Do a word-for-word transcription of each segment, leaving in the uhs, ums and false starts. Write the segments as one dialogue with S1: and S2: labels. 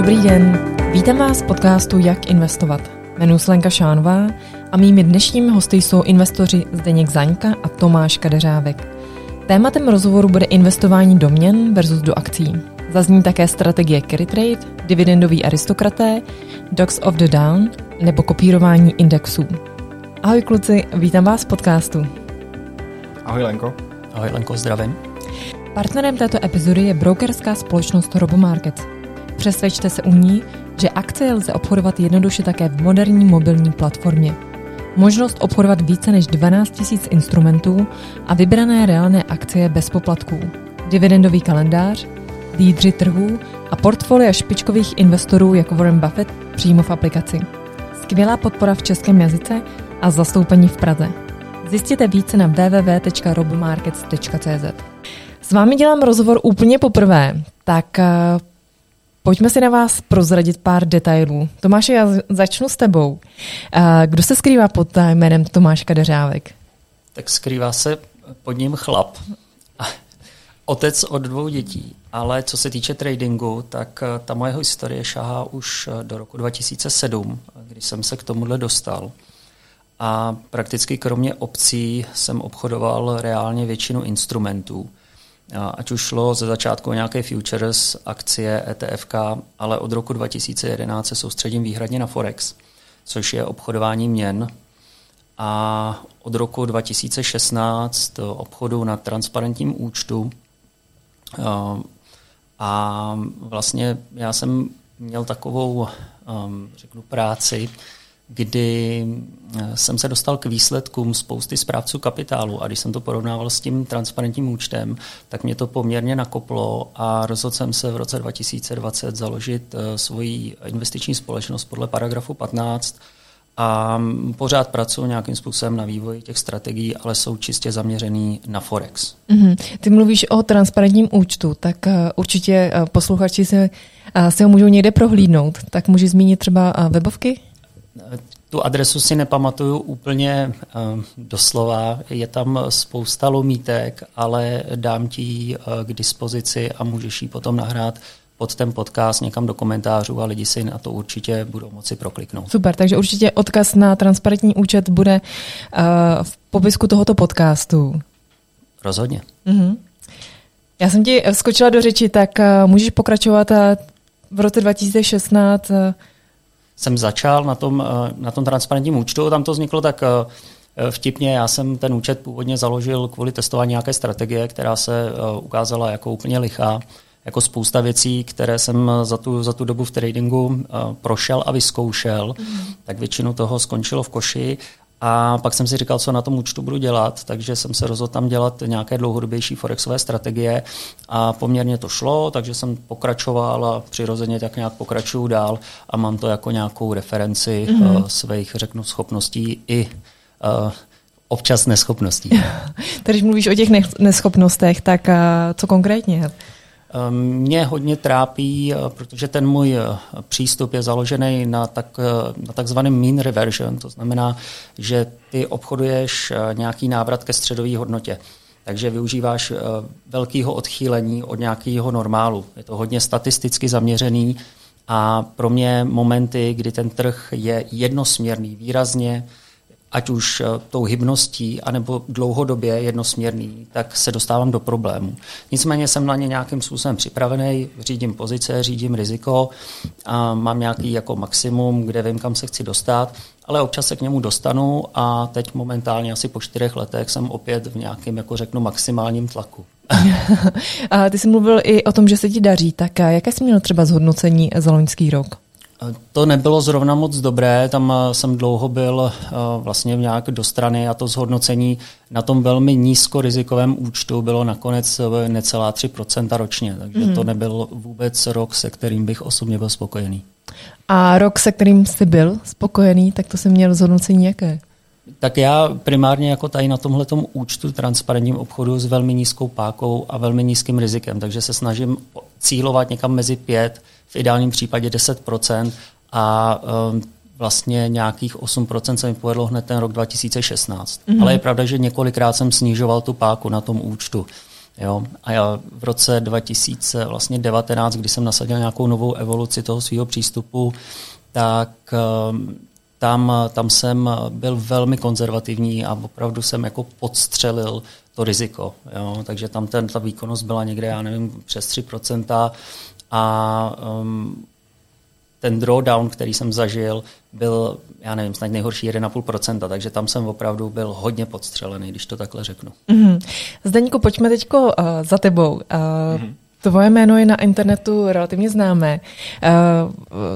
S1: Dobrý den, vítám vás v podcastu Jak investovat. Jmenuji se Lenka Šánová a mými dnešními hosty jsou investoři Zdeněk Zaňka a Tomáš Kadeřávek. Tématem rozhovoru bude investování do měn versus do akcí. Zazní také strategie carry trade, dividendoví aristokraté, dogs of the down nebo kopírování indexů. Ahoj kluci, vítám vás v podcastu.
S2: Ahoj Lenko.
S3: Ahoj Lenko, zdravím.
S1: Partnerem této epizody je brokerská společnost RoboMarkets. Přesvědčte se u ní, že akcie lze obchodovat jednoduše také v moderní mobilní platformě. Možnost obchodovat více než dvanáct tisíc instrumentů a vybrané reálné akcie bez poplatků. Dividendový kalendář, lídři trhů a portfolia špičkových investorů jako Warren Buffett přímo v aplikaci. Skvělá podpora v českém jazyce a zastoupení v Praze. Zjistěte více na w w w tečka robomarkets tečka c z. S vámi dělám rozhovor úplně poprvé, tak uh, pojďme si na vás prozradit pár detailů. Tomáši, já začnu s tebou. Uh, kdo se skrývá pod jménem Tomáš Kadeřávek?
S3: Tak skrývá se pod ním chlap. Otec od dvou dětí, ale co se týče tradingu, tak ta moje historie šahá už do roku dva tisíce sedm, kdy jsem se k tomuhle dostal. A prakticky kromě opcí jsem obchodoval reálně většinu instrumentů. Ať už šlo ze začátku o nějaké futures, akcie, E T F K, ale od roku dva tisíce jedenáct se soustředím výhradně na Forex, což je obchodování měn. A od roku dva tisíce šestnáct obchodu na transparentním účtu. A vlastně já jsem měl takovou, řeknu, práci, kdy jsem se dostal k výsledkům spousty správců kapitálu a když jsem to porovnával s tím transparentním účtem, tak mě to poměrně nakoplo a rozhodl jsem se v roce dva tisíce dvacet založit svoji investiční společnost podle paragrafu patnáct a pořád pracuji nějakým způsobem na vývoji těch strategií, ale jsou čistě zaměřený na Forex. Mm-hmm.
S1: Ty mluvíš o transparentním účtu, tak uh, určitě uh, posluchači se, uh, se ho můžou někde prohlídnout. Tak můžeš zmínit třeba uh, webovky?
S3: Tu adresu si nepamatuju úplně uh, doslova, je tam spousta lomítek, ale dám ti ji uh, k dispozici a můžeš ji potom nahrát pod ten podcast někam do komentářů a lidi si na to určitě budou moci prokliknout.
S1: Super, takže určitě odkaz na transparentní účet bude uh, v popisku tohoto podcastu.
S3: Rozhodně.
S1: Uh-huh. Já jsem ti skočila do řeči, tak uh, můžeš pokračovat uh, v roce dva tisíce šestnáct. Uh,
S3: jsem začal na tom, uh, na tom transparentním účtu, tam to vzniklo tak uh, vtipně, já jsem ten účet původně založil kvůli testování nějaké strategie, která se uh, ukázala jako úplně lichá. Jako spousta věcí, které jsem za tu, za tu dobu v tradingu uh, prošel a vyzkoušel, mm. tak většinu toho skončilo v koši a pak jsem si říkal, co na tom účtu budu dělat, takže jsem se rozhodl tam dělat nějaké dlouhodobější forexové strategie a poměrně to šlo, takže jsem pokračoval a přirozeně tak nějak pokračuju dál a mám to jako nějakou referenci mm. uh, svých, řeknu, schopností i uh, občas neschopností.
S1: Když mluvíš o těch neschopnostech, tak uh, co konkrétně?
S3: Mě hodně trápí, protože ten můj přístup je založený na, tak, na takzvaném mean reversion, to znamená, že ty obchoduješ nějaký návrat ke středové hodnotě. Takže využíváš velkého odchýlení od nějakého normálu. Je to hodně statisticky zaměřený a pro mě momenty, kdy ten trh je jednosměrný výrazně, ať už tou hybností, anebo dlouhodobě jednosměrný, tak se dostávám do problému. Nicméně jsem na ně nějakým způsobem připravený, řídím pozice, řídím riziko a mám nějaký jako maximum, kde vím, kam se chci dostat, ale občas se k němu dostanu a teď momentálně asi po čtyřech letech jsem opět v nějakém, jako řeknu, maximálním tlaku.
S1: A ty jsi mluvil i o tom, že se ti daří, tak jaké jsi měl třeba zhodnocení za loňský rok?
S3: To nebylo zrovna moc dobré, tam jsem dlouho byl vlastně nějak do strany a to zhodnocení na tom velmi nízkorizikovém účtu bylo nakonec necelá tři procenta ročně, takže mm. to nebyl vůbec rok, se kterým bych osobně byl spokojený.
S1: A rok, se kterým jsi byl spokojený, tak to jsem měl zhodnocení jaké?
S3: Tak já primárně jako tady na tomhletom účtu transparentním obchodu s velmi nízkou pákou a velmi nízkým rizikem, takže se snažím cílovat někam mezi pět, v ideálním případě deset procent a um, vlastně nějakých osm procent se mi povedlo hned ten rok dva tisíce šestnáct. Mm-hmm. Ale je pravda, že několikrát jsem snižoval tu páku na tom účtu. Jo? A já v roce dva tisíce devatenáct, kdy jsem nasadil nějakou novou evoluci toho svého přístupu, tak tam, tam jsem byl velmi konzervativní a opravdu jsem jako podstřelil to riziko. Jo? Takže tam ten, ta výkonnost byla někde, já nevím, přes tři procenta a um, ten drawdown, který jsem zažil, byl, já nevím, snad nejhorší jedna celá pět procenta, takže tam jsem opravdu byl hodně podstřelený, když to takhle řeknu.
S1: Mm-hmm. Zdeňku, pojďme teďko uh, za tebou. Uh, mm-hmm. Tvoje jméno je na internetu relativně známé. Uh,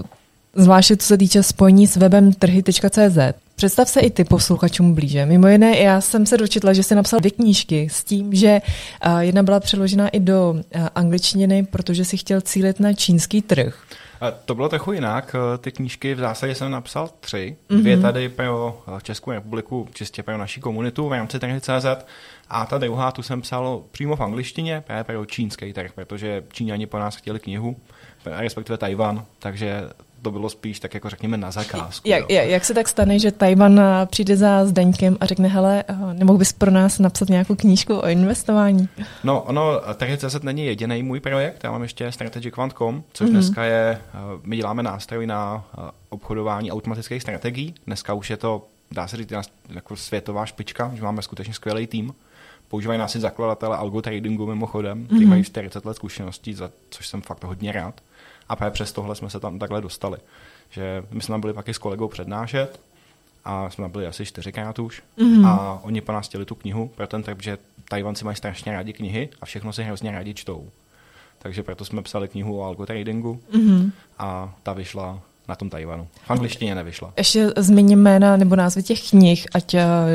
S1: zvláště co se týče spojení s webem trhy tečka cé zet. Představ se i ty posluchačům blíže. Mimo jiné, já jsem se dočetla, že jsi napsal dvě knížky s tím, že uh, jedna byla přeložena i do uh, angličtiny, protože si chtěl cílit na čínský trh.
S2: To bylo trochu jinak. Ty knížky v zásadě jsem napsal tři. Dvě tady pro Českou republiku, čistě pro naši komunitu v rámci trhy tečka cé zet a ta druhá tu jsem psal přímo v angličtině právě pro čínský trh, protože Číňani po nás chtěli knihu, respektive Tajvan, takže to bylo spíš tak jako řekněme na zakázku.
S1: Jak, jak, jak se tak stane, že Tajvan přijde za Zdeňkem a řekne, hele, nemohl bys pro nás napsat nějakou knížku o investování?
S2: No, ono, trhy tečka cé zet není jediný můj projekt, já mám ještě strategic fund tečka com, což mm-hmm. dneska je, my děláme nástroj na obchodování automatických strategií, dneska už je to, dá se říct, jako světová špička, že máme skutečně skvělý tým. Používají nás i zakladatele algo tradingu mimochodem, kteří mm-hmm. mají čtyřicet let zkušeností, za což jsem fakt hodně rád. A právě přes tohle jsme se tam takhle dostali. Že my jsme tam byli pak i s kolegou přednášet a jsme tam byli asi čtyřikrát už mm-hmm. a oni po nás chtěli tu knihu pro ten trh, že Tajvanci mají strašně rádi knihy a všechno si hrozně rádi čtou. Takže proto jsme psali knihu o algo tradingu mm-hmm. a ta vyšla na tom Tajvanu. V angličtině nevyšla.
S1: Ještě zmíním jména nebo názvy těch knih, ať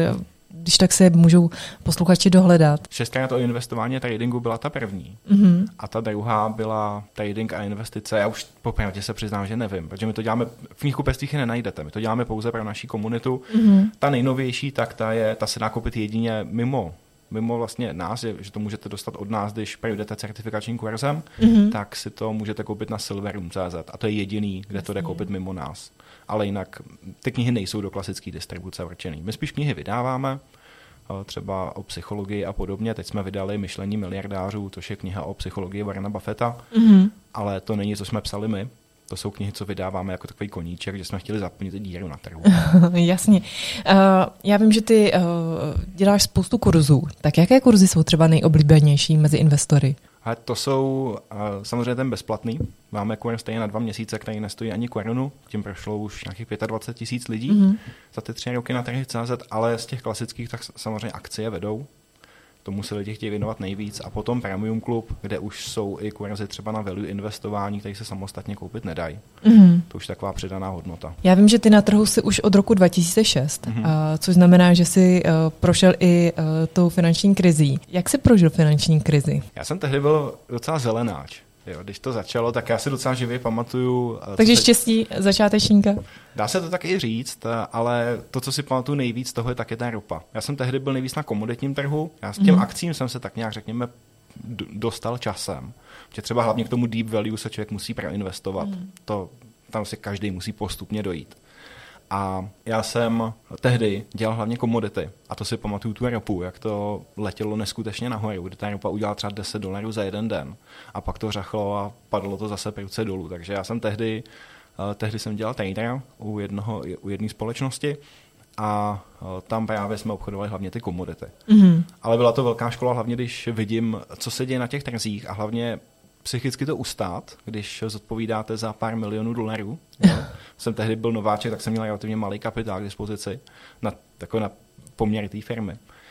S1: když tak se můžou posluchači dohledat.
S2: Šestkrát o investování a tradingu byla ta první.
S1: Mm-hmm.
S2: A ta druhá byla trading a investice. Já už popravdě se přiznám, že nevím, protože my to děláme, v knihkupectvích je nenajdete, my to děláme pouze pro naši komunitu. Mm-hmm. Ta nejnovější, tak ta, je, ta se dá koupit jedině mimo, mimo vlastně nás, je, že to můžete dostat od nás, když projdete certifikačním kurzem, mm-hmm. tak si to můžete koupit na silverum tečka cé zet. A to je jediný, kde to jde koupit mimo nás. Ale jinak ty knihy nejsou do klasické distribuce určený. My spíš knihy vydáváme, třeba o psychologii a podobně. Teď jsme vydali Myšlení miliardářů, což je kniha o psychologii Warrena Buffetta, mm-hmm. ale to není, co jsme psali my. To jsou knihy, co vydáváme jako takový koníček, že jsme chtěli zaplnit díru na trhu.
S1: Jasně. Uh, já vím, že ty uh, děláš spoustu kurzů. Tak jaké kurzy jsou třeba nejoblíbenější mezi investory?
S2: A to jsou uh, samozřejmě ten bezplatný. Máme kurz stejně na dva měsíce, který nestojí ani korunu. Tím prošlo už nějakých dvacet pět tisíc lidí mm-hmm. za ty tři roky na trhy tečka cé zet, ale z těch klasických tak samozřejmě akcie vedou. Tomu se lidi chtějí věnovat nejvíc. A potom Premium Club, kde už jsou i kurzy třeba na value investování, které se samostatně koupit nedají. Mm-hmm. To už je taková přidaná hodnota.
S1: Já vím, že ty na trhu jsi už od roku dva tisíce šest, mm-hmm. uh, což znamená, že jsi uh, prošel i uh, tou finanční krizí. Jak jsi prožil finanční krizi?
S2: Já jsem tehdy byl docela zelenáč. Jo, když to začalo, tak já si docela živě pamatuju.
S1: Takže štěstí začátečníka?
S2: Dá se to tak i říct, ale to, co si pamatuju nejvíc, toho je taky ta ropa. Já jsem tehdy byl nejvíc na komoditním trhu, já s těm mm. akcím jsem se tak nějak, řekněme, dostal časem. Že třeba hlavně k tomu deep value se člověk musí proinvestovat. Mm. To, tam si každý musí postupně dojít. A já jsem tehdy dělal hlavně komodity. A to si pamatuju tu ropu, jak to letělo neskutečně nahoru, kdy ta ropa udělala třeba deset dolarů za jeden den. A pak to řachlo a padlo to zase prudce dolů. Takže já jsem tehdy, tehdy jsem dělal tradera u, jednoho, u jedné společnosti a tam právě jsme obchodovali hlavně ty komodity. Mm-hmm. Ale byla to velká škola, hlavně když vidím, co se děje na těch trzích a hlavně psychicky to ustát, když zodpovídáte za pár milionů dolarů. Jsem tehdy byl nováček, tak jsem měl relativně malý kapitál k dispozici na, jako na poměry té firmy.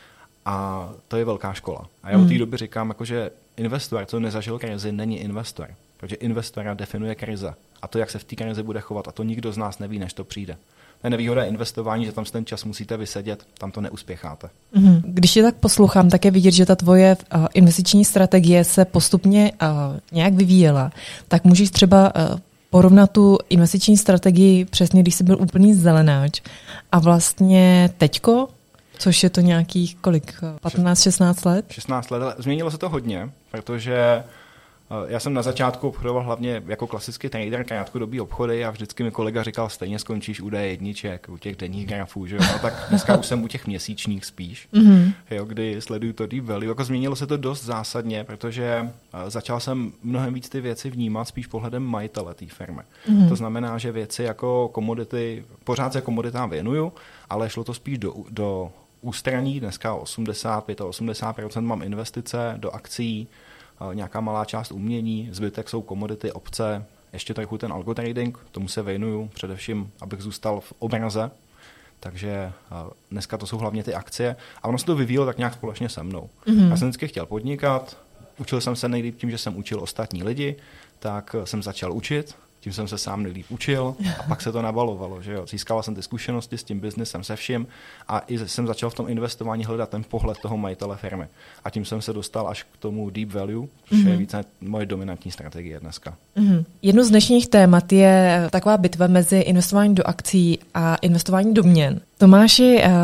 S2: A to je velká škola. A já od té doby říkám, jako, že investor, co nezažil krizi, není investor. Protože investora definuje krize. A to, jak se v té krizi bude chovat, a to nikdo z nás neví, než to přijde. To je nevýhoda investování, že tam ten čas musíte vysedět, tam to neuspěcháte.
S1: Když tě tak poslouchám, tak je vidět, že ta tvoje uh, investiční strategie se postupně uh, nějak vyvíjela. Tak můžeš třeba uh, porovnat tu investiční strategii přesně, když jsi byl úplný zelenáč a vlastně teďko, což je to nějakých kolik, patnáct šestnáct let?
S2: šestnáct let, změnilo se to hodně, protože Já jsem na začátku obchodoval hlavně jako klasický trader, krátkodobý obchody a vždycky mi kolega říkal, stejně skončíš u D jedniček, u těch denních grafů, že jo? No, tak dneska už jsem u těch měsíčních spíš, mm-hmm. jo, kdy sleduju to deep value. Jako změnilo se to dost zásadně, protože začal jsem mnohem víc ty věci vnímat spíš pohledem majitele té firmy. Mm-hmm. To znamená, že věci jako komodity, pořád se komoditám věnuju, ale šlo to spíš do, do ústraní, dneska osmdesát, osmdesát pět procent mám investice do akcií, nějaká malá část umění, zbytek jsou komodity, opce, ještě trochu ten algotrading, tomu se věnuju především, abych zůstal v obraze, takže dneska to jsou hlavně ty akcie a ono se to vyvíjelo tak nějak společně se mnou. Mm-hmm. Já jsem vždycky chtěl podnikat, učil jsem se nejlíp tím, že jsem učil ostatní lidi, tak jsem začal učit, tím jsem se sám nejlíp učil a pak se to nabalovalo. Že jo? Získal jsem ty zkušenosti s tím biznesem, se vším a i jsem začal v tom investování hledat ten pohled toho majitele firmy. A tím jsem se dostal až k tomu deep value, což mm-hmm. je více moje dominantní strategie dneska.
S1: Mm-hmm. Jedno z dnešních témat je taková bitva mezi investováním do akcí a investování do měn. Tomáši, uh...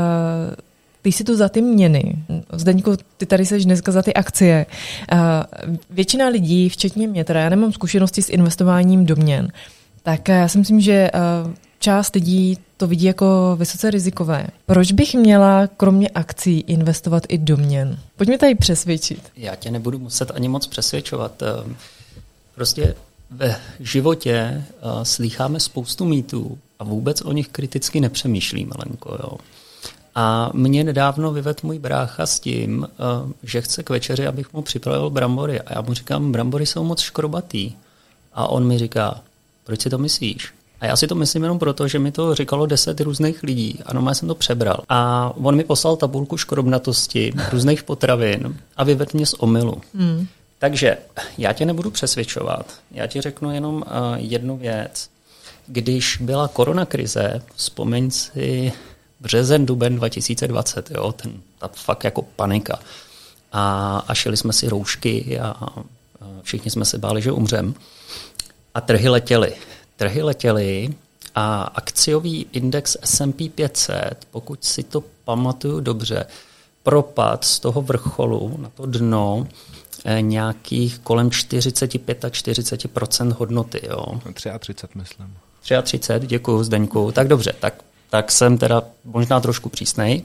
S1: ty jsi tu za ty měny. Zdeňku, ty tady seš dneska za ty akcie. Uh, většina lidí, včetně mě, teda já nemám zkušenosti s investováním do měn, tak já si myslím, že uh, část lidí to vidí jako vysoce rizikové. Proč bych měla kromě akcí investovat i do měn? Pojďme tady přesvědčit.
S3: Já tě nebudu muset ani moc přesvědčovat. Prostě ve životě uh, slýcháme spoustu mýtů a vůbec o nich kriticky nepřemýšlíme, Lenko, jo. A mě nedávno vyvedl můj brácha s tím, že chce k večeři, abych mu připravil brambory. A já mu říkám, brambory jsou moc škrobatý. A on mi říká, proč si to myslíš? A já si to myslím jenom proto, že mi to říkalo deset různých lidí. A normálně jsem to přebral. A on mi poslal tabulku škrobnatosti různých potravin a vyvedl mě z omylu. Hmm. Takže já tě nebudu přesvědčovat. Já ti řeknu jenom uh, jednu věc. Když byla koronakrize, vzpomeň si březen, duben dva tisíce dvacet, jo, ten, ta fakt jako panika. A, a šili jsme si roušky a, a všichni jsme se báli, že umřem. A trhy letěly. Trhy letěly a akciový index S and P pět set, pokud si to pamatuju dobře, propad z toho vrcholu na to dno nějakých kolem čtyřicet pět až čtyřicet procent hodnoty. Jo.
S2: třicet tři, myslím.
S3: třicet tři, děkuju, Zdeňku. Tak dobře, tak tak jsem teda možná trošku přísnej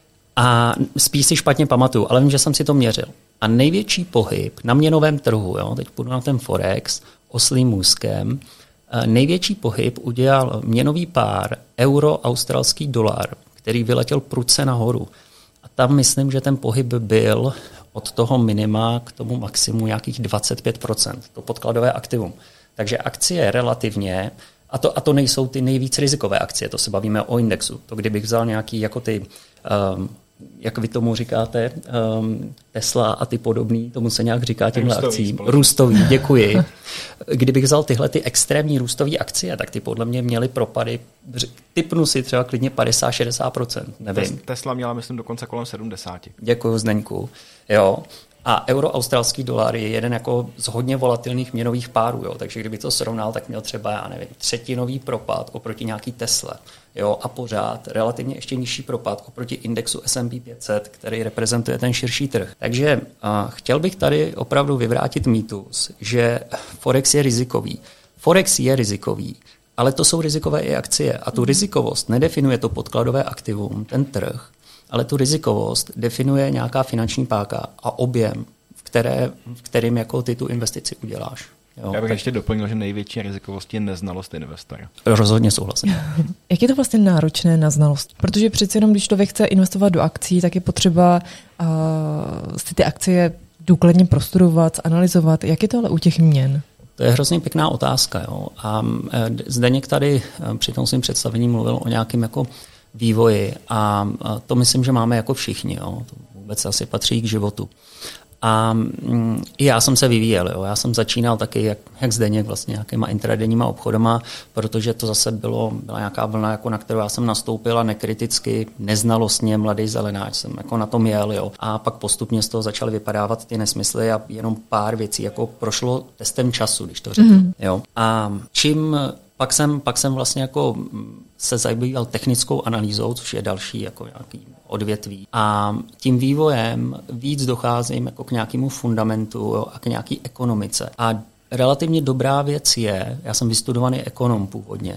S3: a spíš si špatně pamatuju, ale vím, že jsem si to měřil. A největší pohyb na měnovém trhu, jo, teď půjdu na ten Forex, oslím můstkem, největší pohyb udělal měnový pár euro-australský dolar, který vyletěl prudce nahoru. A tam myslím, že ten pohyb byl od toho minima k tomu maximu nějakých dvacet pět procent, to podkladové aktivum. Takže akcie relativně, A to, a to nejsou ty nejvíc rizikové akcie, to se bavíme o indexu. To kdybych vzal nějaký jako ty, um, jak vy tomu říkáte, um, Tesla a ty podobný, tomu se nějak říká těmhle akcím. Růstový, děkuji. Kdybych vzal tyhle ty extrémní růstové akcie, tak ty podle mě měly propady, typnu si třeba klidně padesát až šedesát procent, nevím.
S2: Tesla měla, myslím, dokonce kolem sedmdesát.
S3: Děkuji, Zdeňku. Jo. A euro-australský dolar je jeden jako z hodně volatilních měnových párů, jo. Takže kdyby to srovnal, tak měl třeba, já nevím, třetinový propad oproti nějaký Tesle. Jo, a pořád relativně ještě nižší propad oproti indexu S and P pět set, který reprezentuje ten širší trh. Takže uh, chtěl bych tady opravdu vyvrátit mýtus, že Forex je rizikový. Forex je rizikový, ale to jsou rizikové i akcie. A tu rizikovost nedefinuje to podkladové aktivum, ten trh, ale tu rizikovost definuje nějaká finanční páka a objem, v, které, v kterým jako ty tu investici uděláš. Jo,
S2: Já bych
S3: tak...
S2: ještě doplnil, že největší rizikovost je neznalost investora.
S3: Rozhodně souhlasím.
S1: Jak je to vlastně náročné na znalost? Protože přeci jenom, když člověk chce investovat do akcí, tak je potřeba uh, si ty akcie důkladně prostudovat, analyzovat. Jak je to ale u těch měn?
S3: To je hrozně pěkná otázka. Jo? A Zdeněk tady při tom svým představení mluvil o nějakém jako vývoji a to myslím, že máme jako všichni. Jo? To vůbec asi patří k životu. A mm, i já jsem se vyvíjel. Jo? Já jsem začínal taky, jak, jak Zdeněk, vlastně nějakýma intradenníma obchodama, protože to zase bylo, byla nějaká vlna, jako na kterou já jsem nastoupil a nekriticky, neznalostně, mladý zelenáč jsem jako na tom jel. Jo? A pak postupně z toho začaly vypadávat ty nesmysly a jenom pár věcí jako prošlo testem času, když to řeknu. Mm-hmm. Jo? A čím pak jsem, pak jsem vlastně jako se zabýval technickou analýzou, což je další jako nějaký odvětví. A tím vývojem víc docházím jako k nějakému fundamentu, jo, a k nějaké ekonomice. A relativně dobrá věc je, já jsem vystudovaný ekonom původně,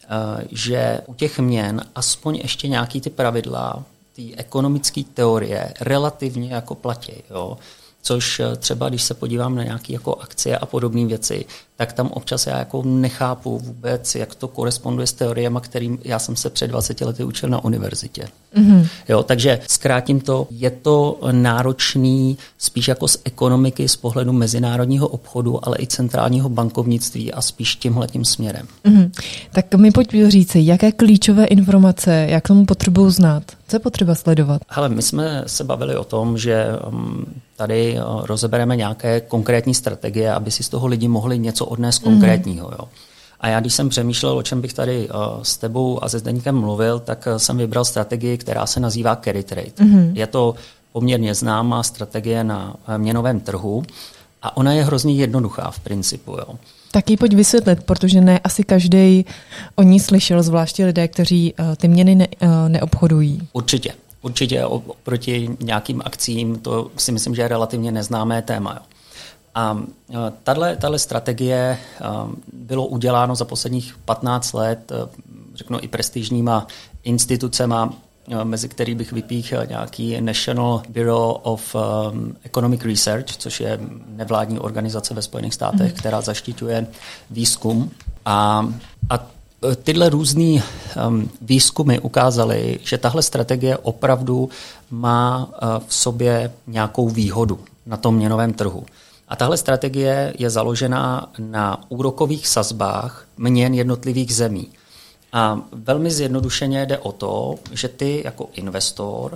S3: že u těch měn aspoň ještě nějaký ty pravidla, ty ekonomické teorie relativně jako platí, jo. Což třeba, když se podívám na nějaké jako akcie a podobné věci, tak tam občas já jako nechápu vůbec, jak to koresponduje s teoriemi, kterým já jsem se před dvaceti lety učil na univerzitě. Mm-hmm. Jo, takže zkrátím to, je to náročný spíš jako z ekonomiky, z pohledu mezinárodního obchodu, ale i centrálního bankovnictví a spíš tímhletím směrem. Mm-hmm.
S1: Tak mi pojď říci, jaké klíčové informace, jak tomu potřebuji znát? Co je potřeba sledovat?
S3: Hele, my jsme se bavili o tom, že tady rozebereme nějaké konkrétní strategie, aby si z toho lidi mohli něco odnést konkrétního. Jo. A já, když jsem přemýšlel, o čem bych tady s tebou a se Zdeňkem mluvil, tak jsem vybral strategii, která se nazývá carry trade. Mm-hmm. Je to poměrně známá strategie na měnovém trhu a ona je hrozně jednoduchá v principu. Jo.
S1: Tak ji pojď vysvětlit, protože ne asi každý o ní slyšel, zvláště lidé, kteří ty měny ne, neobchodují.
S3: Určitě. Určitě oproti nějakým akcím, to si myslím, že je relativně neznámé téma. Jo. A tahle strategie bylo uděláno za posledních patnáct let, řeknu i prestižníma institucema, mezi který bych vypíchl nějaký National Bureau of Economic Research, což je nevládní organizace ve Spojených státech, mm. která zaštiťuje výzkum. A, a tyhle různý um, výzkumy ukázaly, že tahle strategie opravdu má uh, v sobě nějakou výhodu na tom měnovém trhu. A tahle strategie je založená na úrokových sazbách měn jednotlivých zemí. A velmi zjednodušeně jde o to, že ty jako investor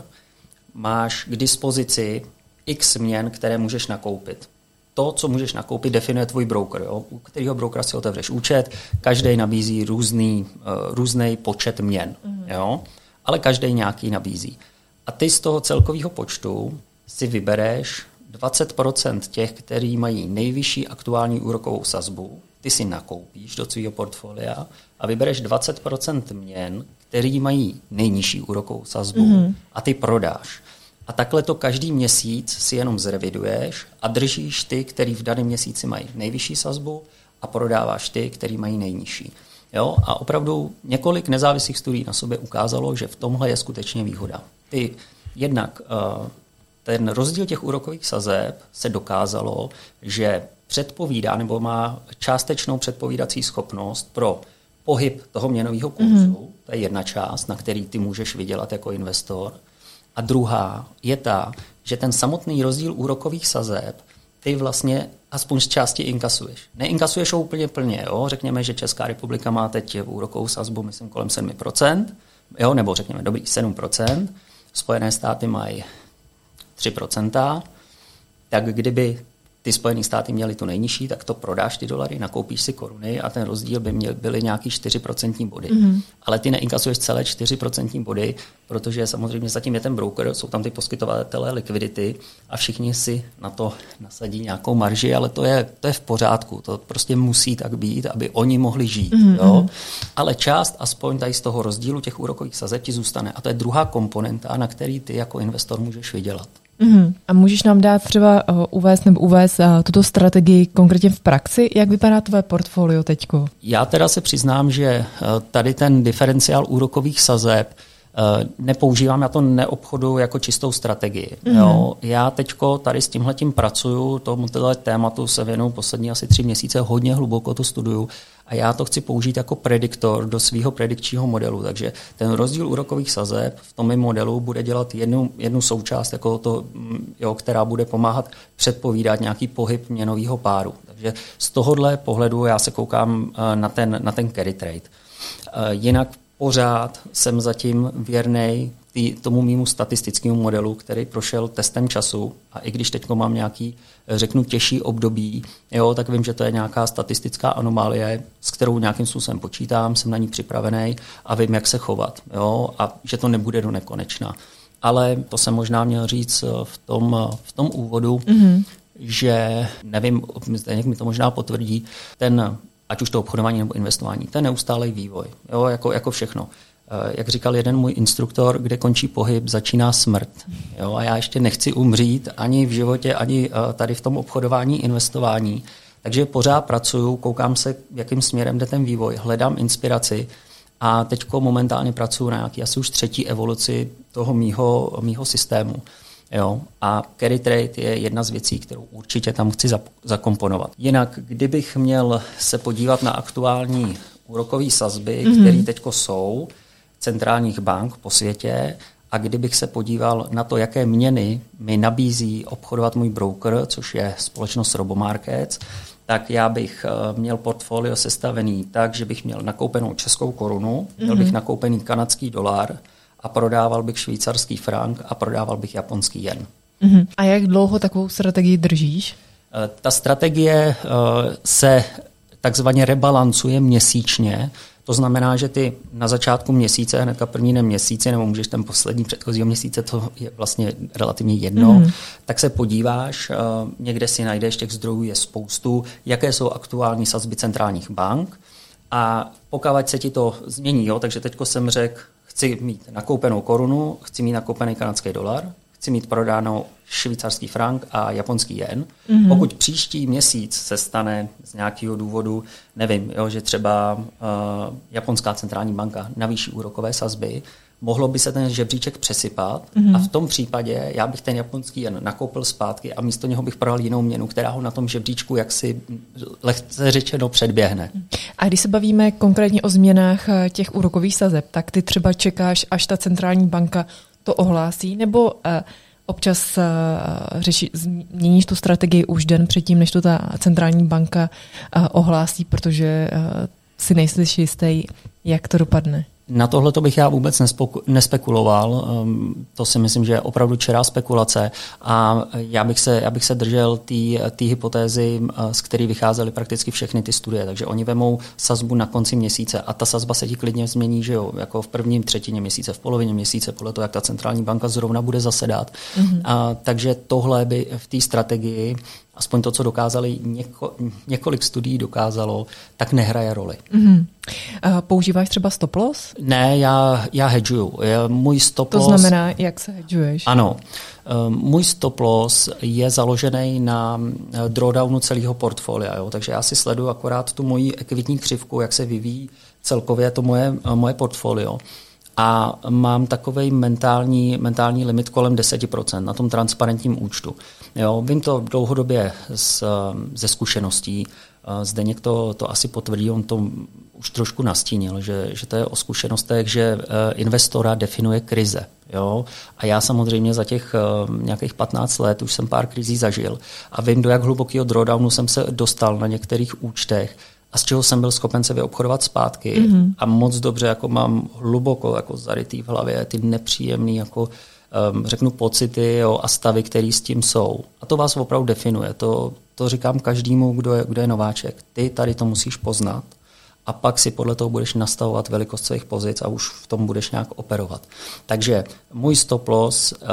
S3: máš k dispozici x měn, které můžeš nakoupit. To, co můžeš nakoupit, definuje tvůj broker. Jo? U kterého brokera si otevřeš účet, každý nabízí různý, uh, různý počet měn. Mm. Jo? Ale každý nějaký nabízí. A ty z toho celkového počtu si vybereš dvacet procent těch, kteří mají nejvyšší aktuální úrokovou sazbu, ty si nakoupíš do svého portfolia a vybereš dvacet procent měn, který mají nejnižší úrokovou sazbu mm. a ty prodáš. A takhle to každý měsíc si jenom zreviduješ a držíš ty, který v daném měsíci mají nejvyšší sazbu a prodáváš ty, který mají nejnižší. Jo? A opravdu několik nezávislých studií na sobě ukázalo, že v tomhle je skutečně výhoda. Ty jednak uh, ten rozdíl těch úrokových sazeb se dokázalo, že předpovídá nebo má částečnou předpovídací schopnost pro pohyb toho měnového kurzu. Mm. To je jedna část, na který ty můžeš vydělat jako investor. A druhá je ta, že ten samotný rozdíl úrokových sazeb ty vlastně aspoň z části inkasuješ. Neinkasuješ ho úplně plně. Jo? Řekněme, že Česká republika má teď úrokovou sazbu, myslím, kolem sedm procent, jo? Nebo řekněme, dobrý, sedm procent. Spojené státy mají tři procenta. Tak kdyby ty Spojené státy měly tu nejnižší, tak to prodáš ty dolary, nakoupíš si koruny a ten rozdíl by měl, byly nějaký čtyři procentní body. Mm-hmm. Ale ty neinkasuješ celé čtyři procentní body, protože samozřejmě zatím je ten broker, jsou tam ty poskytovatelé likvidity a všichni si na to nasadí nějakou marži, ale to je, to je v pořádku. To prostě musí tak být, aby oni mohli žít. Mm-hmm. Jo? Ale část aspoň tady z toho rozdílu těch úrokových sazeb ti zůstane. A to je druhá komponenta, na který ty jako investor můžeš vydělat.
S1: Uhum. A můžeš nám dát třeba uh, uvést nebo uvést uh, tuto strategii konkrétně v praxi? Jak vypadá tvoje portfolio teďko?
S3: Já teda se přiznám, že uh, tady ten diferenciál úrokových sazeb uh, nepoužívám, na to neobchodu jako čistou strategii. Mm. Jo. Já teďko tady s tímhletím pracuju, tomuto tématu se věnuju poslední asi tři měsíce, hodně hluboko to studuju a já to chci použít jako prediktor do svého predikčního modelu. Takže ten rozdíl úrokových sazeb v tom modelu bude dělat jednu, jednu součást, jako to, jo, která bude pomáhat předpovídat nějaký pohyb měnového páru. Takže z tohohle pohledu já se koukám na ten, na ten carry trade. Jinak pořád jsem zatím věrnej tý, tomu mýmu statistickému modelu, který prošel testem času a i když teď mám nějaký, řeknu, těžší období, jo, tak vím, že to je nějaká statistická anomálie, s kterou nějakým způsobem počítám, jsem na ní připravený a vím, jak se chovat, jo, a že to nebude do nekonečna. Ale to jsem možná měl říct v tom, v tom úvodu, mm-hmm. že nevím, Zdeněk mi to možná potvrdí, ten ať už to obchodování nebo investování. To je neustálý vývoj, jo, jako, jako všechno. Jak říkal jeden můj instruktor, kde končí pohyb, začíná smrt. Jo, a já ještě nechci umřít ani v životě, ani tady v tom obchodování, investování. Takže pořád pracuju, koukám se, jakým směrem jde ten vývoj, hledám inspiraci a teďko momentálně pracuju na nějaký asi už třetí evoluci toho mýho, mýho systému. Jo? A carry trade je jedna z věcí, kterou určitě tam chci zakomponovat. Jinak, kdybych měl se podívat na aktuální úrokové sazby, mm-hmm. které teďko jsou, centrálních bank po světě, a kdybych se podíval na to, jaké měny mi nabízí obchodovat můj broker, což je společnost Robomarkets, tak já bych měl portfolio sestavený tak, že bych měl nakoupenou českou korunu, mm-hmm. měl bych nakoupený kanadský dolar a prodával bych švýcarský frank a prodával bych japonský jen.
S1: Mm-hmm. A jak dlouho takovou strategii držíš?
S3: Ta strategie se takzvaně rebalancuje měsíčně. To znamená, že ty na začátku měsíce, hnedka první den měsíce, nebo můžeš ten poslední předchozího měsíce, to je vlastně relativně jedno, mm. tak se podíváš, někde si najdeš, těch zdrojů je spoustu, jaké jsou aktuální sazby centrálních bank a pokud se ti to změní, jo, takže teďko jsem řekl, chci mít nakoupenou korunu, chci mít nakoupený kanadský dolar, chci mít prodánou švýcarský frank a japonský jen. Mm-hmm. Pokud příští měsíc se stane z nějakého důvodu, nevím, jo, že třeba uh, japonská centrální banka navýší úrokové sazby, mohlo by se ten žebříček přesypat mm-hmm. a v tom případě já bych ten japonský jen nakoupil zpátky a místo něho bych prodal jinou měnu, která ho na tom žebříčku jaksi lehce řečeno předběhne.
S1: A když se bavíme konkrétně o změnách těch úrokových sazeb, tak ty třeba čekáš, až ta centrální banka to ohlásí, nebo uh, občas uh, řeši, změníš tu strategii už den předtím, než to ta centrální banka uh, ohlásí, protože uh, si nejsi jistý, jak to dopadne?
S3: Na tohle to bych já vůbec nespoku, nespekuloval. To si myslím, že je opravdu čirá spekulace a já bych se, já bych se držel té hypotézy, z které vycházely prakticky všechny ty studie. Takže oni vemou sazbu na konci měsíce a ta sazba se ti klidně změní, že jo, jako v prvním třetině měsíce, v polovině měsíce, podle toho, jak ta centrální banka zrovna bude zasedat. Mm-hmm. A, takže tohle by v té strategii, aspoň to, co dokázali, něko, několik studií dokázalo, tak nehraje roli.
S1: Mm-hmm. A používáš třeba stop loss?
S3: Ne, já, já hedžuju. Můj stop
S1: to
S3: loss,
S1: znamená, jak se hedžuješ?
S3: Ano. Můj stop loss je založený na drawdownu celého portfolia. Jo? Takže já si sleduju akorát tu moji ekvitní křivku, jak se vyvíjí celkově to moje, moje portfolio. A mám takovej mentální, mentální limit kolem deset procent na tom transparentním účtu. Jo, vím to dlouhodobě z, ze zkušeností. Zdeněk to, to asi potvrdí, on to už trošku nastínil, že, že to je o zkušenostech, že investora definuje krize. Jo? A já samozřejmě za těch nějakých patnáct let už jsem pár krizí zažil a vím, do jak hlubokého drawdownu jsem se dostal na některých účtech a z čeho jsem byl schopen se vyobchodovat zpátky. Mm-hmm. A moc dobře jako mám hluboko jako zarytý v hlavě ty nepříjemný jako um, řeknu pocity, jo, a stavy, které s tím jsou. A to vás opravdu definuje. To, to říkám každému, kdo je, kdo je nováček. Ty tady to musíš poznat a pak si podle toho budeš nastavovat velikost svých pozic a už v tom budeš nějak operovat. Takže můj stop loss uh,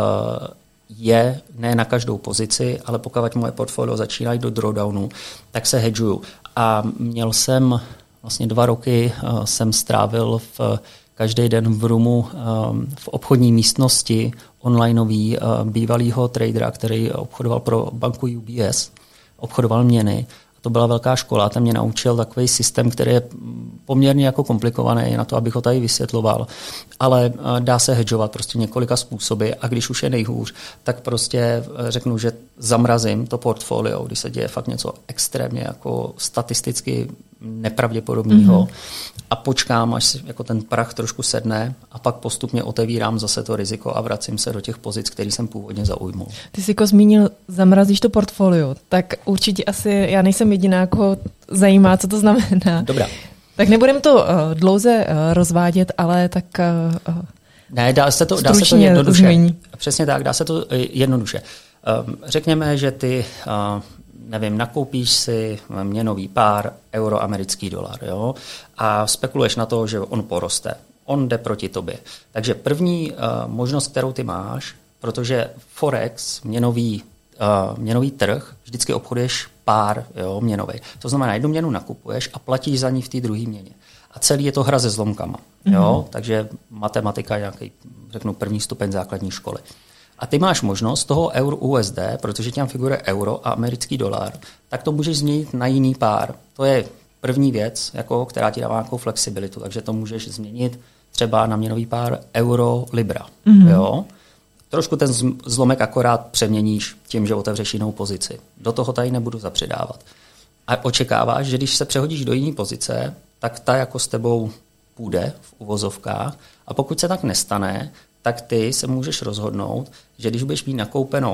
S3: je ne na každou pozici, ale pokud moje portfolio začínají do drawdownu, tak se hedžuju. A měl jsem vlastně dva roky, uh, jsem strávil v každý den v roomu um, v obchodní místnosti onlineový uh, bývalýho tradera, který obchodoval pro banku U B S, obchodoval měny. To byla velká škola, ten mě naučil takový systém, který je poměrně jako komplikovaný na to, abych ho tady vysvětloval, ale dá se hedžovat prostě několika způsoby a když už je nejhůř, tak prostě řeknu, že zamrazím to portfolio, když se děje fakt něco extrémně jako statisticky nepravděpodobného mm-hmm. a počkám, až jako ten prach trošku sedne a pak postupně otevírám zase to riziko a vracím se do těch pozic, které jsem původně zaujmul.
S1: Ty jsi jako zmínil, zamrazíš to portfolio, tak určitě asi, já nejsem jediná, koho zajímá, co to znamená.
S3: Dobrá.
S1: Tak nebudem to uh, dlouze uh, rozvádět, ale tak uh,
S3: ne, dá se to, dá se to jednoduše. Změní. Přesně tak, dá se to jednoduše. Um, řekněme, že ty uh, nevím, nakoupíš si měnový pár euro-americký dolar, jo, a spekuluješ na to, že on poroste. On jde proti tobě. Takže první uh, možnost, kterou ty máš, protože Forex, měnový, uh, měnový trh, vždycky obchoduješ pár, jo, měnový. To znamená, jednu měnu nakupuješ a platíš za ní v té druhé měně. A celý je to hra se zlomkama. Mm-hmm. Jo? Takže matematika je nějaký, řeknu, první stupeň základní školy. A ty máš možnost toho euro U S D, protože tam figuruje euro a americký dolar, tak to můžeš změnit na jiný pár. To je první věc, jako, která ti dává nějakou flexibilitu. Takže to můžeš změnit třeba na měnový pár euro-libra. Mm-hmm. Jo? Trošku ten zlomek akorát přeměníš tím, že otevřeš jinou pozici. Do toho tady nebudu zapředávat. A očekáváš, že když se přehodíš do jiné pozice, tak ta jako s tebou půjde v uvozovkách. A pokud se tak nestane, tak ty se můžeš rozhodnout, že když budeš mít nakoupeno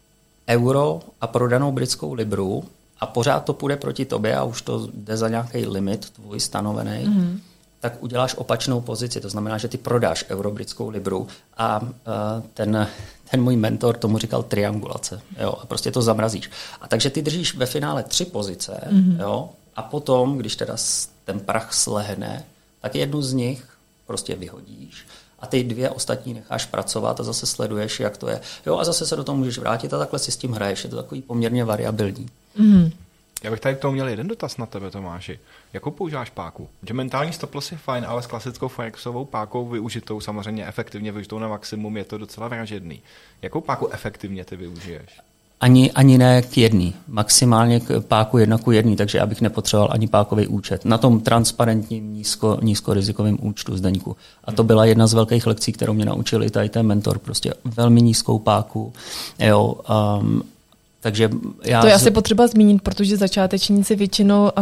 S3: euro a prodanou britskou libru a pořád to půjde proti tobě a už to jde za nějaký limit tvůj stanovený, mm-hmm. tak uděláš opačnou pozici. To znamená, že ty prodáš euro britskou libru a uh, ten, ten můj mentor tomu říkal triangulace. Jo, a prostě to zamrazíš. A takže ty držíš ve finále tři pozice, mm-hmm. jo, a potom, když teda ten prach slehne, tak jednu z nich prostě vyhodíš a ty dvě ostatní necháš pracovat a zase sleduješ, jak to je. Jo, a zase se do toho můžeš vrátit a takhle si s tím hraješ. Je to takový poměrně variabilní.
S2: Mm. Já bych tady k tomu měl jeden dotaz na tebe, Tomáši. Jakou používáš páku? Že mentální stop loss je fajn, ale s klasickou forexovou pákou využitou, samozřejmě efektivně využitou na maximum, je to docela vražedný. Jakou páku efektivně ty využiješ?
S3: Ani, ani ne k jedný. Maximálně k páku jedna ku jedný, takže já bych nepotřeboval ani pákový účet. Na tom transparentním nízko, nízkorizikovém účtu Zdeňku. A to byla jedna z velkých lekcí, kterou mě naučil i tady ten mentor. Prostě velmi nízkou páku. Jo, um, takže já
S1: to je z... asi potřeba zmínit, protože začátečníci většinou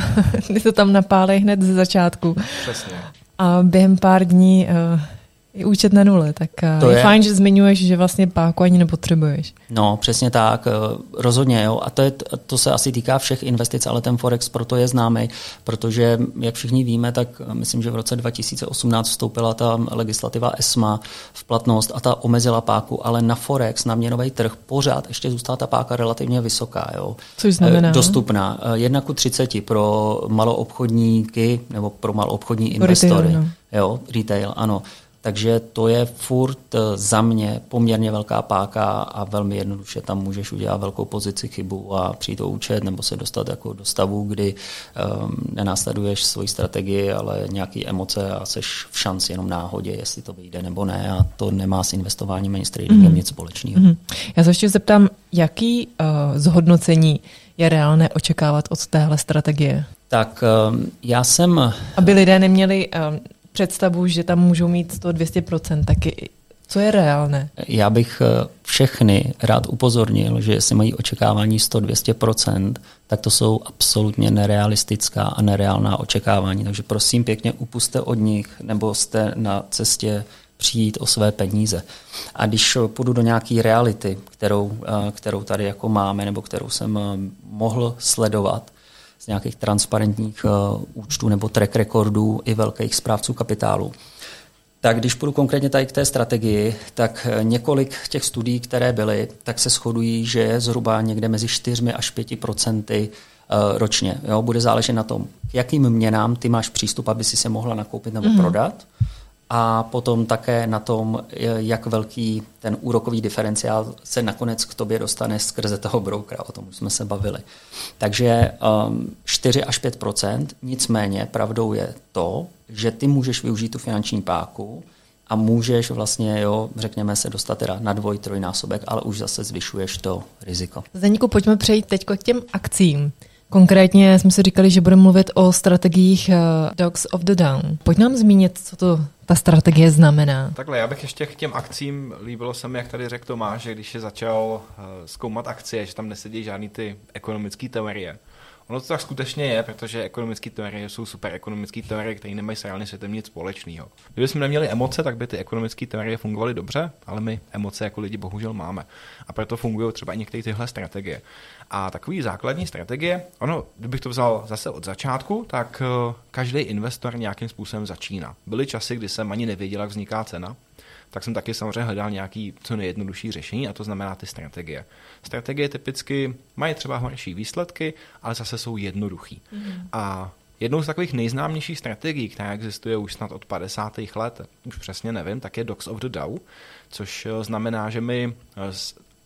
S1: uh, to tam napálej hned ze začátku.
S2: Přesně.
S1: A během pár dní uh, je účet na nule, tak uh, je, je fajn, že zmiňuješ, že vlastně páku ani nepotřebuješ.
S3: No, přesně tak, uh, rozhodně, jo. A to, je, to se asi týká všech investic, ale ten Forex proto je známý, protože, jak všichni víme, tak myslím, že v roce dva tisíce osmnáct vstoupila ta legislativa ESMA v platnost a ta omezila páku, ale na Forex, na měnový trh, pořád ještě zůstala ta páka relativně vysoká, jo.
S1: Což znamená?
S3: Dostupná. jedna ku třiceti pro maloobchodníky nebo pro maloobchodní investory.
S1: Retail, no.
S3: Jo, retail, ano. Takže to je furt za mě poměrně velká páka a velmi jednoduše tam můžeš udělat velkou pozici chybu a přijít o účet nebo se dostat jako do stavu, kdy um, nenásleduješ svoji strategii, ale nějaké emoce a seš v šanci jenom náhodě, jestli to vyjde nebo ne a to nemá s investováním ani s tradingem mm. nic společného. Mm.
S1: Já se ještě zeptám, jaký uh, zhodnocení je reálné očekávat od téhle strategie?
S3: Tak um, já jsem...
S1: Aby lidé neměli... Um, představu, že tam můžou mít sto až dvě stě procent, taky co je reálné?
S3: Já bych všechny rád upozornil, že jestli mají očekávání sto až dvě stě procent, tak to jsou absolutně nerealistická a nereálná očekávání. Takže prosím pěkně upuste od nich, nebo jste na cestě přijít o své peníze. A když půjdu do nějaké reality, kterou, kterou tady jako máme, nebo kterou jsem mohl sledovat, z nějakých transparentních uh, účtů nebo track rekordů i velkých správců kapitálu. Tak když půjdu konkrétně tady k té strategii, tak několik těch studií, které byly, tak se shodují, že je zhruba někde mezi čtyři až pět procenty uh, ročně. Jo, bude záležet na tom, k jakým měnám ty máš přístup, aby si se mohla nakoupit nebo mm-hmm. prodat. A potom také na tom, jak velký ten úrokový diferenciál se nakonec k tobě dostane skrze toho brokera, o tom už jsme se bavili. Takže um, čtyři až pět procent, nicméně pravdou je to, že ty můžeš využít tu finanční páku a můžeš vlastně, jo, řekněme se dostat teda na dvoj, trojnásobek, ale už zase zvyšuješ to riziko.
S1: Zdeňku, pojďme přejít teď k těm akcím. Konkrétně jsme si říkali, že budeme mluvit o strategiích uh, Dogs of the Down. Pojď nám zmínit, co to ta strategie znamená.
S2: Takhle, já bych ještě k těm akcím, líbilo se mi, jak tady řekl Tomáš, že když je začal uh, zkoumat akcie, že tam nesedí žádný ty ekonomické teorie. Ono to tak skutečně je, protože ekonomické teorie jsou super ekonomické teorie, které nemají s reálným světem nic společného. Kdyby jsme neměli emoce, tak by ty ekonomické teorie fungovaly dobře, ale my emoce jako lidi bohužel máme. A proto fungují třeba i některé tyhle strategie. A takový základní strategie, ono, kdybych to vzal zase od začátku, tak uh, každý investor nějakým způsobem začíná. Byly časy, kdy jsem ani nevěděl, jak vzniká cena, tak jsem taky samozřejmě hledal nějaký co nejjednodušší řešení a to znamená ty strategie. Strategie typicky mají třeba horší výsledky, ale zase jsou jednoduchý. Mm. A jednou z takových nejznámějších strategií, která existuje už snad od padesátých let, už přesně nevím, tak je Dogs of the Dow, což znamená, že my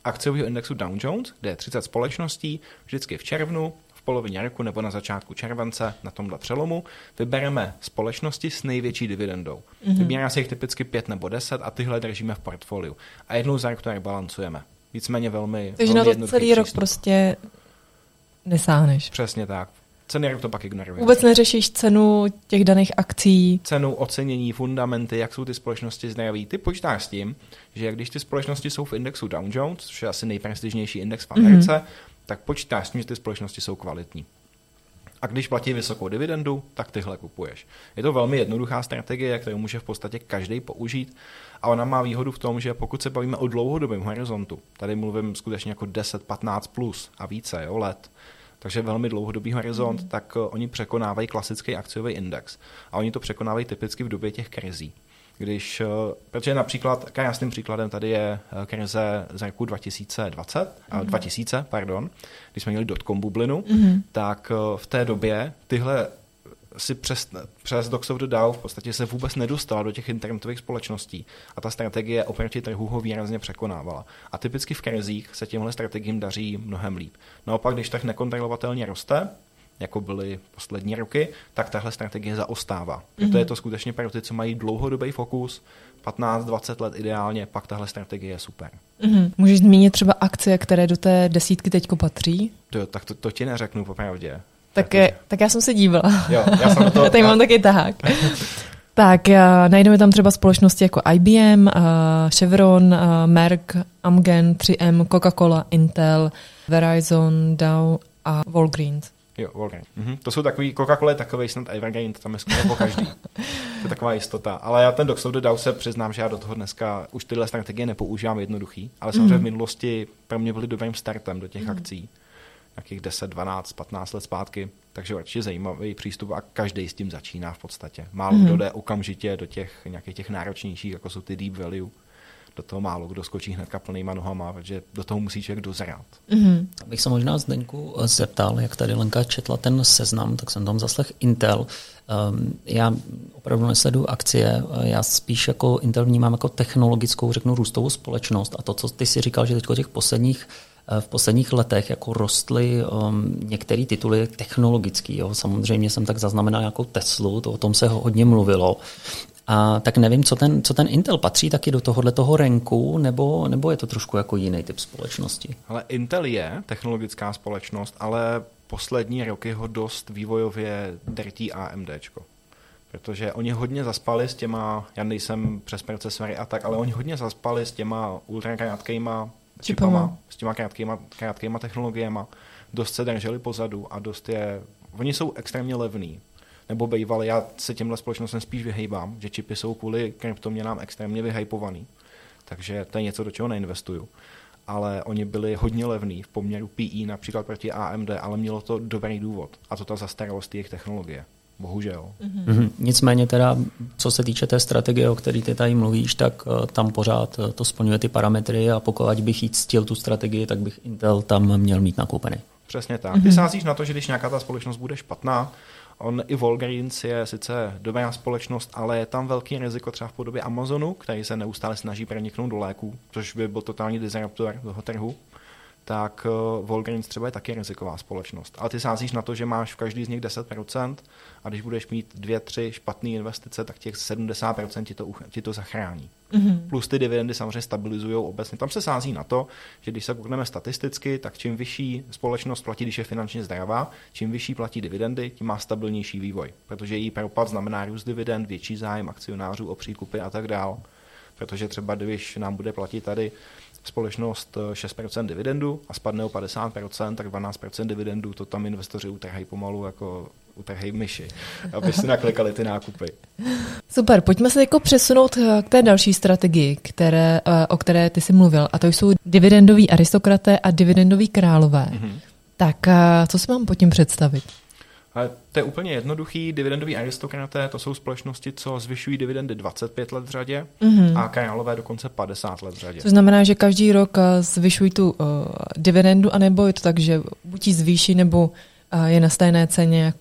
S2: akciového indexu Dow Jones, kde je třicet společností, vždycky v červnu, v polovině roku nebo na začátku července na tomhle přelomu, vybereme společnosti s největší dividendou. Mm-hmm. Vybírá se jich typicky pět nebo deset a tyhle držíme v portfoliu. A jednou za rok to rebalancujeme. Víceméně velmi
S1: Takže
S2: velmi
S1: na to celý rok prostě nesáhneš.
S2: Přesně tak. Ceny rok to pak ignoruješ.
S1: Vůbec neřešíš cenu těch daných akcí.
S2: Cenu, ocenění, fundamenty, jak jsou ty společnosti zdraví. Ty počítáš s tím, že když ty společnosti jsou v indexu Dow Jones, což je asi nejprestižnější index v Americe, mm-hmm. tak počítáš s tím, že ty společnosti jsou kvalitní. A když platí vysokou dividendu, tak tyhle kupuješ. Je to velmi jednoduchá strategie, kterou může v podstatě každý použít. A ona má výhodu v tom, že pokud se bavíme o dlouhodobém horizontu, tady mluvím skutečně jako deset patnáct plus a více jo, let, takže velmi dlouhodobý horizont, mm. tak uh, oni překonávají klasický akciový index. A oni to překonávají typicky v době těch krizí. Když, uh, protože například, krásným příkladem tady je uh, krize z roku dva tisíce dvacet, mm. uh, dva tisíce, pardon, když jsme měli dotcom bublinu, mm. tak uh, v té době tyhle si přes, přes Dogs of the Dow v podstatě se vůbec nedostala do těch internetových společností a ta strategie oproti trhu ho výrazně překonávala. A typicky v krizích se těmhle strategiím daří mnohem líp. Naopak, když tak nekontrolovatelně roste, jako byly poslední roky, tak tahle strategie zaostává. Mm-hmm. Proto je to skutečně pro ty, co mají dlouhodobý fokus, patnáct dvacet let ideálně, pak tahle strategie je super.
S1: Mm-hmm. Můžeš zmínit třeba akcie, které do té desítky teďko patří?
S2: To, tak to, to ti neřeknu popravdě.
S1: Tak, je, tak já jsem se dívala.
S2: Jo, já jsem to,
S1: já tady mám taky tahák. Tak uh, najdeme tam třeba společnosti jako I B M, uh, Chevron, uh, Merck, Amgen, tři M, Coca-Cola, Intel, Verizon, Dow a Walgreens.
S2: Jo, Walgreens. Mhm. To jsou takový, Coca-Cola je takovej snad Evergreen, to tam je skoro po každý. To je taková jistota. Ale já ten Dogs of the Dow se přiznám, že já do toho dneska už tyhle strategie nepoužívám jednoduchý, ale samozřejmě mm. v minulosti pro mě byly dobrým startem do těch mm. akcí. Nějakých deset, dvanáct, patnáct let zpátky. Takže určitě zajímavý přístup a každý s tím začíná v podstatě. Málo mm. kdo jde okamžitě do těch nějakých těch náročnějších, jako jsou ty deep value. Do toho málo kdo skočí hnedka plnýma nohama, protože do toho musí člověk dozrát.
S3: Mm. Abych se možná Zdeňku zeptal, jak tady Lenka četla ten seznam, tak jsem tam zaslech Intel. Um, já opravdu nesleduju akcie, já spíš jako Intel vnímám jako technologickou, řeknu, růstovou společnost a to, co ty si říkal, že teď těch posledních v posledních letech jako rostly um, některé tituly technologický. Jo. Samozřejmě jsem tak zaznamenal nějakou Teslu, to o tom se hodně mluvilo. A tak nevím, co ten, co ten Intel patří taky do tohohle toho ranku, nebo, nebo je to trošku jako jiný typ společnosti?
S2: Ale Intel je technologická společnost, ale poslední roky ho dost vývojově drtí AMDčko. Protože oni hodně zaspali s těma, já nejsem přes procesory a tak, ale oni hodně zaspali s těma ultrakrátkejma čipama, s těma krátkýma, krátkýma technologiemi, dost se drželi pozadu a dost je, oni jsou extrémně levný, nebo bejvali, já se těmhle společnostem spíš vyhejbám, že čipy jsou kvůli kryptoměnám extrémně vyhypovaný, takže to je něco, do čeho neinvestuju. Ale oni byli hodně levný v poměru P E například proti A M D, ale mělo to dobrý důvod a to ta zastaralost jejich technologie. Bohužel.
S3: Mm-hmm. Nicméně teda, co se týče té strategie, o které ty tady mluvíš, tak uh, tam pořád uh, to splňuje ty parametry a pokud bych jít ctil tu strategii, tak bych Intel tam měl mít nakoupený.
S2: Přesně tak. Mm-hmm. Ty sázíš na to, že když nějaká ta společnost bude špatná, on i Walgreens je sice dobrá společnost, ale je tam velký riziko třeba v podobě Amazonu, který se neustále snaží proniknout do léků, což by byl totální disruptor toho trhu. Tak uh, Walgreens třeba je taky riziková společnost. Ale ty sázíš na to, že máš v každý z nich deset procent a když budeš mít dvě, tři špatné investice, tak těch sedmdesát procent ti to, ti to zachrání. Mm-hmm. Plus ty dividendy samozřejmě stabilizují obecně. Tam se sází na to, že když se koukneme statisticky, tak čím vyšší společnost platí, když je finančně zdravá, čím vyšší platí dividendy, tím má stabilnější vývoj. Protože její propad znamená růst dividend, větší zájem akcionářů o příkupy a tak dál. Protože třeba když nám bude platit tady společnost šest procent dividendu a spadne o padesát procent, tak dvanáct procent dividendu, to tam investoři utrhají pomalu jako utrhají myši, aby si naklikali ty nákupy.
S1: Super, pojďme se jako přesunout k té další strategii, které, o které ty jsi mluvil, a to jsou dividendoví aristokraté a dividendoví králové. Mm-hmm. Tak co si mám pod tím představit?
S2: Ale to je úplně jednoduchý. Dividendoví aristokraté, to jsou společnosti, co zvyšují dividendy dvacet pět let v řadě mm-hmm. a králové dokonce padesát let v řadě.
S1: To znamená, že každý rok zvyšují tu uh, dividendu, anebo je to tak, že buď ji zvýší, nebo uh, je na stejné ceně jako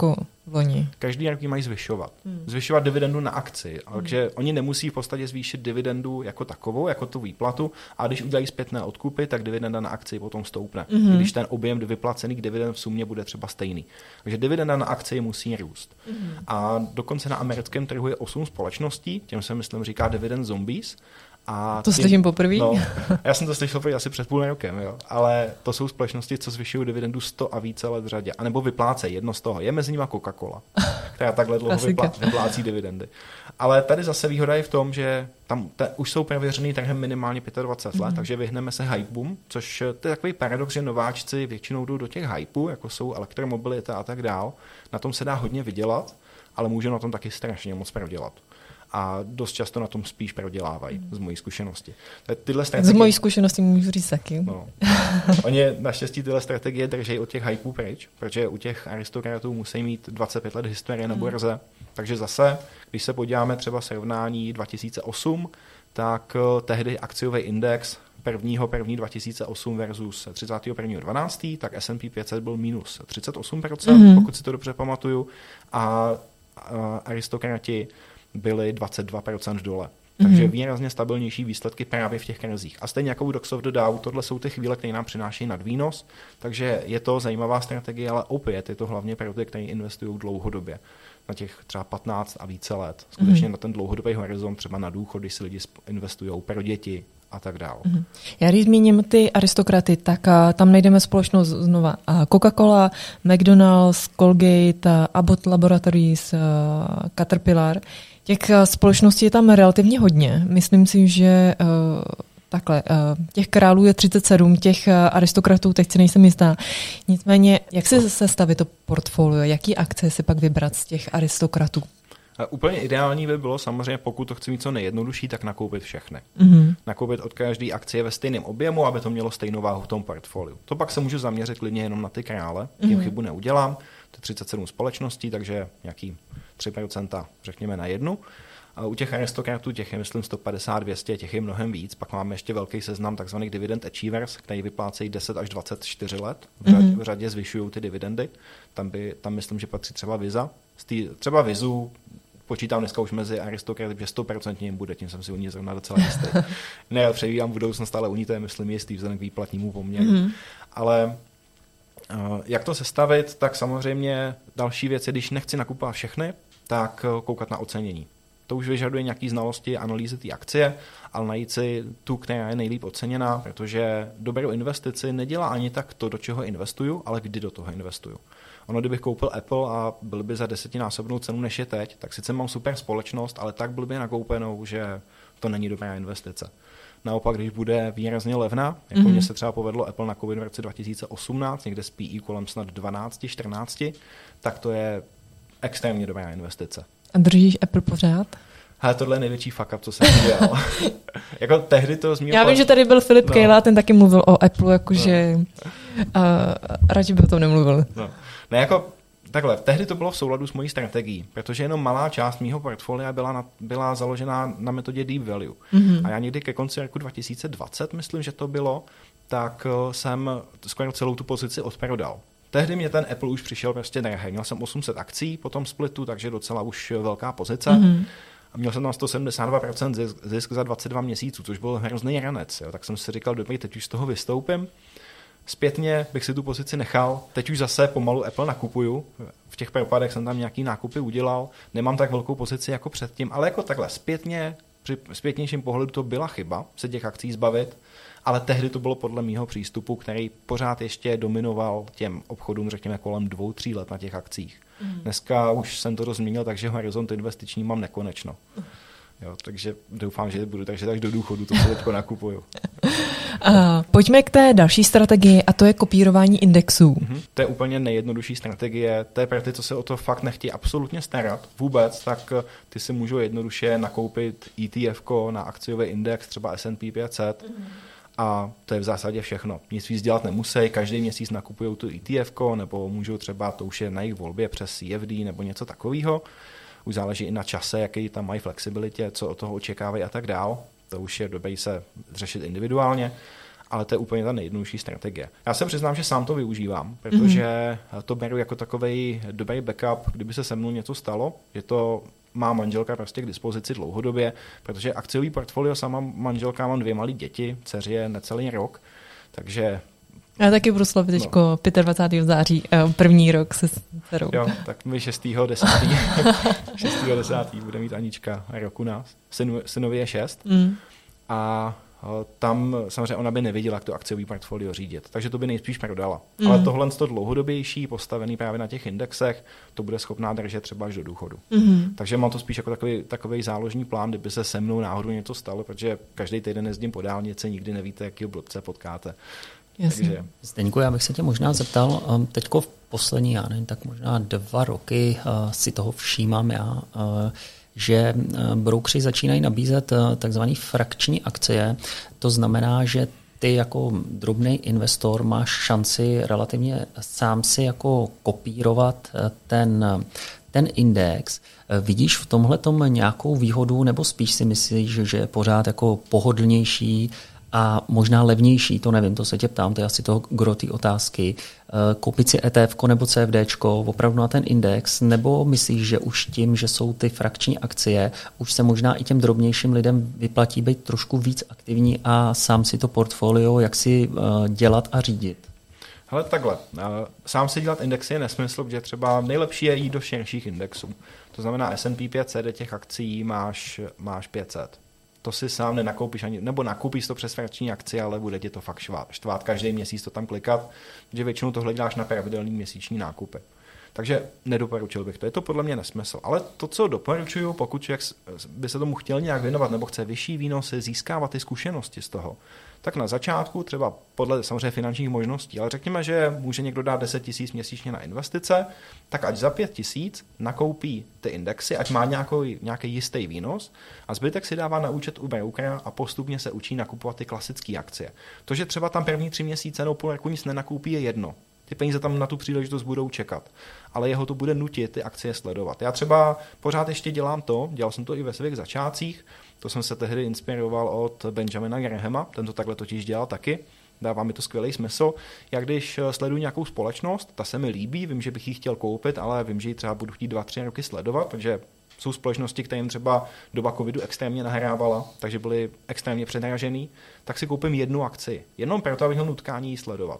S1: loni.
S2: Každý rok ji mají zvyšovat. Hmm. Zvyšovat dividendu na akci. Hmm. Takže oni nemusí v podstatě zvýšit dividendu jako takovou, jako tu výplatu, a když udělají zpětné odkupy, tak dividenda na akci potom stoupne. Hmm. Když ten objem vyplacených dividend v sumě bude třeba stejný. Takže dividenda na akci musí růst. Hmm. A dokonce na americkém trhu je osm společností, těm se myslím říká dividend zombies. A
S1: to slyším poprvé?
S2: No, já jsem to slyšel asi před půl rokem, jo. Ale to jsou společnosti, co zvyšují dividendu sto a více let v řadě. A nebo vyplácejí jedno z toho. Je mezi nimi Coca-Cola, která takhle dlouho vyplá, vyplácí dividendy. Ale tady zase výhoda je v tom, že tam te, už jsou prověřený trhem minimálně dvacet pět let, mm. takže vyhneme se hypeům, což to je takový paradox, že nováčci většinou jdou do těch hypeů, jako jsou elektromobilita a tak dál. Na tom se dá hodně vydělat, ale může na tom taky strašně moc prodělat. A dost často na tom spíš prodělávají, mm. z mojí zkušenosti. Tyhle strategie...
S1: Z mojí zkušenosti můžu říct taky.
S2: No. Oni naštěstí tyhle strategie drží od těch hypeů pryč, protože u těch aristokratů musí mít dvacet pět let historie na burze. Mm. Takže zase, když se podíváme třeba srovnání dva tisíce osm, tak tehdy akciový index prvního první dva tisíce osm versus třicátého prvního dvanáctého tak S and P pět set byl minus třicet osm procent, mm. pokud si to dobře pamatuju, a, a aristokrati byly dvacet dva procent dole. Takže mm-hmm. výrazně stabilnější výsledky právě v těch krizích. A stejně jako u Dogs of the Dow, tohle jsou ty chvíle, které nám přinášejí nadvýnos, takže je to zajímavá strategie, ale opět je to hlavně pro ty, kteří investují dlouhodobě. Na těch třeba patnáct a více let. Skutečně mm-hmm. na ten dlouhodobý horizont, třeba na důchod, když si lidi investují pro děti a tak dále. Mm-hmm.
S1: Já když zmíním ty aristokraty, tak a, tam najdeme společnost znova a Coca-Cola, McDonald's, Colgate, a Abbott Laboratories, a Caterpillar. Těch společností je tam relativně hodně. Myslím si, že uh, takhle, uh, těch králů je třicet sedm, těch uh, aristokratů, teď si nejsem jistá. Nicméně, jak se sestavit to portfolio, jaký akce si pak vybrat z těch aristokratů?
S2: A úplně ideální by bylo samozřejmě, pokud to chci mít co nejjednodušší, tak nakoupit všechny.
S1: Mm-hmm.
S2: Nakoupit od každé akcie ve stejném objemu, aby to mělo stejnou váhu v tom portfoliu. To pak se můžu zaměřit klidně jenom na ty krále, tím mm-hmm. chybu neudělám. To je třicet sedm společností, takže nějaký tři procenta řekněme na jednu. A u těch aristokratů těch je myslím sto padesát dvě stě, těch je mnohem víc. Pak máme ještě velký seznam takzvaných dividend achievers, který vyplácejí deset až dvacet čtyři let. V řadě, mm-hmm. v řadě zvyšují ty dividendy. Tam, by, tam myslím, že patří třeba Visa. Z tý, třeba Vizu počítám dneska už mezi aristokraty, že sto procent jim bude, tím jsem si u ní zrovna docela jistý. Ne, já předvídám budoucnost, ale u ní to je myslím jistý vzhledem k výplatnímu poměru. Mm-hmm. Ale jak to sestavit, tak samozřejmě další věc je, když nechci nakupovat všechny, tak koukat na ocenění. To už vyžaduje nějaké znalosti, analýzy té akcie, ale najít si tu, která je nejlíp oceněná, protože dobrou investici nedělá ani tak to, do čeho investuju, ale kdy do toho investuju. Ono, kdybych koupil Apple a byl by za desetinásobnou cenu než je teď, tak sice mám super společnost, ale tak blbě nakoupenou, že to není dobrá investice. Naopak, když bude výrazně levná, jako mm-hmm. mně se třeba povedlo Apple nakoupit v roce dva tisíce osmnáct, někde s P E kolem snad dvanáct čtrnáct, tak to je extrémně dobrá investice.
S1: A držíš Apple pořád?
S2: Hele, tohle je největší fuck up, co jsem udělal. Jako tehdy to zmínil...
S1: Já vím, že tady byl Filip no. Kejla, ten taky mluvil o Apple, jakože no. uh, radši by o tom nemluvil. No.
S2: Ne, jako takhle, tehdy to bylo v souladu s mojí strategií, protože jenom malá část mýho portfolia byla, na, byla založená na metodě Deep Value. Mm-hmm. A já někdy ke konci roku dva tisíce dvacet, myslím, že to bylo, tak jsem skoro celou tu pozici odprodal. Tehdy mě ten Apple už přišel prostě drahý. Měl jsem osm set akcí po tom splitu, takže docela už velká pozice. Mm-hmm. A měl jsem tam sto sedmdesát dva procent zisk, zisk za dvacet dva měsíců, což byl hrozný ranec. Jo. Tak jsem si říkal, dobrý, teď už z toho vystoupím. Zpětně bych si tu pozici nechal. Teď už zase pomalu Apple nakupuju. V těch propadech jsem tam nějaký nákupy udělal. Nemám tak velkou pozici jako předtím, ale jako takhle zpětně, při zpětnějším pohledu to byla chyba se těch akcí zbavit. Ale tehdy to bylo podle mýho přístupu, který pořád ještě dominoval těm obchodům, řekněme, kolem dvou, tří let na těch akcích. Mm. Dneska už jsem to rozměnil, takže horizont investiční mám nekonečno. Jo, takže doufám, že budu takže až do důchodu, to se teďko nakupuju.
S1: Uh, pojďme k té další strategii, a to je kopírování indexů.
S2: Mm-hmm. To je úplně nejjednodušší strategie. To je pro ty, co se o to fakt nechtějí absolutně starat vůbec, tak ty si můžou jednoduše nakoupit E T F ko na akciový index, třeba S and P pět set. Mm-hmm. A to je v zásadě všechno. Nic víc dělat nemusí, každý měsíc nakupují tu E T F ko, nebo můžou třeba, to už je na jejich volbě přes C F D nebo něco takového. Už záleží i na čase, jaký tam mají flexibilitě, co od toho očekávají a tak dál. To už je dobré se řešit individuálně. ale to je úplně ta nejjednodušší strategie. Já se přiznám, že sám to využívám, protože mm-hmm. to beru jako takovej dobrý backup, kdyby se se mnou něco stalo, že to má manželka prostě k dispozici dlouhodobě, protože akciový portfolio sama manželka, mám dvě malé děti, dceři je necelý rok, takže...
S1: Já taky budu slavit teďko no. dvacátého pátého září, první rok se dcerou.
S2: Jo, tak my šestého desátého šestého desátého bude mít Anička rok u nás, Synu, synovi je šest mm. a tam samozřejmě ona by nevěděla, jak to akciový portfolio řídit, takže to by nejspíš prodala. Mm. Ale tohle to dlouhodobější, postavený právě na těch indexech, to bude schopná držet třeba až do důchodu. Mm. Takže mám to spíš jako takový, takový záložní plán, kdyby se se mnou náhodou něco stalo, protože každý týden jezdím po dálnici, nikdy nevíte, jakýho blbce potkáte.
S3: Takže... Zdeňku, já bych se tě možná zeptal, teďko v poslední, já nevím, tak možná dva roky si toho všímám já, že broukři začínají nabízet takzvané frakční akcie. To znamená, že ty jako drobný investor máš šanci relativně sám si jako kopírovat ten, ten index. Vidíš v tomhletom nějakou výhodu, nebo spíš si myslíš, že je pořád jako pohodlnější a možná levnější, to nevím, to se tě ptám, to je asi toho gro té otázky, koupit si E T F ko nebo C F D čko opravdu na ten index, nebo myslíš, že už tím, že jsou ty frakční akcie, už se možná i těm drobnějším lidem vyplatí být trošku víc aktivní a sám si to portfolio jak si dělat a řídit?
S2: Hele, takhle. Sám si dělat indexy je nesmysl, protože třeba nejlepší je jít do širších indexů. To znamená S and P pět set, těch akcí máš, máš pět set. To si sám nenakoupíš ani, nebo nakoupíš to přes frakční akci, ale bude tě to fakt štvát každý měsíc to tam klikat, že většinou tohle děláš na pravidelný měsíční nákupy. Takže nedoporučil bych to, je to podle mě nesmysl. Ale to, co doporučuju, pokud člověk by se tomu chtěl nějak věnovat nebo chce vyšší výnosy, získávat ty zkušenosti z toho, tak na začátku třeba podle samozřejmě finančních možností, ale řekněme, že může někdo dát deset tisíc měsíčně na investice, tak ať za pět tisíc nakoupí ty indexy, ať má nějaký, nějaký jistý výnos a zbytek si dává na účet u brokera a postupně se učí nakupovat ty klasické akcie. To, že třeba tam první tři měsíce nebo půl roku nic nenakoupí, je jedno. Ty peníze tam na tu příležitost budou čekat, ale jeho to bude nutit ty akcie sledovat. Já třeba pořád ještě dělám to, dělal jsem to i ve svých začátcích, to jsem se tehdy inspiroval od Benjamina Grahama, ten to takhle totiž dělal taky, dává mi to skvělý smysl. Já když sleduji nějakou společnost, ta se mi líbí, vím, že bych ji chtěl koupit, ale vím, že ji třeba budu chtít dva, tři roky sledovat, protože jsou společnosti, kterým třeba doba covidu extrémně nahrávala, takže byly extrémně předražený, tak si koupím jednu akci, jenom proto, abych měl nutkání ji sledovat.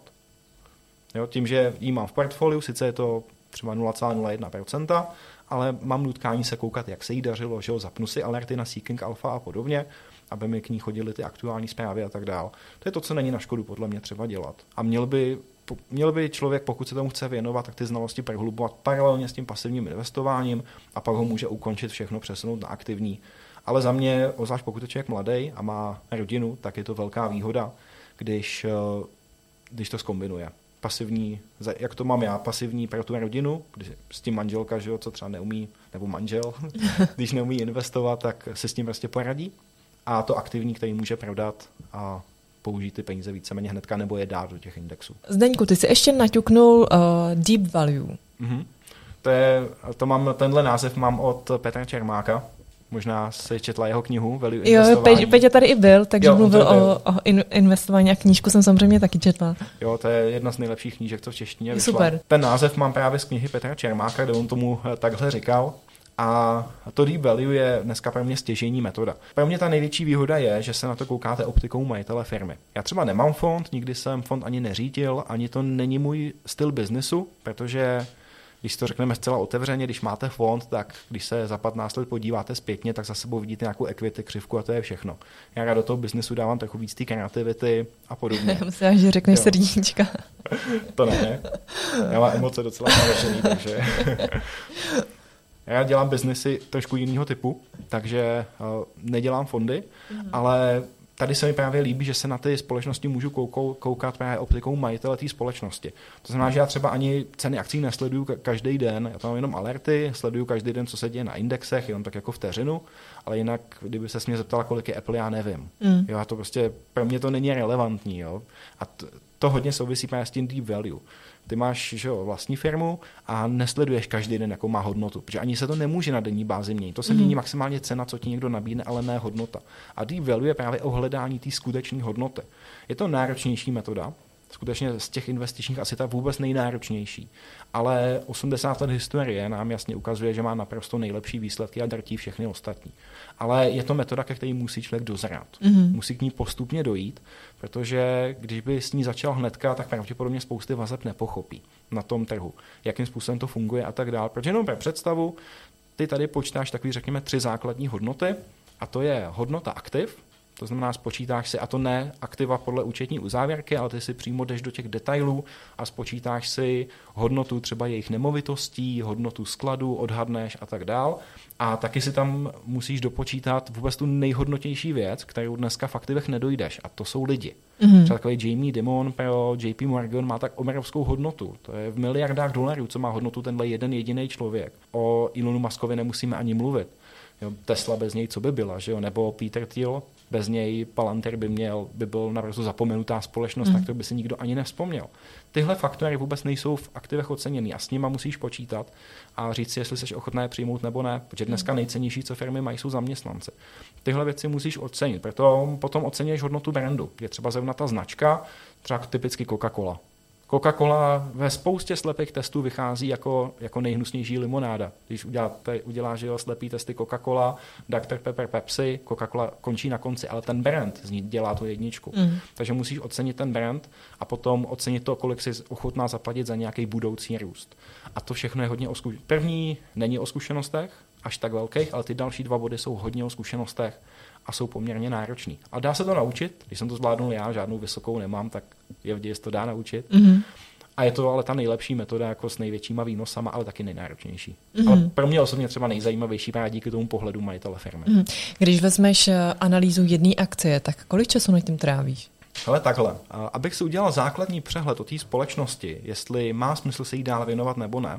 S2: Jo, tím, že ji mám v portfoliu, sice je to třeba nula celá nula jedna procenta, ale mám nutkání se koukat, jak se jí dařilo, že jo, zapnu si alerty na Seeking Alpha a podobně, aby mi k ní chodily ty aktuální zprávy a tak dál. To je to, co není na škodu podle mě třeba dělat. A měl by, měl by člověk, pokud se tomu chce věnovat, tak ty znalosti prohlubovat paralelně s tím pasivním investováním a pak ho může ukončit všechno, přesunout na aktivní. Ale za mě, obzvlášť pokud je člověk mladý a má rodinu, tak je to velká výhoda, když, když to zkombinuje. Pasivní, jak to mám já, pasivní pro tu rodinu, když s tím manželka, že jo, co třeba neumí, nebo manžel, když neumí investovat, tak se s tím prostě poradí. A to aktivní, který může prodat a použít ty peníze víceméně hnedka, nebo je dát do těch indexů.
S1: Zdeňku, ty jsi ještě naťuknul uh, Deep Value.
S2: Mm-hmm. To je, to mám, tenhle název mám od Petra Čermáka. Možná jsi četla jeho knihu Value investování.
S1: Jo, Peťa tady i byl, takže jo, mluvil o, o investování a knížku jsem samozřejmě taky četla.
S2: Jo, to je jedna z nejlepších knížek, co v češtině vyšla.
S1: Super.
S2: Ten název mám právě z knihy Petra Čermáka, kde on tomu takhle říkal. A to Deep Value je dneska pro mě stěžejní metoda. Pro mě ta největší výhoda je, že se na to koukáte optikou majitele firmy. Já třeba nemám fond, nikdy jsem fond ani neřídil, ani to není můj styl biznesu, protože když to řekneme zcela otevřeně, když máte fond, tak když se za patnáct let podíváte zpětně, tak za sebou vidíte nějakou equity, křivku a to je všechno. Já rád do toho biznesu dávám trochu víc té kreativity a podobně.
S1: Já myslím, že řekneš jo. Srdíčka.
S2: To ne. Já mám emoce docela navešený, takže... Já dělám biznesy trošku jiného typu, takže uh, nedělám fondy, mm. ale tady se mi právě líbí, že se na ty společnosti můžu koukou, koukat právě optikou majitele té společnosti. To znamená, že já třeba ani ceny akcí nesleduju každý den, já tam mám jenom alerty, sleduju každý den, co se děje na indexech, jenom tak jako vteřinu, ale jinak, kdyby se mě zeptala, kolik je Apple, já nevím. Mm. Jo, a to prostě, pro mě to není relevantní. Jo? A to, to hodně souvisí právě s tím Deep Value. Ty máš že jo, vlastní firmu a nesleduješ každý den, jakou má hodnotu, protože ani se to nemůže na denní bázi měnit. To se mění mm. maximálně cena, co ti někdo nabídne, ale ne hodnota. A deep value je právě o hledání té skutečné hodnoty. Je to náročnější metoda, skutečně z těch investičních asi ta vůbec nejnáročnější. Ale osmdesát let historie nám jasně ukazuje, že má naprosto nejlepší výsledky a drtí všechny ostatní. Ale je to metoda, ke které musí člověk dozrát. Mm-hmm. Musí k ní postupně dojít, protože když by s ní začal hnedka, tak pravděpodobně spousty vazeb nepochopí na tom trhu, jakým způsobem to funguje a tak dále. Protože jenom pro představu, ty tady počítáš takový, řekněme, tři základní hodnoty, a to je hodnota aktiv. To znamená, spočítáš si, a to ne aktiva podle účetní uzávěrky, ale ty si přímo jdeš do těch detailů a spočítáš si hodnotu třeba jejich nemovitostí, hodnotu skladu, odhadneš a tak dál. A taky si tam musíš dopočítat vůbec tu nejhodnotější věc, kterou dneska v aktivech nedojdeš, a to jsou lidi. Mm-hmm. Třeba takový Jamie Dimon pro J P Morgan má tak obrovskou hodnotu. To je v miliardách dolarů, co má hodnotu tenhle jeden jediný člověk. O Elonu Muskovi nemusíme ani mluvit. Jo, Tesla bez něj co by byla, že jo? Nebo Peter Thiel, bez něj Palantir by měl, by byl naprosto zapomenutá společnost, mm. na kterou by si nikdo ani nevzpomněl. Tyhle faktory vůbec nejsou v aktivech oceněný a s nima musíš počítat a říct si, jestli jsi ochotná je přijmout nebo ne, protože dneska nejcennější, co firmy mají, jsou zaměstnanci. Tyhle věci musíš ocenit, proto potom oceníš hodnotu brandu. Je třeba zrovna ta značka, třeba typicky Coca-Cola. Coca-Cola ve spoustě slepých testů vychází jako, jako nejhnusnější limonáda. Když uděláte, uděláš že jo, slepý testy Coca-Cola, doktor Pepper, Pepsi, Coca-Cola končí na konci, ale ten brand z ní dělá tu jedničku. Mm. Takže musíš ocenit ten brand a potom ocenit to, kolik jsi ochotná zaplatit za nějaký budoucí růst. A to všechno je hodně o zkušenostech. První není o zkušenostech, až tak velkých, ale ty další dva body jsou hodně o zkušenostech a jsou poměrně náročný. A dá se to naučit, když jsem to zvládnul já, žádnou vysokou nemám, tak je vždy, to dá naučit. Mm-hmm. A je to ale ta nejlepší metoda jako s největšíma výnosama, ale taky nejnáročnější. Mm-hmm. Ale pro mě osobně třeba nejzajímavější právě díky tomu pohledu majitele firmy. Mm-hmm.
S1: Když vezmeš analýzu jedné akcie, tak kolik času na tím trávíš?
S2: Ale takhle, abych si udělal základní přehled o té společnosti, jestli má smysl se jí dál věnovat nebo ne,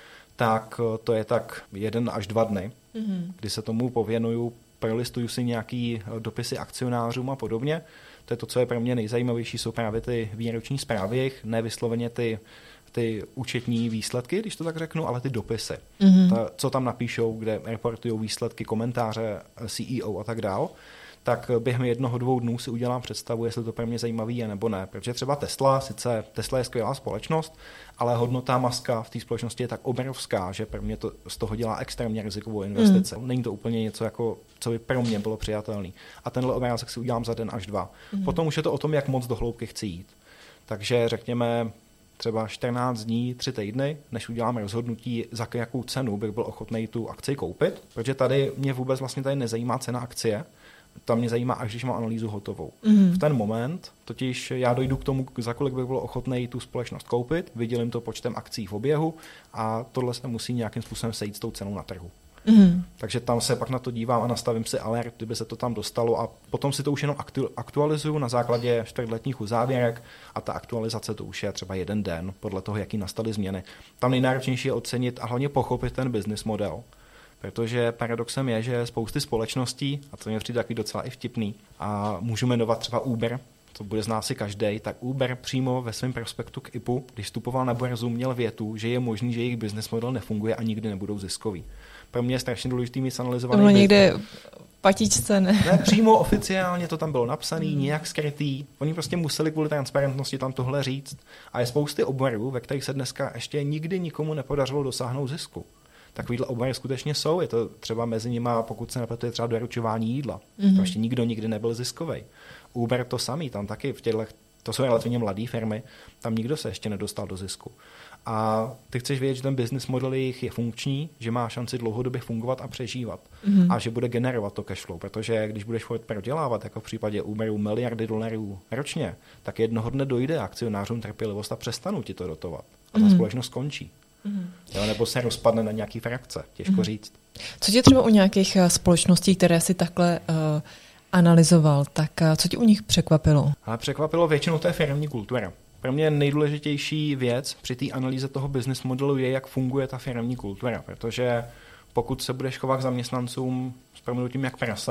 S2: tak to je tak jeden až dva dny, mm-hmm. kdy se tomu pověnuju, prolistuju si nějaký dopisy akcionářům a podobně. To je to, co je pro mě nejzajímavější, jsou právě ty výroční zprávy, ne vysloveně ty, ty účetní výsledky, když to tak řeknu, ale ty dopisy. Mm-hmm. Ta, co tam napíšou, kde reportují výsledky, komentáře C E O a tak dál. Tak během jednoho, dvou dnů si udělám představu, jestli to pro mě zajímavý je nebo ne. Protože třeba Tesla, sice Tesla je skvělá společnost, ale hodnota Muska v té společnosti je tak obrovská, že pro mě to z toho dělá extrémně rizikovou investici. Mm. Není to úplně něco, jako, co by pro mě bylo přijatelný. A tenhle obrázek si udělám za den až dva. Mm. Potom už je to o tom, jak moc do hloubky chci jít. Takže řekněme třeba čtrnáct dní, tři týdny, než udělám rozhodnutí, za jakou cenu bych byl ochotný tu akci koupit. Protože tady mě vůbec vlastně tady nezajímá cena akcie. Tam mě zajímá, až když mám analýzu hotovou. Mm. V ten moment totiž já dojdu k tomu, za kolik bych byl ochotný tu společnost koupit, vydělím to počtem akcí v oběhu a tohle se musí nějakým způsobem sejít s tou cenou na trhu. Mm. Takže tam se pak na to dívám a nastavím si alert, kdyby se to tam dostalo a potom si to už jenom aktualizuju na základě čtvrtletních uzávěrek a ta aktualizace to už je třeba jeden den podle toho, jaký nastaly změny. Tam nejnáročnější je ocenit a hlavně pochopit ten business model. Protože paradoxem je, že spousty společností, a to mě přijde taky docela i vtipný, a můžu jmenovat třeba Uber, to bude znát si každej, tak Uber přímo ve svém prospektu k I P U, když vstupoval na burzu, měl větu, že je možný, že jejich business model nefunguje a nikdy nebudou ziskový. Pro mě je strašně důležitý mít analyzovaný.
S1: To bylo někde patičce, ne?
S2: Ne, přímo oficiálně to tam bylo napsaný, hmm. nějak skrytý. Oni prostě museli kvůli transparentnosti tam tohle říct. A je spousty oborů, ve kterých se dneska ještě nikdy nikomu nepodařilo dosáhnout zisku. Takovýhle obory skutečně jsou. Je to třeba mezi nimi, pokud se nepletuje, třeba doručování jídla. Mm-hmm. To ještě nikdo nikdy nebyl ziskovej. Uber to samý, tam taky v těchto, to jsou relativně mladé firmy, tam nikdo se ještě nedostal do zisku. A ty chceš vědět, že ten business model jejich je funkční, že má šanci dlouhodobě fungovat a přežívat. Mm-hmm. A že bude generovat to cashflow, protože když budeš prodělávat, jako v případě Uberu, miliardy dolarů ročně, tak jednoho dne dojde akcionářům trpělivost a přestanou ti to dotovat. A ta mm-hmm. společnost skončí. Mm. Jo, nebo se rozpadne na nějaký frakce, těžko mm. říct.
S1: Co tě třeba u nějakých společností, které si takhle uh, analyzoval, tak uh, co tě u nich překvapilo?
S2: Ale překvapilo většinou té firemní kultura. Pro mě nejdůležitější věc při té analýze toho business modelu je, jak funguje ta firemní kultura, protože pokud se budeš chovat k zaměstnancům s prominutím jak prase,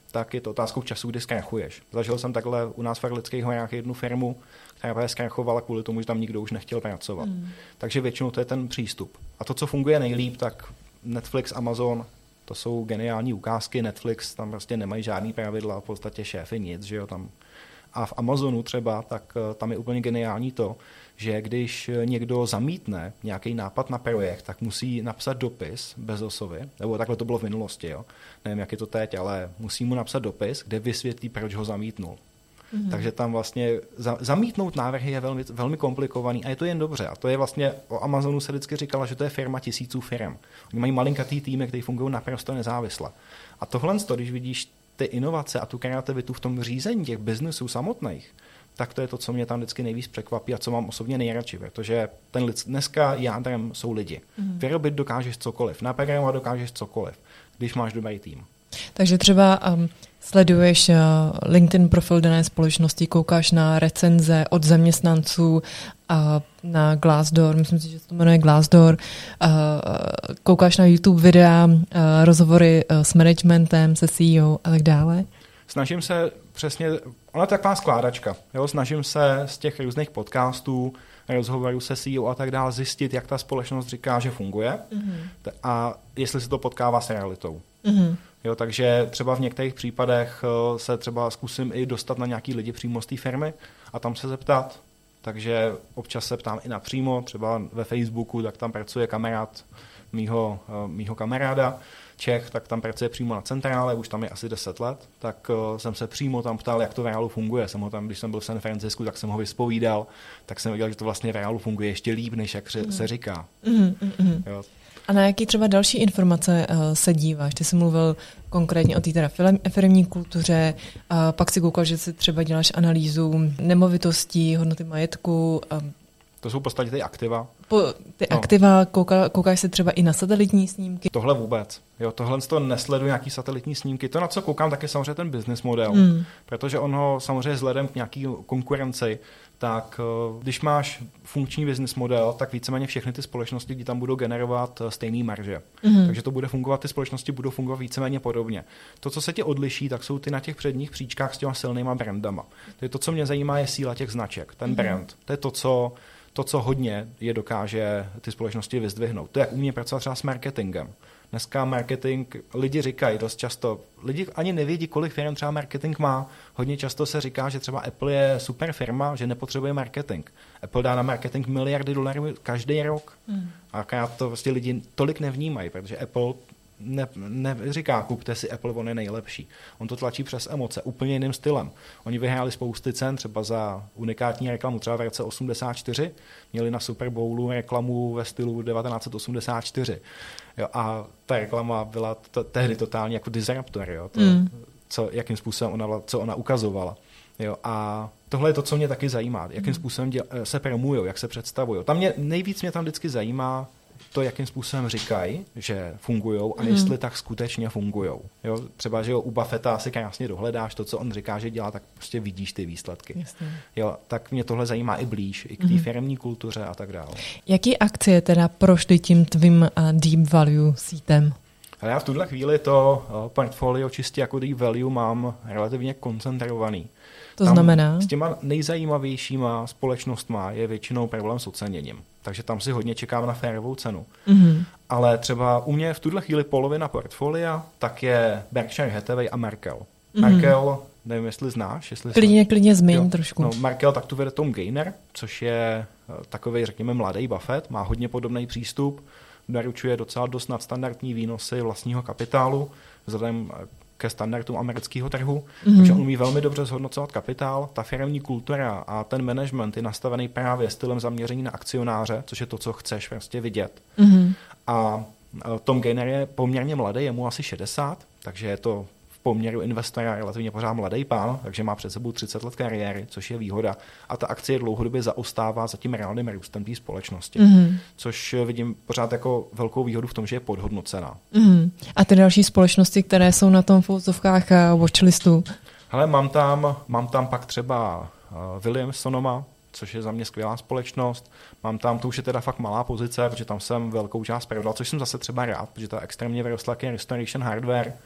S2: tak je to otázkou času, kdy zkrachuješ. Zažil jsem takhle u nás v Arlických horách jednu firmu, která právě zkrachovala kvůli tomu, že tam nikdo už nechtěl pracovat. Mm. Takže většinou to je ten přístup. A to, co funguje nejlíp, tak Netflix, Amazon, to jsou geniální ukázky. Netflix, tam prostě nemají žádný pravidla, v podstatě šéfy nic, že jo, tam. A v Amazonu třeba, tak tam je úplně geniální to, že když někdo zamítne nějaký nápad na projekt, tak musí napsat dopis Bezosovi, nebo takhle to bylo v minulosti, jo. Nevím, jak je to teď, ale musí mu napsat dopis, kde vysvětlí, proč ho zamítnul. Mm-hmm. Takže tam vlastně za, zamítnout návrhy je velmi, velmi komplikovaný a je to jen dobře. A to je vlastně, o Amazonu se vždycky říkala, že to je firma tisíců firm. Oni mají malinkatý týmy, které fungují naprosto nezávisle. A tohle, když vidíš ty inovace a tu kreativitu v tom řízení těch biznesů samotných, tak to je to, co mě tam vždycky nejvíc překvapí a co mám osobně nejradši, protože ten lid, dneska jádrem jsou lidi. Mm-hmm. Vyrobit dokážeš cokoliv, naprogramovat dokážeš cokoliv, když máš dobrý tým.
S1: Takže třeba um, sleduješ uh, LinkedIn profil dané společnosti, koukáš na recenze od zaměstnanců a na Glassdoor, myslím si, že se to jmenuje Glassdoor, uh, koukáš na YouTube videa, uh, rozhovory uh, s managementem, se C E O a tak dále?
S2: Snažím se přesně, ona je taková skládačka, jo? Snažím se z těch různých podcastů, rozhovorů se C E O a tak dále zjistit, jak ta společnost říká, že funguje mm-hmm. a jestli se to potkává s realitou. Mm-hmm. Jo, takže třeba v některých případech se třeba zkusím i dostat na nějaký lidi přímo z té firmy a tam se zeptat. Takže občas se ptám i napřímo, třeba ve Facebooku, tak tam pracuje kamarád mýho, mýho kamaráda Čech, tak tam pracuje přímo na centrále, už tam je asi deset let, tak jsem se přímo tam ptal, jak to v reálu funguje. Jsem ho tam, když jsem byl v San Francisku, tak jsem ho vyspovídal, tak jsem viděl, že to vlastně v reálu funguje ještě líp, než jak mm. se říká. Mm, mm, mm. Jo.
S1: A na jaký třeba další informace uh, se díváš? Ty jsi mluvil konkrétně o té teda firemní kultuře, uh, pak si koukal, že si třeba děláš analýzu nemovitostí, hodnoty majetku. Uh,
S2: to jsou v podstatě ty aktiva.
S1: Po, ty no. aktiva, kouká, koukáš se třeba i na satelitní snímky?
S2: Tohle vůbec. Jo, tohle to nesleduji nějaký satelitní snímky. To, na co koukám, tak je samozřejmě ten business model. Mm. Protože on ho samozřejmě vzhledem k nějaký konkurenci, tak když máš funkční business model, tak víceméně všechny ty společnosti, die tam budou generovat stejný marže. Mm. Takže to bude fungovat, ty společnosti budou fungovat víceméně podobně. To, co se tě odliší, tak jsou ty na těch předních příčkách s těma silnýma brandama. To je to, co mě zajímá, je síla těch značek. Ten mm. brand. To je to, co To, co hodně je dokáže ty společnosti vyzdvihnout. To je, jak umí pracovat třeba s marketingem. Dneska marketing, lidi říkají dost často, lidi ani nevědí, kolik firm třeba marketing má. Hodně často se říká, že třeba Apple je super firma, že nepotřebuje marketing. Apple dá na marketing miliardy dolarů každý rok. Mm. A to prostě lidi tolik nevnímají, protože Apple ne, neříká, kupte si Apple, on je nejlepší. On to tlačí přes emoce, úplně jiným stylem. Oni vyhráli spousty cen, třeba za unikátní reklamu, třeba v roce osmdesát čtyři, měli na Super Bowlu reklamu ve stylu devatenáct set osmdesát čtyři. Jo, a ta reklama byla to, tehdy totálně jako disruptor, jo, to, mm. co, jakým způsobem ona, co ona ukazovala. Jo, a tohle je to, co mě taky zajímá, jakým způsobem děl, se promujou, jak se představují. Tam mě, nejvíc mě tam vždycky zajímá to, jakým způsobem říkají, že fungujou a mm. jestli tak skutečně fungujou. Jo, třeba, že jo, u Buffetta si krásně dohledáš to, co on říká, že dělá, tak prostě vidíš ty výsledky. Jo, tak mě tohle zajímá i blíž, i k té mm. firemní kultuře a tak dále.
S1: Jaký akcie teda prošly tím tvým uh, deep value sítem?
S2: Ale já v tuhle chvíli to uh, portfolio čistě jako deep value mám relativně koncentrovaný.
S1: To tam znamená?
S2: S těma nejzajímavějšíma společnostma je většinou problém s oceněním. Takže tam si hodně čekám na férovou cenu. Mm-hmm. Ale třeba u mě v tuhle chvíli polovina portfolia, tak je Berkshire Hathaway a Merkel. Mm-hmm. Merkel, nevím, jestli znáš. Jestli
S1: klidně,
S2: jsi...
S1: klidně zmiň trošku.
S2: No, Merkel tak tu vede Tom Gaynor, což je takový, řekněme, mladý Buffett, má hodně podobný přístup, naručuje docela dost nadstandardní výnosy vlastního kapitálu, vzhledem ke standardům amerického trhu, mm-hmm. takže on umí velmi dobře zhodnocovat kapitál. Ta firemní kultura a ten management je nastavený právě stylem zaměření na akcionáře, což je to, co chceš vlastně vidět. Mm-hmm. A Tom Gaynor je poměrně mladý, je mu asi šedesát, takže je to v poměru investora relativně pořád mladý pán, takže má před sebou třicet let kariéry, což je výhoda. A ta akcie dlouhodobě zaostává za tím reálným růstem té společnosti, mm-hmm. což vidím pořád jako velkou výhodu v tom, že je podhodnocená. Mm-hmm.
S1: A ty další společnosti, které jsou na tom v úzovkách watchlistu?
S2: Hele, mám tam, mám tam pak třeba Williams-Sonoma, což je za mě skvělá společnost. Mám tam, to už je teda fakt malá pozice, protože tam jsem velkou část prodal, což jsem zase třeba rád, protože ta extrémně vyrostla, je Restoration Hardware,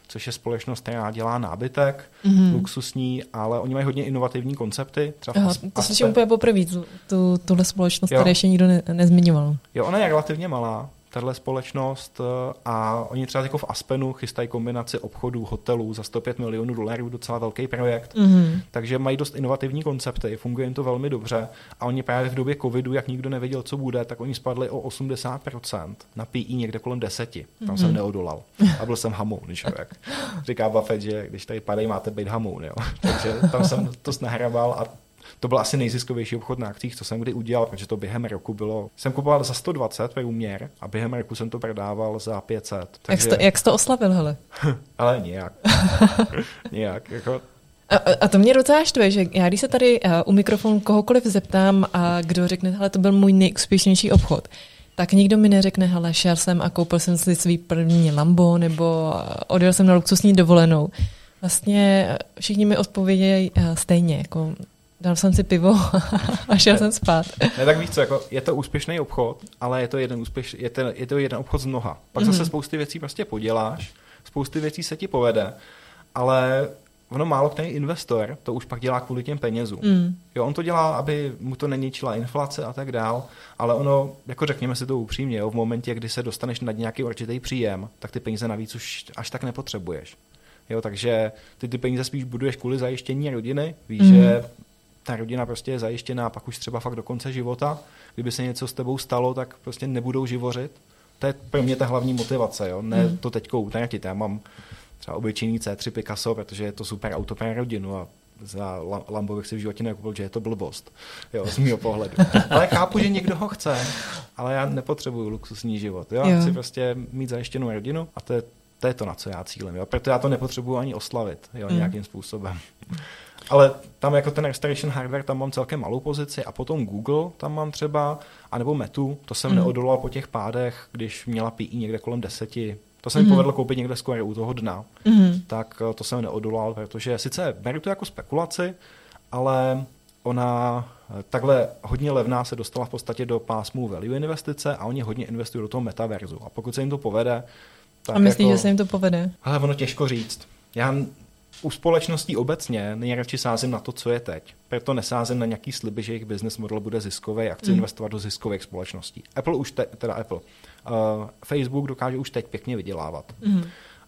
S2: což je společnost, která dělá nábytek, mm-hmm. luxusní, ale oni mají hodně inovativní koncepty. Třeba
S1: Aha, to slyším úplně poprvé, tu, tu, tuhle společnost, které ještě nikdo ne, nezmiňoval.
S2: Jo, ona je relativně malá, tahle společnost, a oni třeba jako v Aspenu chystají kombinaci obchodů, hotelů za sto pět milionů dolarů, docela velký projekt, mm-hmm. takže mají dost inovativní koncepty, funguje jim to velmi dobře a oni právě v době covidu, jak nikdo nevěděl, co bude, tak oni spadli o osmdesát procent na P E někde kolem deseti. Tam mm-hmm. jsem neodolal a byl jsem hamoun, člověk. Říká Buffett, že když tady padají, máte být hamoun, jo. Takže tam jsem to nahrával a to byl asi nejziskovější obchod na akcích, co jsem kdy udělal, protože to během roku bylo... Jsem kupoval za sto dvacet průměr a během roku jsem to prodával za pět set.
S1: Takže... Jak, jsi to, jak jsi to oslavil, hele?
S2: Ale nějak. nějak, jako...
S1: A, a to mě docela štve, že já když se tady uh, u mikrofonu kohokoliv zeptám a kdo řekne, hele, to byl můj nejúspěšnější obchod, tak nikdo mi neřekne, hele, šel jsem a koupil jsem si svý první Lambo nebo odjel jsem na luxusní dovolenou. Vlastně všichni mi odpovědějí uh, stejně, jako... Dal jsem si pivo a šel jsem spát.
S2: Ne, tak víš co, jako je to úspěšný obchod, ale je to jeden, úspěš, je to, je to jeden obchod z mnoha. Pak mm-hmm. zase spousty věcí prostě poděláš, spousty věcí se ti povede, ale ono málo který investor to už pak dělá kvůli těm penězům. Mm. Jo, on to dělá, aby mu to neničila inflace a tak dál, ale ono, jako řekněme si to upřímně, jo, v momentě, kdy se dostaneš nad nějaký určitý příjem, tak ty peníze navíc už až tak nepotřebuješ. Jo, takže ty ty peníze spíš buduješ kvůli zajištění rodiny, víš, mm. že ta rodina prostě je zajištěná pak už třeba fakt do konce života. Kdyby se něco s tebou stalo, tak prostě nebudou živořit. To je pro mě ta hlavní motivace, jo? Ne mm. to teďko utratit. Já mám třeba obyčejný C tři Picasso, protože je to super auto pro rodinu a za Lambo bych si v životě nekoupil, že je to blbost, jo, z mýho pohledu. Ale chápu, že někdo ho chce, ale já nepotřebuju luxusní život. Jo? Já chci prostě mít zajištěnou rodinu a to je to, je to na co já cílím. Jo? Proto já to nepotřebuju ani oslavit, jo, mm. nějakým způsobem. Ale tam jako ten restoration hardware, tam mám celkem malou pozici a potom Google tam mám třeba, anebo Metu, to jsem mm. neodolal po těch pádech, když měla P E někde kolem deseti. To se mi mm. povedlo koupit někde skoro u toho dna, mm. tak to jsem neodolal, protože sice beru to jako spekulaci, ale ona takhle hodně levná se dostala v podstatě do pásmu value investice a oni hodně investují do toho metaverzu. A pokud se jim to povede, tak
S1: a myslíš,
S2: jako,
S1: že se jim to povede?
S2: Ale ono těžko říct. Já u společností obecně nejradši sázím na to, co je teď. Proto nesázím na nějaký sliby, že jejich business model bude ziskový a chci mm. investovat do ziskových společností. Apple už te, teda Apple. Uh, Facebook dokáže už teď pěkně vydělávat. Mm.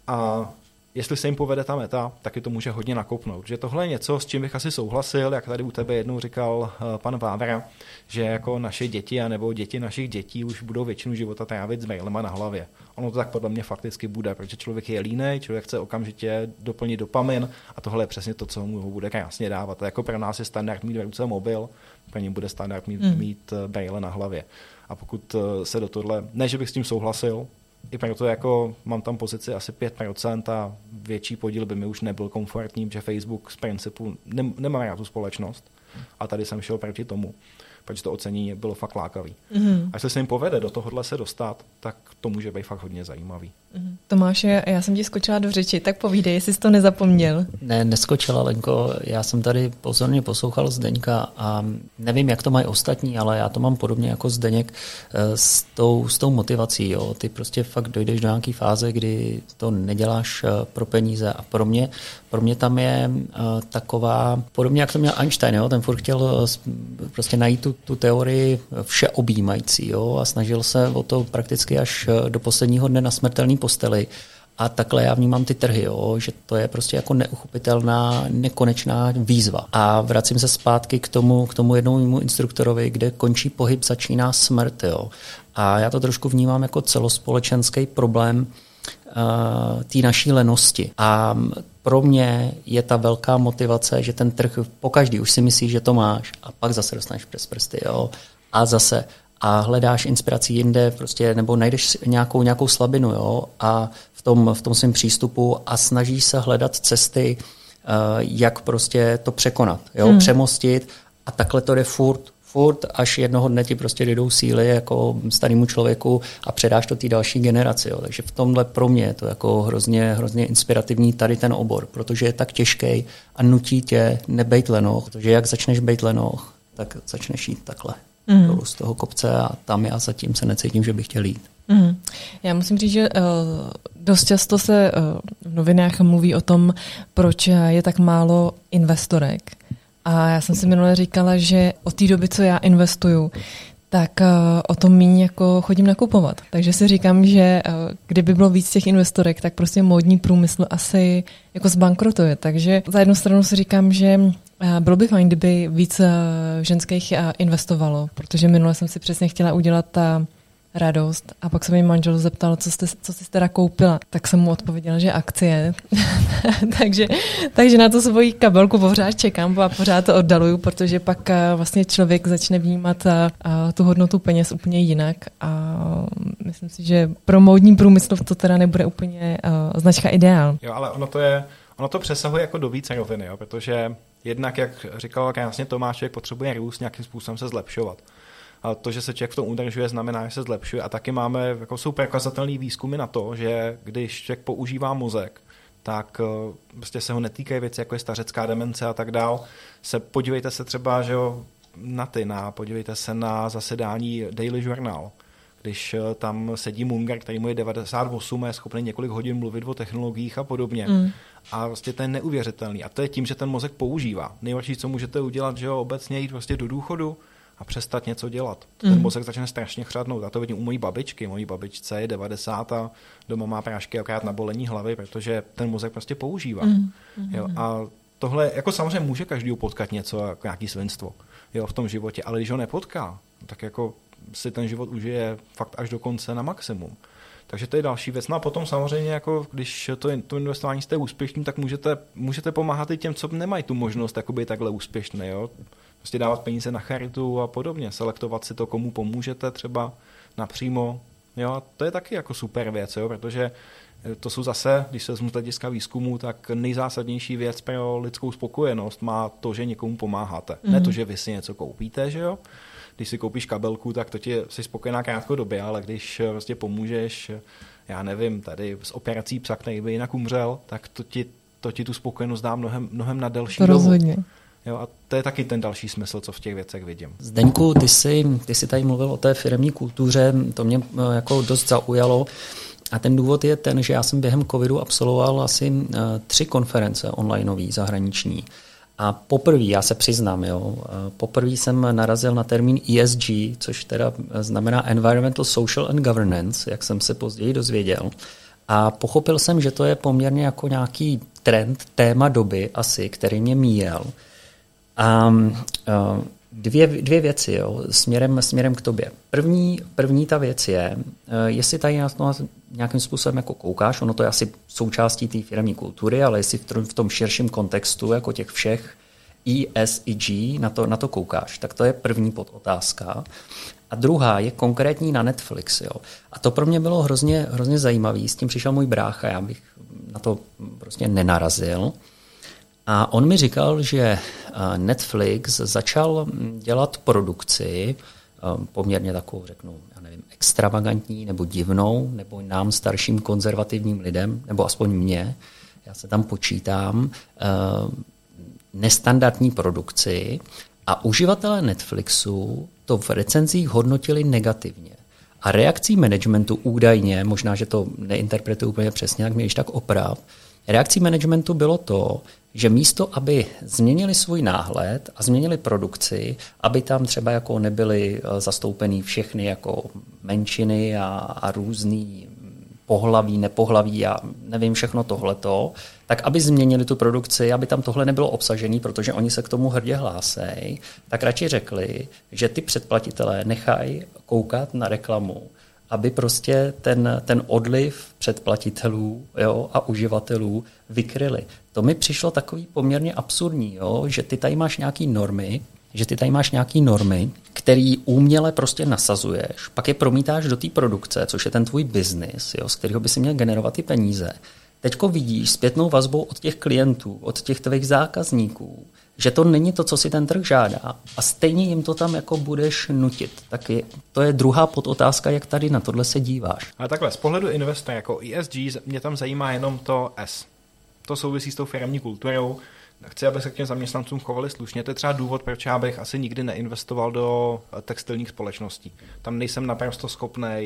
S2: A jestli se jim povede ta Meta, taky to může hodně nakopnout. Že tohle je něco, s čím bych asi souhlasil, jak tady u tebe jednou říkal uh, pan Vávra, že jako naše děti anebo děti našich dětí už budou většinu života trávit s mailema na hlavě. Ono to tak podle mě fakticky bude, protože člověk je línej, člověk chce okamžitě doplnit dopamin a tohle je přesně to, co mu ho bude krásně dávat. A jako pro nás je standard mít v ruce mobil, pro ně bude standard mít, hmm. mít braille na hlavě. A pokud se do tohle, ne, že bych s tím souhlasil, i proto jako mám tam pozici asi pět procent a větší podíl by mi už nebyl komfortní, protože Facebook z principu nem, nemá rád tu společnost a tady jsem šel proti tomu, protože to ocení bylo fakt lákavý. Mm-hmm. A jestli se jim povede do tohohle se dostat, tak to může být fakt hodně zajímavý.
S1: Mm-hmm. Tomáše, já jsem ti skočila do řeči, tak povídej, jestli jsi to nezapomněl.
S3: Ne, neskočila, Lenko, já jsem tady pozorně poslouchal Zdeňka a nevím, jak to mají ostatní, ale já to mám podobně jako Zdeněk s tou, s tou motivací. Jo. Ty prostě fakt dojdeš do nějaké fáze, kdy to neděláš pro peníze a pro mě, pro mě tam je taková, podobně jak to měl Einstein, jo, ten furt chtěl prostě najít tu, tu teorii všeobjímající, jo, a snažil se o to prakticky až do posledního dne na smrtelný posteli. A takhle já vnímám ty trhy, jo, že to je prostě jako neuchopitelná, nekonečná výzva. A vracím se zpátky k tomu, k tomu jednomu mému instruktorovi, kde končí pohyb, začíná smrt. Jo. A já to trošku vnímám jako celospolečenský problém uh, té naší lenosti. A pro mě je ta velká motivace, že ten trh pokaždý už si myslíš, že to máš a pak zase dostaneš přes prsty. Jo. A zase a hledáš inspiraci jinde, prostě, nebo najdeš nějakou, nějakou slabinu, jo, a v tom, v tom svém přístupu a snažíš se hledat cesty, uh, jak prostě to překonat, jo, hmm. přemostit a takhle to jde furt, furt, až jednoho dne ti prostě jdou síly jako starému člověku a předáš to té další generaci, jo. Takže v tomhle pro mě je to jako hrozně, hrozně inspirativní tady ten obor, protože je tak těžký a nutí tě nebejt lenoch, protože jak začneš bejt lenoch, tak začneš jít takhle. Mm. z toho kopce a tam já zatím se necítím, že bych chtěl jít.
S1: Mm. Já musím říct, že uh, Dost často se v novinách mluví o tom, proč je tak málo investorek. A já jsem si minule říkala, že od té doby, co já investuju, tak o tom míň jako chodím nakupovat. Takže si říkám, že kdyby bylo víc těch investorek, tak prostě módní průmysl asi jako zbankrotuje. Takže za jednu stranu si říkám, že bylo by fajn, kdyby víc ženských investovalo, protože minule jsem si přesně chtěla udělat ta radost a pak se mi manžel zeptal, co, jste, co jsi teda koupila. Tak jsem mu odpověděla, že akcie. takže, takže na to svoji kabelku pořád čekám a pořád to oddaluju, protože pak vlastně člověk začne vnímat tu hodnotu peněz úplně jinak a myslím si, že pro módní průmysl to teda nebude úplně značka ideál.
S2: Jo, ale ono to je, ono to přesahuje jako do více roviny, jo, protože jednak, jak říkal krásně Tomáš, člověk potřebuje růst, nějakým způsobem se zlepšovat. A to, že se člověk v tom udržuje, znamená, že se zlepšuje. A taky máme jako jsou prokazatelné výzkumy na to, že když člověk používá mozek, tak prostě se ho netýkají věci, jako je stařecká demence a tak dál. Se podívejte se třeba, že jo, na ty, na, podívejte se na zasedání Daily Journal, když tam sedí Munger, který mu je devadesát osm a je schopný několik hodin mluvit o technologiích a podobně. Mm. A vlastně to je neuvěřitelný. A to je tím, že ten mozek používá. Nejhorší, co můžete udělat, že jo, obecně jít prostě do důchodu a přestat něco dělat. Ten mm. mozek začne strašně chřadnout. Já to vidím u mojí babičky. Mojí babičce je devadesát a doma má prášky akorát na bolení hlavy, protože ten mozek prostě používá. Mm. Jo, a tohle, jako samozřejmě může každý potkat něco, jako nějaký svinstvo, jo, v tom životě, ale když ho nepotká, tak jako si ten život užije fakt až do konce na maximum. Takže to je další věc. No a potom samozřejmě, jako když to, to investování jste úspěšný, tak můžete, můžete pomáhat i těm, co nemají tu možnost být takhle úspěšný. Jo? Prostě dávat peníze na charitu a podobně, selektovat si to, komu pomůžete třeba napřímo. Jo? A to je taky jako super věc, jo? Protože to jsou zase, když se vezmu z hlediska výzkumu, tak nejzásadnější věc pro lidskou spokojenost má to, že někomu pomáháte. Mm. Ne to, že vy si něco koupíte, že jo? Když si koupíš kabelku, tak to ti jsi spokojená krátkodobě, ale když vlastně pomůžeš, já nevím, tady s operací psa, který by jinak umřel, tak to ti, to ti tu spokojenost dá mnohem, mnohem na delší
S1: to
S2: dobu.
S1: Rozhodně.
S2: Jo, a to je taky ten další smysl, co v těch věcech vidím.
S3: Zdeňku, ty jsi, ty jsi tady mluvil o té firemní kultuře, to mě jako dost zaujalo. A ten důvod je ten, že já jsem během covidu absolvoval asi tři konference onlineový zahraniční. A poprvé, já se přiznám, jo, poprvé jsem narazil na termín E S G, což teda znamená Environmental, Social and Governance, jak jsem se později dozvěděl. A pochopil jsem, že to je poměrně jako nějaký trend, téma doby asi, který mě míjel. A dvě, dvě věci, jo, směrem, směrem k tobě. První, první ta věc je, jestli tady na to nějakým způsobem jako koukáš, ono to je asi součástí té firemní kultury, ale jestli v tom širším kontextu jako těch všech E, S i G na to, na to koukáš, tak to je první podotázka. A druhá je konkrétní na Netflix. Jo. A to pro mě bylo hrozně, hrozně zajímavý. S tím přišel můj brácha, já bych na to prostě nenarazil. A on mi říkal, že Netflix začal dělat produkci poměrně takovou, řeknu, já nevím, extravagantní nebo divnou, nebo nám starším konzervativním lidem, nebo aspoň mě, já se tam počítám, nestandardní produkci a uživatelé Netflixu to v recenzích hodnotili negativně. A reakcí managementu údajně, možná, že to neinterpretuji úplně přesně, jak mě již tak oprav, reakcí managementu bylo to, že místo, aby změnili svůj náhled a změnili produkci, aby tam třeba jako nebyly zastoupený všechny jako menšiny a, a různý pohlaví, nepohlaví, já nevím všechno tohleto, tak aby změnili tu produkci, aby tam tohle nebylo obsažené, protože oni se k tomu hrdě hlásejí, tak radši řekli, že ty předplatitelé nechají koukat na reklamu, aby prostě ten, ten odliv předplatitelů, jo, a uživatelů vykryli. To mi přišlo takový poměrně absurdní, jo, že ty tady máš nějaký normy, že ty tady máš nějaký normy, který uměle prostě nasazuješ, pak je promítáš do té produkce, což je ten tvůj biznis, jo, z kterého by si měl generovat ty peníze. Teďko vidíš zpětnou vazbou od těch klientů, od těch tvých zákazníků, že to není to, co si ten trh žádá a stejně jim to tam jako budeš nutit. Tak je, to je druhá podotázka, jak tady na tohle se díváš.
S2: Ale takhle, z pohledu investora jako E S G mě tam zajímá jenom to S. To souvisí s tou firemní kulturou. Chci, aby se k těm zaměstnancům chovali slušně. To je třeba důvod, proč já bych asi nikdy neinvestoval do textilních společností. Tam nejsem naprosto schopnej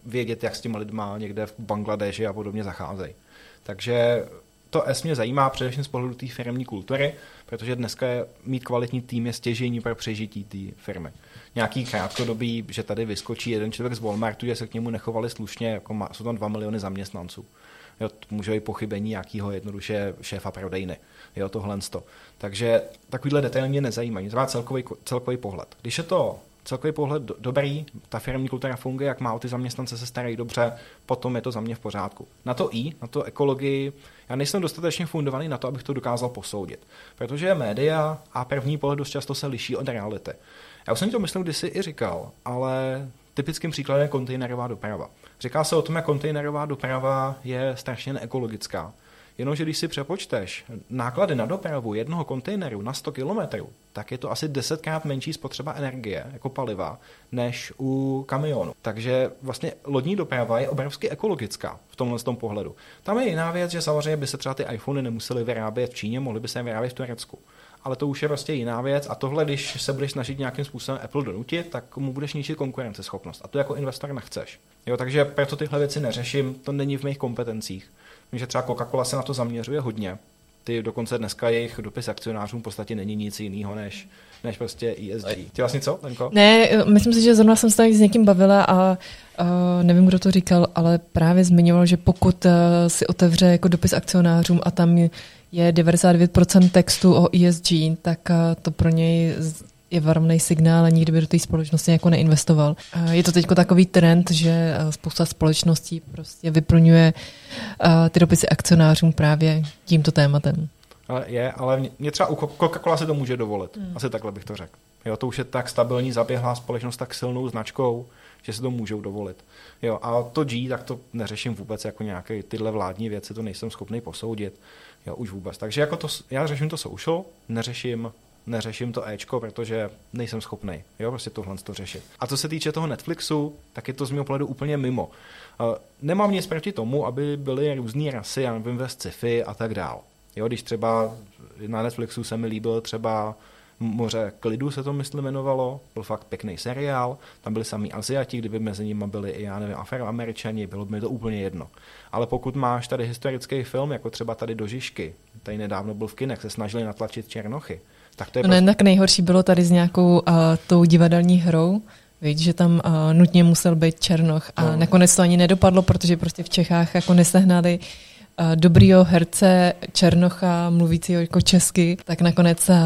S2: vědět, jak s těma lidma někde v Bangladeši a podobně zacházejí. Takže to S mě zajímá především z pohledu té firemní kultury, protože dneska je mít kvalitní tým je stěžejní pro přežití té firmy. Nějaký krátkodobý, že tady vyskočí jeden člověk z Walmartu, že se k němu nechovali slušně, jako má, jsou tam dva miliony zaměstnanců. Jo, může být pochybení nějakého jednoduše šéfa prodejny. Jo, tohle sto. Takže takovýhle detail mě nezajímají. To má celkový, celkový pohled. Když je to celkový pohled do, dobrý, ta firmní kultura funguje, jak má, o ty zaměstnance se starají dobře, potom je to za mě v pořádku. Na to I, na to ekologii, já nejsem dostatečně fundovaný na to, abych to dokázal posoudit. Protože média a první pohled dost často se liší od reality. Já už jsem to myslím kdysi i říkal, ale typickým příkladem je kontejnerová doprava. Říká se o tom, jak kontejnerová doprava je strašně neekologická. Jenomže když si přepočteš náklady na dopravu jednoho kontejneru na sto kilometrů, tak je to asi desetkrát menší spotřeba energie jako paliva než u kamionu. Takže vlastně lodní doprava je obrovsky ekologická v tomhle tom pohledu. Tam je jiná věc, že samozřejmě by se třeba ty iPhony nemusely vyrábět v Číně, mohly by se vyrábět v Turecku. Ale to už je prostě jiná věc a tohle, když se budeš snažit nějakým způsobem Apple donutit, tak mu budeš ničit konkurenceschopnost. A to jako investor nechceš. Jo, takže proto tyhle věci neřeším, to není v mých kompetencích. Vím, že třeba Coca-Cola se na to zaměřuje hodně. Ty dokonce dneska jejich dopis akcionářům v podstatě není nic jiného než, než prostě E S G. Ty vlastně co, Lenko?
S1: Ne, myslím si, že zrovna jsem se tady s někým bavila a uh, nevím, kdo to říkal, ale právě zmiňoval, že pokud uh, si otevře jako dopis akcionářům a tam je je devadesát devět procent textu o E S G, tak uh, to pro něj je varovný signál a nikdy by do té společnosti jako neinvestoval. Uh, je to teď takový trend, že uh, spousta společností prostě vyplňuje uh, ty dopisy akcionářům právě tímto tématem.
S2: Ale je, ale mě, mě třeba u Coca-Cola se to může dovolit. Hmm. Asi takhle bych to řekl. Jo, to už je tak stabilní, zaběhlá společnost, tak silnou značkou, že se to můžou dovolit. Jo, a to G, tak to neřeším vůbec jako nějaké tyhle vládní věci, to nejsem schopný posoudit. Jo, už vůbec. Takže jako to, já řeším to social, neřeším, neřeším to Ečko, protože nejsem schopný. Jo, prostě tohle to řešit. A co se týče toho Netflixu, tak je to z mého pohledu úplně mimo. Uh, nemám nic proti tomu, aby byly různý rasy, já nevím, ve sci-fi a tak dál. Jo, když třeba na Netflixu se mi líbil třeba Moře klidu se to myslím jmenovalo, byl fakt pěkný seriál, tam byli samý Aziati, kdyby mezi nimi byli i, já nevím, Afroameričani, bylo by mi to úplně jedno. Ale pokud máš tady historický film, jako třeba tady Do Žižky, tady nedávno byl v kinech, se snažili natlačit černochy, tak to je...
S1: No prostě... tak nejhorší bylo tady s nějakou uh, tou divadelní hrou, víš, že tam uh, nutně musel být černoch a no. Nakonec to ani nedopadlo, protože prostě v Čechách jako nesehnali uh, dobrýho herce černocha, mluvícího jako česky, tak nakonec uh,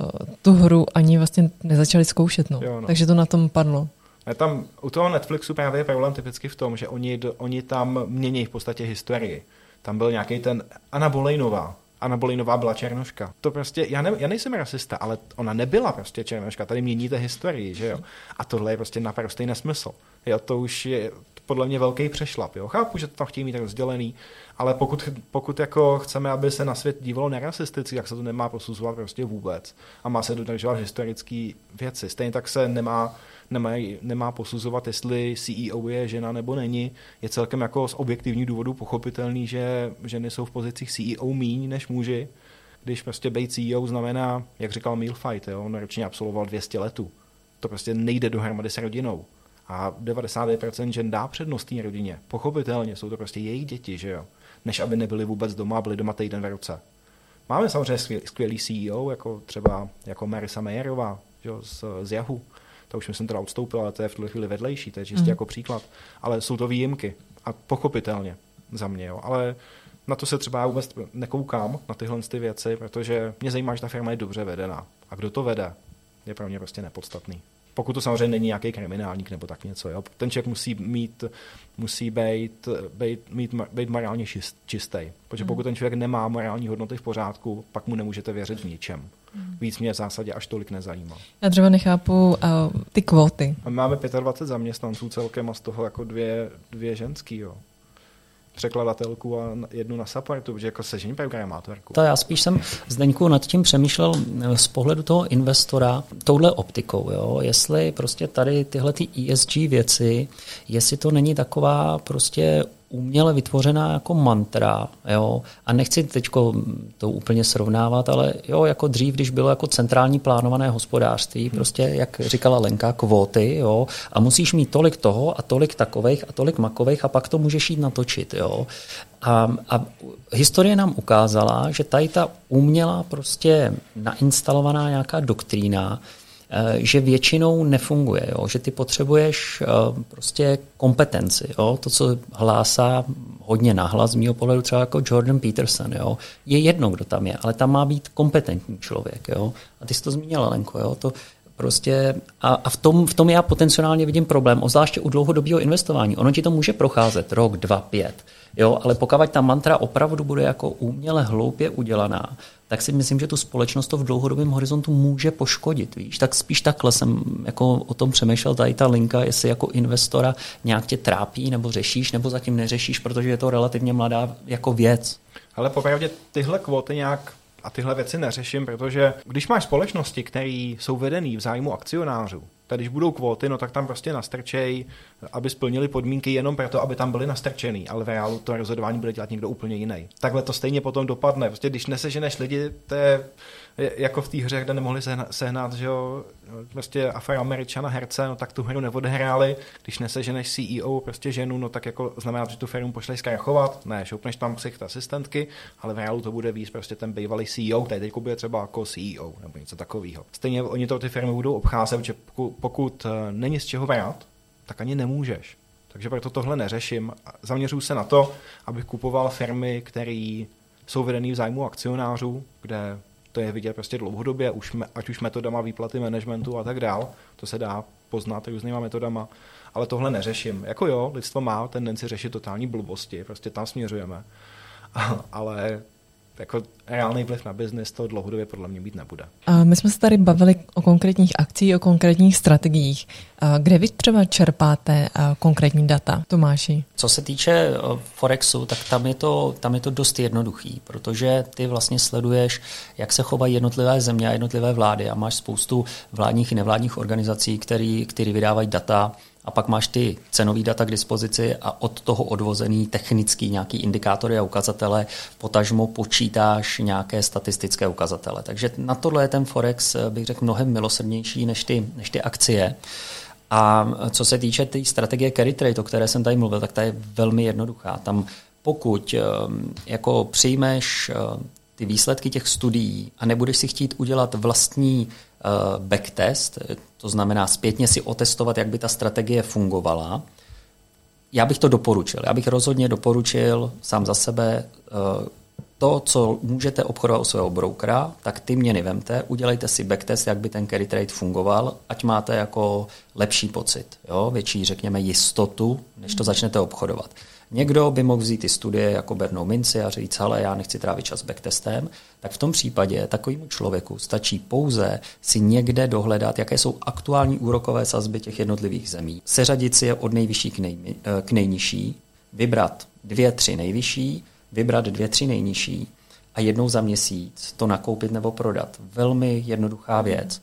S1: tu hru ani vlastně nezačali zkoušet. No. Jo, no. Takže to na tom padlo.
S2: A tam u toho Netflixu právě je problém typicky v tom, že oni, oni tam mění v podstatě historii. Tam byl nějaký ten Anna Bolejnová. Anna Bolejnová byla černoška. To prostě, já, ne, já nejsem rasista, ale ona nebyla prostě černoška. Tady měníte historii, že jo. A tohle je prostě naprostý nesmysl. Jo, to už je podle mě velký přešlap. Jo. Chápu, že to tam chtějí mít rozdělený, ale pokud, pokud jako chceme, aby se na svět dívalo nerasisticky, tak se to nemá posuzovat prostě vůbec. A má se dodržovat historické věci. Stejně tak se nemá, nemá, nemá posuzovat, jestli C E O je žena nebo není. Je celkem jako z objektivních důvodů pochopitelný, že ženy jsou v pozicích C E O míň než muži. Když prostě být C E O znamená, jak říkal Emil Fight, jo, on ročně absolvoval dvě stě letů. To prostě nejde dohromady s rodinou. A devadesát devět procent žen dá přednost té rodině. Pochopitelně jsou to prostě jejich děti, že jo. Než aby nebyli vůbec doma a byli doma týden v roce. Máme samozřejmě skvělý C E O, jako třeba jako Marissa Mayerová, že jo, z, z Yahoo. To už jsem teda odstoupil, ale to je v tuhle chvíli vedlejší, to je čistě mm. jako příklad. Ale jsou to výjimky. A pochopitelně za mě, jo. Ale na to se třeba já vůbec nekoukám, na tyhle ty věci, protože mě zajímá, že ta firma je dobře vedená. A kdo to vede, je pro mě prostě nepodstatný. Pokud to samozřejmě není nějaký kriminálník nebo tak něco. Jo. Ten člověk musí mít, musí být, být, mít, být morálně čist, čistý. Protože pokud ten člověk nemá morální hodnoty v pořádku, pak mu nemůžete věřit v ničem. Víc mě v zásadě až tolik nezajímá.
S1: Já třeba nechápu uh, ty kvóty.
S2: Máme dvacet pět zaměstnanců celkem a z toho jako dvě, dvě ženský. Jo. Překladatelku a jednu na supportu, protože jako sežení programátorku.
S3: To já spíš jsem, Zdeňku, nad tím přemýšlel z pohledu toho investora touhle optikou, jo? Jestli prostě tady tyhle ty E S G věci, jestli to není taková prostě uměle vytvořená jako mantra, jo, a nechci teď to úplně srovnávat, ale jo, jako dřív, když bylo jako centrální plánované hospodářství, prostě, jak říkala Lenka, kvóty, jo, a musíš mít tolik toho a tolik takovejch a tolik makovejch a pak to můžeš jít natočit, jo. A, a historie nám ukázala, že tady ta umělá prostě nainstalovaná nějaká doktrína, že většinou nefunguje, jo? Že ty potřebuješ uh, prostě kompetenci. Jo? To, co hlásá hodně nahlas z mýho pohledu třeba jako Jordan Peterson. Jo? Je jedno, kdo tam je, ale tam má být kompetentní člověk. Jo? A ty jsi to zmínila, Lenko. Jo? To prostě, a a v, tom, v tom já potenciálně vidím problém, obzvláště u dlouhodobého investování. Ono ti to může procházet rok, dva, pět. Jo? Ale pokud ta mantra opravdu bude jako uměle hloupě udělaná, tak si myslím, že tu společnost to v dlouhodobém horizontu může poškodit. Víš? Tak spíš takhle jsem jako o tom přemýšlel, tady ta linka, jestli jako investora nějak tě trápí, nebo řešíš, nebo zatím neřešíš, protože je to relativně mladá jako věc.
S2: Ale popravdě tyhle kvóty nějak a tyhle věci neřeším, protože když máš společnosti, které jsou vedený v zájmu akcionářů, tak když budou kvóty, no tak tam prostě nastrčej, aby splnili podmínky jenom proto, aby tam byly nastrčený, ale v reálu to rozhodování bude dělat někdo úplně jiný. Takhle to stejně potom dopadne. Prostě když neseženeš lidi, to je jako v té hře, kde nemohli sehnat, že jo, prostě Afroameričana herce, no tak tu hru neodehráli. Když neseženeš C E O, prostě ženu, no tak jako znamená, že tu firmu pošleš zkrachovat. Ne, šoupneš tam psych asistentky, ale v reálu to bude víc prostě ten bývalý C E O, který teď bude třeba jako C E O nebo něco takového. Stejně oni to ty firmy budou obcházet, že pokud, pokud není z čeho brát, tak ani nemůžeš. Takže proto tohle neřeším. Zaměřuji se na to, abych kupoval firmy, které jsou vedený v zájmu akcionářů, kde to je vidět prostě dlouhodobě, už me, ať už metodama výplaty managementu a tak dál, to se dá poznat různýma metodama, ale tohle neřeším. Jako jo, lidstvo má tendenci řešit totální blbosti, prostě tam směřujeme, ale jako reálný vliv na biznis to dlouhodobě podle mě být nebude.
S1: A my jsme se tady bavili o konkrétních akcích, o konkrétních strategiích. A kde vy třeba čerpáte konkrétní data, Tomáši?
S3: Co se týče Forexu, tak tam je to, tam je to dost jednoduchý, protože ty vlastně sleduješ, jak se chovají jednotlivé země a jednotlivé vlády a máš spoustu vládních i nevládních organizací, který, který vydávají data. A pak máš ty cenový data k dispozici a od toho odvozený technický nějaký indikátory a ukazatele, potažmo počítáš nějaké statistické ukazatele. Takže na tohle je ten Forex, bych řekl, mnohem milosrdnější než ty, než ty akcie. A co se týče té strategie carry trade, o které jsem tady mluvil, tak ta je velmi jednoduchá. Tam pokud jako přijmeš ty výsledky těch studií a nebudeš si chtít udělat vlastní uh, backtest, to znamená zpětně si otestovat, jak by ta strategie fungovala, já bych to doporučil. Já bych rozhodně doporučil sám za sebe uh, to, co můžete obchodovat u svého brokera, tak ty měny vemte, udělejte si backtest, jak by ten carry trade fungoval, ať máte jako lepší pocit, jo? Větší, řekněme, jistotu, než to začnete obchodovat. Někdo by mohl vzít ty studie jako bernou minci a říct, ale já nechci trávit čas backtestem, tak v tom případě takovému člověku stačí pouze si někde dohledat, jaké jsou aktuální úrokové sazby těch jednotlivých zemí, seřadit si je od nejvyšší k, nej, k nejnižší, vybrat dvě, tři nejvyšší, vybrat dvě, tři nejnižší a jednou za měsíc to nakoupit nebo prodat. Velmi jednoduchá věc.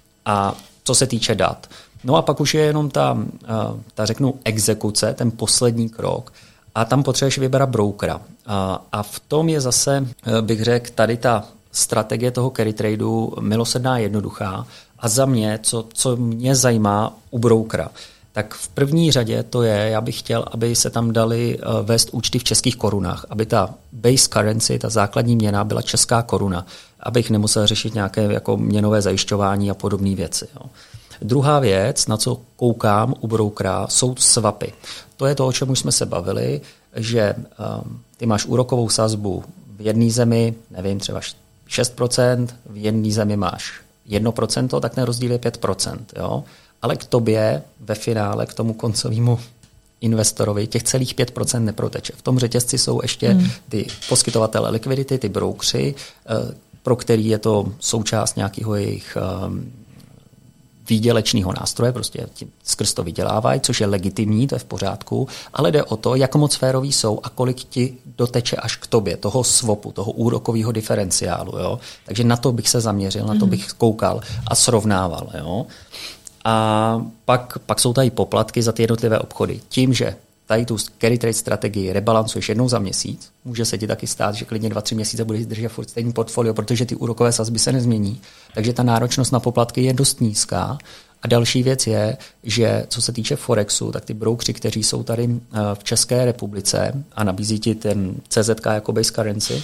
S3: A co se týče dat. No a pak už je jenom ta, ta řeknu, exekuce, ten poslední krok. A tam potřebuješ vybrat brokera. A, a v tom je zase, bych řekl, tady ta strategie toho carry tradeu milosrdná jednoduchá. A za mě, co, co mě zajímá u brokera, tak v první řadě to je, já bych chtěl, aby se tam dali vést účty v českých korunách, aby ta base currency, ta základní měna byla česká koruna, abych nemusel řešit nějaké jako měnové zajišťování a podobné věci. Jo. Druhá věc, na co koukám u brokera, jsou swapy. To je to, o čem už jsme se bavili, že um, ty máš úrokovou sazbu v jedné zemi, nevím, třeba šest procent, v jedné zemi máš jedno procento, tak ten rozdíl je pět procent. Jo? Ale k tobě ve finále, k tomu koncovému investorovi, těch celých pět procent neproteče. V tom řetězci jsou ještě hmm. ty poskytovatele likvidity, ty broukři, pro který je to součást nějakého jejich um, výdělečného nástroje, prostě tím skrz to vydělávají, což je legitimní, to je v pořádku, ale jde o to, jak moc féroví jsou a kolik ti doteče až k tobě, toho swapu, toho úrokového diferenciálu. Jo? Takže na to bych se zaměřil, na to bych koukal a srovnával. Jo? A pak, pak jsou tady poplatky za ty jednotlivé obchody. Tím, že tady tu carry trade strategii rebalancuješ jednou za měsíc, může se ti taky stát, že klidně dva, tři měsíce budeš držet furt stejný portfolio, protože ty úrokové sazby se nezmění, takže ta náročnost na poplatky je dost nízká. A další věc je, že co se týče Forexu, tak ty broukři, kteří jsou tady v České republice a nabízí ti ten C Z K jako base currency,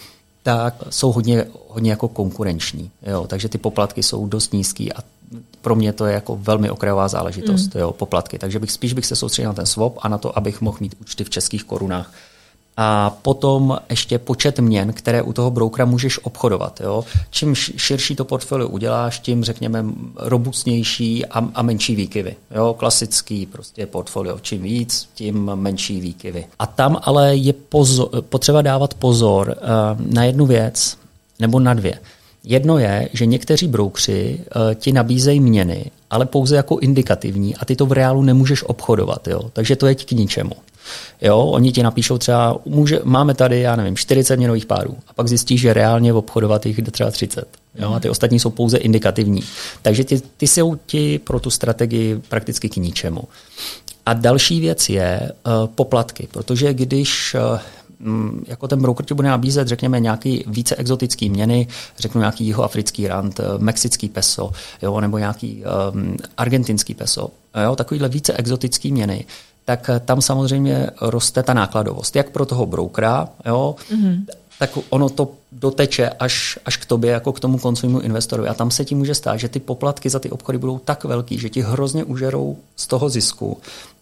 S3: tak jsou hodně, hodně jako konkurenční. Jo? Takže ty poplatky jsou dost nízký a pro mě to je jako velmi okrajová záležitost, mm. jo, poplatky. Takže bych, spíš bych se soustředil na ten swap a na to, abych mohl mít účty v českých korunách. A potom ještě počet měn, které u toho broukera můžeš obchodovat. Jo. Čím širší to portfolio uděláš, tím řekněme robustnější a, a menší výkyvy. Jo. Klasický prostě portfolio. Čím víc, tím menší výkyvy. A tam ale je pozor, potřeba dávat pozor uh, na jednu věc nebo na dvě. Jedno je, že někteří broukři uh, ti nabízejí měny, ale pouze jako indikativní a ty to v reálu nemůžeš obchodovat. Jo. Takže to je k ničemu. Jo, oni ti napíšou třeba, může, máme tady, já nevím, čtyřicet měnových párů a pak zjistíš, že reálně obchodovat jich jde třeba třicet. Jo, a ty ostatní jsou pouze indikativní. Takže ty, ty jsou ti pro tu strategii prakticky k ničemu. A další věc je uh, poplatky, protože když uh, jako ten broker ti bude nabízet, řekněme, nějaký více exotický měny, řeknu nějaký jihoafrický rand, mexický peso, jo, nebo nějaký um, argentinský peso, jo, takovýhle více exotický měny, tak tam samozřejmě roste ta nákladovost. Jak pro toho brokera, jo, mm-hmm. tak ono to doteče až, až k tobě, jako k tomu koncovnímu investorovi. A tam se ti může stát, že ty poplatky za ty obchody budou tak velký, že ti hrozně užerou z toho zisku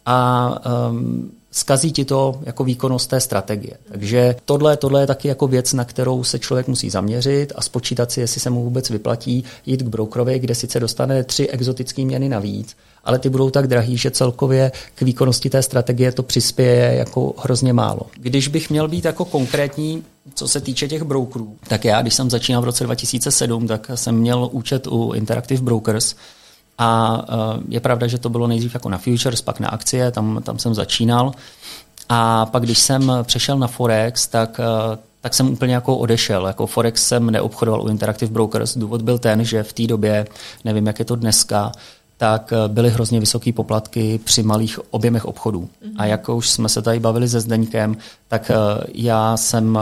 S3: a um, zkazí ti to jako výkonnost té strategie. Takže tohle, tohle je taky jako věc, na kterou se člověk musí zaměřit a spočítat si, jestli se mu vůbec vyplatí jít k brokerovi, kde sice dostane tři exotické měny navíc, ale ty budou tak drahý, že celkově k výkonnosti té strategie to přispěje jako hrozně málo. Když bych měl být jako konkrétní, co se týče těch brokerů, tak já, když jsem začínal v roce dva tisíce sedm, tak jsem měl účet u Interactive Brokers a je pravda, že to bylo nejdřív jako na futures, pak na akcie, tam, tam jsem začínal. A pak, když jsem přešel na Forex, tak tak jsem úplně jako odešel. Jako Forex jsem neobchodoval u Interactive Brokers. Důvod byl ten, že v té době, nevím, jak je to dneska, tak byly hrozně vysoké poplatky při malých objemech obchodů. Mm-hmm. A jak už jsme se tady bavili se Zdeňkem, tak já jsem,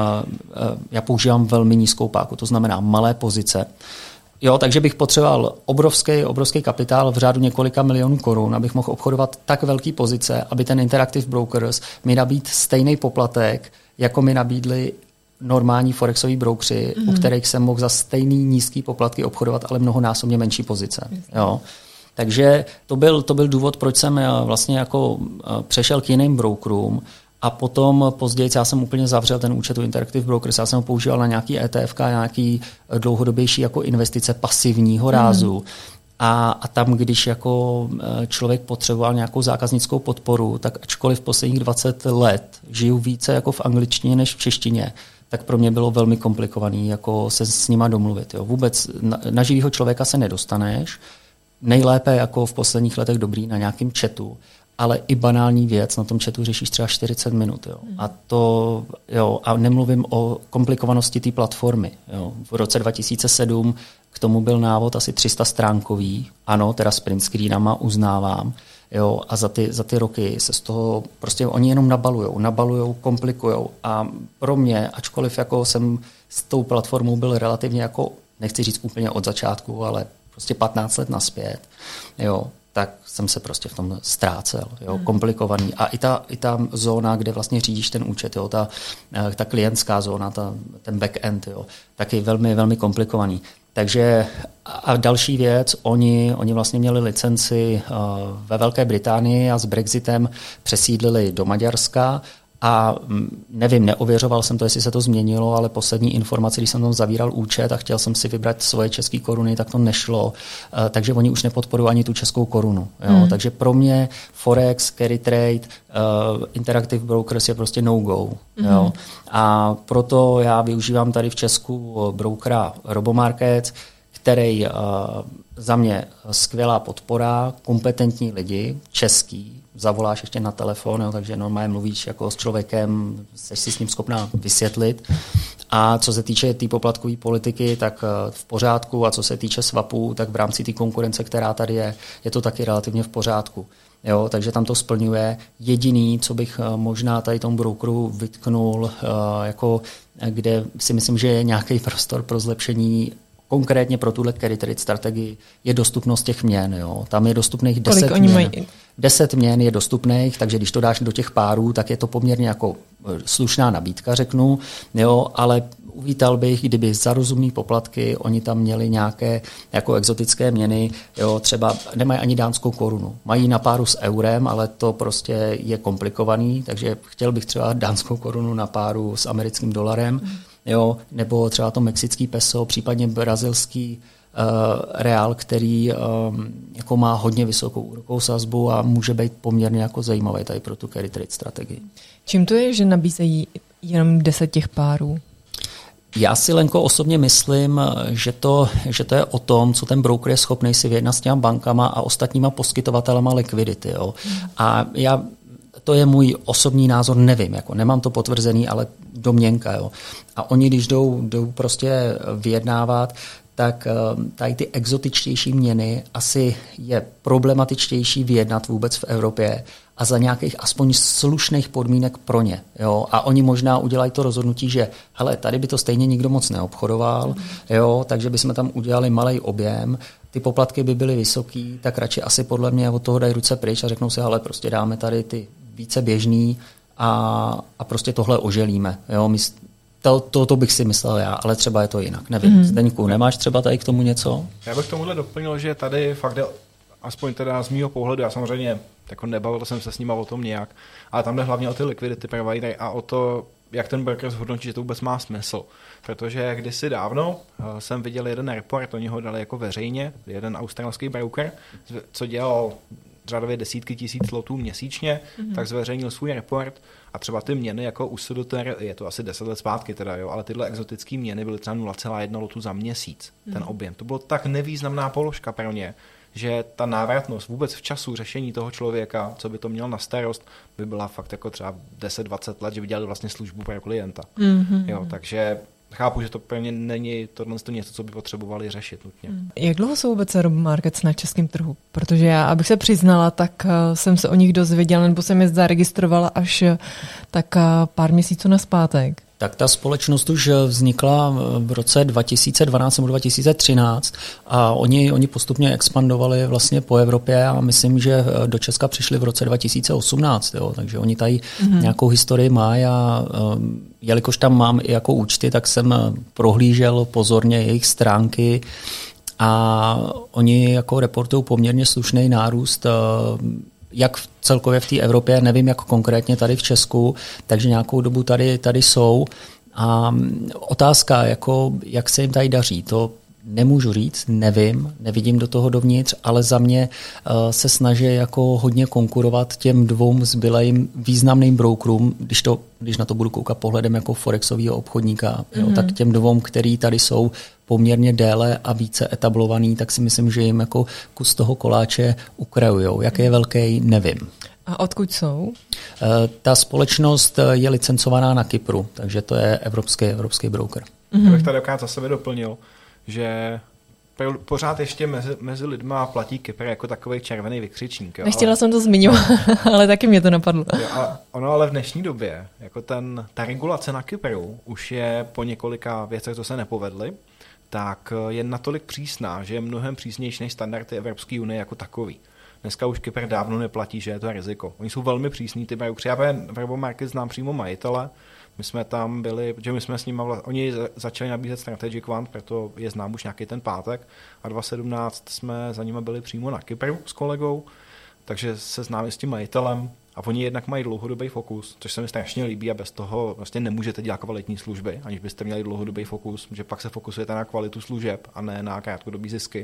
S3: já používám velmi nízkou páku, to znamená malé pozice. Jo, takže bych potřeboval obrovský, obrovský kapitál v řádu několika milionů korun, abych mohl obchodovat tak velké pozice, aby ten Interactive Brokers mi nabídl stejný poplatek, jako mi nabídli normální forexoví broukři, mm-hmm. u kterých jsem mohl za stejný nízký poplatky obchodovat, ale mnohonásobně menší pozice. Jo. Takže to byl, to byl důvod, proč jsem vlastně jako přešel k jiným brokerům a potom později já jsem úplně zavřel ten účet u Interactive Brokers, já jsem ho používal na nějaký E T F, nějaký dlouhodobější jako investice pasivního rázu. Mm. A, a tam, když jako člověk potřeboval nějakou zákaznickou podporu, tak ačkoliv posledních dvacet let žiju více jako v angličtině než v češtině, tak pro mě bylo velmi komplikovaný jako se s nima domluvit. Jo. Vůbec na, na živýho člověka se nedostaneš, nejlépe jako v posledních letech dobrý na nějakém chatu, ale i banální věc, na tom chatu řešíš třeba čtyřicet minut. Jo. A to, jo, a nemluvím o komplikovanosti té platformy. Jo. V roce dva tisíce sedm k tomu byl návod asi tři sta stránkový, ano, teda s print screenama, uznávám, jo, a za ty, za ty roky se z toho, prostě oni jenom nabalujou, nabalujou, komplikujou a pro mě, ačkoliv jako jsem s tou platformou byl relativně jako, nechci říct úplně od začátku, ale prostě patnáct let naspět, jo, tak jsem se prostě v tom ztrácel, jo, hmm. komplikovaný. A i ta, i ta zóna, kde vlastně řídíš ten účet, jo, ta, ta klientská zóna, ta, ten back-end, jo, taky velmi, velmi komplikovaný. Takže a další věc, oni, oni vlastně měli licenci uh, ve Velké Británii a s Brexitem přesídlili do Maďarska a nevím, neověřoval jsem to, jestli se to změnilo, ale poslední informace, když jsem tam zavíral účet a chtěl jsem si vybrat svoje české koruny, tak to nešlo, uh, takže oni už nepodporují ani tu českou korunu. Jo? Hmm. Takže pro mě Forex, Carry Trade, uh, Interactive Brokers je prostě no-go. Hmm. Jo? A proto já využívám tady v Česku brokera Robomarkets, který uh, za mě skvělá podpora, kompetentní lidi, český, zavoláš ještě na telefon, jo, takže normálně mluvíš jako s člověkem, jsi si s ním schopná vysvětlit. A co se týče té tý poplatkové politiky, tak v pořádku, a co se týče swapů, tak v rámci té konkurence, která tady je, je to taky relativně v pořádku. Jo, takže tam to splňuje. Jediný, co bych možná tady tomu brokeru vytknul, jako, kde si myslím, že je nějaký prostor pro zlepšení, konkrétně pro tuhle carry trade strategii, je dostupnost těch měn. Jo. Tam je dostupných deset měn. Mají? deset měn je dostupných, takže když to dáš do těch párů, tak je to poměrně jako slušná nabídka, řeknu, jo, ale uvítal bych, kdyby za rozumný poplatky oni tam měli nějaké jako exotické měny, jo, třeba nemají ani dánskou korunu. Mají na páru s eurem, ale to prostě je komplikovaný, takže chtěl bych třeba dánskou korunu na páru s americkým dolarem, jo, nebo třeba to mexický peso, případně brazilský uh, reál, který um, jako má hodně vysokou úrokovou sazbu a může být poměrně jako zajímavý tady pro tu carry trade strategii.
S1: Čím to je, že nabízejí jenom deset těch párů?
S3: Já si, Lenko, osobně myslím, že to, že to je o tom, co ten broker je schopný si vyjednat s těma bankama a ostatníma poskytovatelema likvidity. Jo. A já, to je můj osobní názor, nevím, jako nemám to potvrzený, ale domněnka. Jo. A oni, když jdou, jdou prostě vyjednávat, tak tady ty exotičtější měny asi je problematičtější vyjednat vůbec v Evropě a za nějakých aspoň slušných podmínek pro ně. Jo? A oni možná udělají to rozhodnutí, že hele, tady by to stejně nikdo moc neobchodoval, jo? Takže bychom tam udělali malý objem, ty poplatky by byly vysoký, tak radši asi podle mě od toho dají ruce pryč a řeknou si, hele, prostě dáme tady ty více běžný a, a prostě tohle oželíme. Jo? My, To, to, to bych si myslel já, ale třeba je to jinak. Nevím, mm. Zdeňku, nemáš třeba tady k tomu něco?
S2: Já bych tomuhle doplnil, že tady fakt jde, aspoň teda z mýho pohledu, já samozřejmě jako nebavil jsem se s nima o tom nějak, ale tam jde hlavně o ty liquidity providery a o to, jak ten broker zhodnotí, že to vůbec má smysl. Protože kdysi dávno uh, jsem viděl jeden report, oni ho dali jako veřejně, jeden australský broker, co dělal řádově desítky tisíc lotů měsíčně, mm-hmm. tak zveřejnil svůj report a třeba ty měny jako u S D T R, je to asi deset let zpátky teda, jo, ale tyhle exotické měny byly třeba nula celá jedna lotu za měsíc, mm-hmm. ten objem. To bylo tak nevýznamná položka pro ně, že ta návratnost vůbec v času řešení toho člověka, co by to měl na starost, by byla fakt jako třeba deset dvacet let, že by dělali vlastně službu pro klienta. Mm-hmm. Jo, takže chápu, že to pro ně není tohle něco, co by potřebovali řešit nutně.
S1: Jak dlouho jsou vůbec Robomarkets na českém trhu? Protože já, abych se přiznala, tak jsem se o nich dozvěděla, nebo jsem je zaregistrovala až tak pár měsíců nazpátek.
S3: Tak ta společnost už vznikla v roce dva tisíce dvanáct nebo dva tisíce třináct a oni, oni postupně expandovali vlastně po Evropě a myslím, že do Česka přišli v roce dva tisíce osmnáct, jo, takže oni tady mm-hmm. nějakou historii mají a um, jelikož tam mám i jako účty, tak jsem prohlížel pozorně jejich stránky a oni jako reportují poměrně slušný nárůst uh, jak v celkově v té Evropě, nevím, jak konkrétně tady v Česku, takže nějakou dobu tady, tady jsou. A otázka, jako, jak se jim tady daří, to nemůžu říct, nevím, nevidím do toho dovnitř, ale za mě uh, se snaží jako hodně konkurovat těm dvou zbylým významným brokerům, když, to, když na to budu koukat pohledem jako forexového obchodníka, mm-hmm. jo, tak těm dvou, který tady jsou poměrně déle a více etablovaný, tak si myslím, že jim jako kus toho koláče ukrajujou. Jak je velký, nevím.
S1: A odkud jsou?
S3: Uh, ta společnost je licencovaná na Kypru, takže to je evropský, evropský broker.
S2: Mm-hmm. Já bych tady za sebe doplnil, že pořád ještě mezi, mezi lidma platí Kypr jako takový červený vykřičník. Jo,
S1: Nechtěla
S2: ale,
S1: jsem to zmiňovat, ale taky mě to napadlo.
S2: Jo, a ono ale v dnešní době, jako ten, ta regulace na Kypru už je po několika věcech, co se nepovedly, tak je natolik přísná, že je mnohem přísnější než standardy Evropské unie jako takový. Dneska už Kypr dávno neplatí, že je to riziko. Oni jsou velmi přísní, ty brokeři. Já v Robomarkets znám přímo majitele, my jsme tam byli, protože my jsme s nimi, oni začali nabízet Strategic One, proto je znám už nějaký ten pátek a dva tisíce sedmnáct jsme za nimi byli přímo na Kypru s kolegou, takže se známe s tím majitelem a oni jednak mají dlouhodobý fokus, což se mi strašně líbí a bez toho vlastně nemůžete dělat kvalitní služby, aniž byste měli dlouhodobý fokus, že pak se fokusujete na kvalitu služeb a ne na krátkodobý zisky.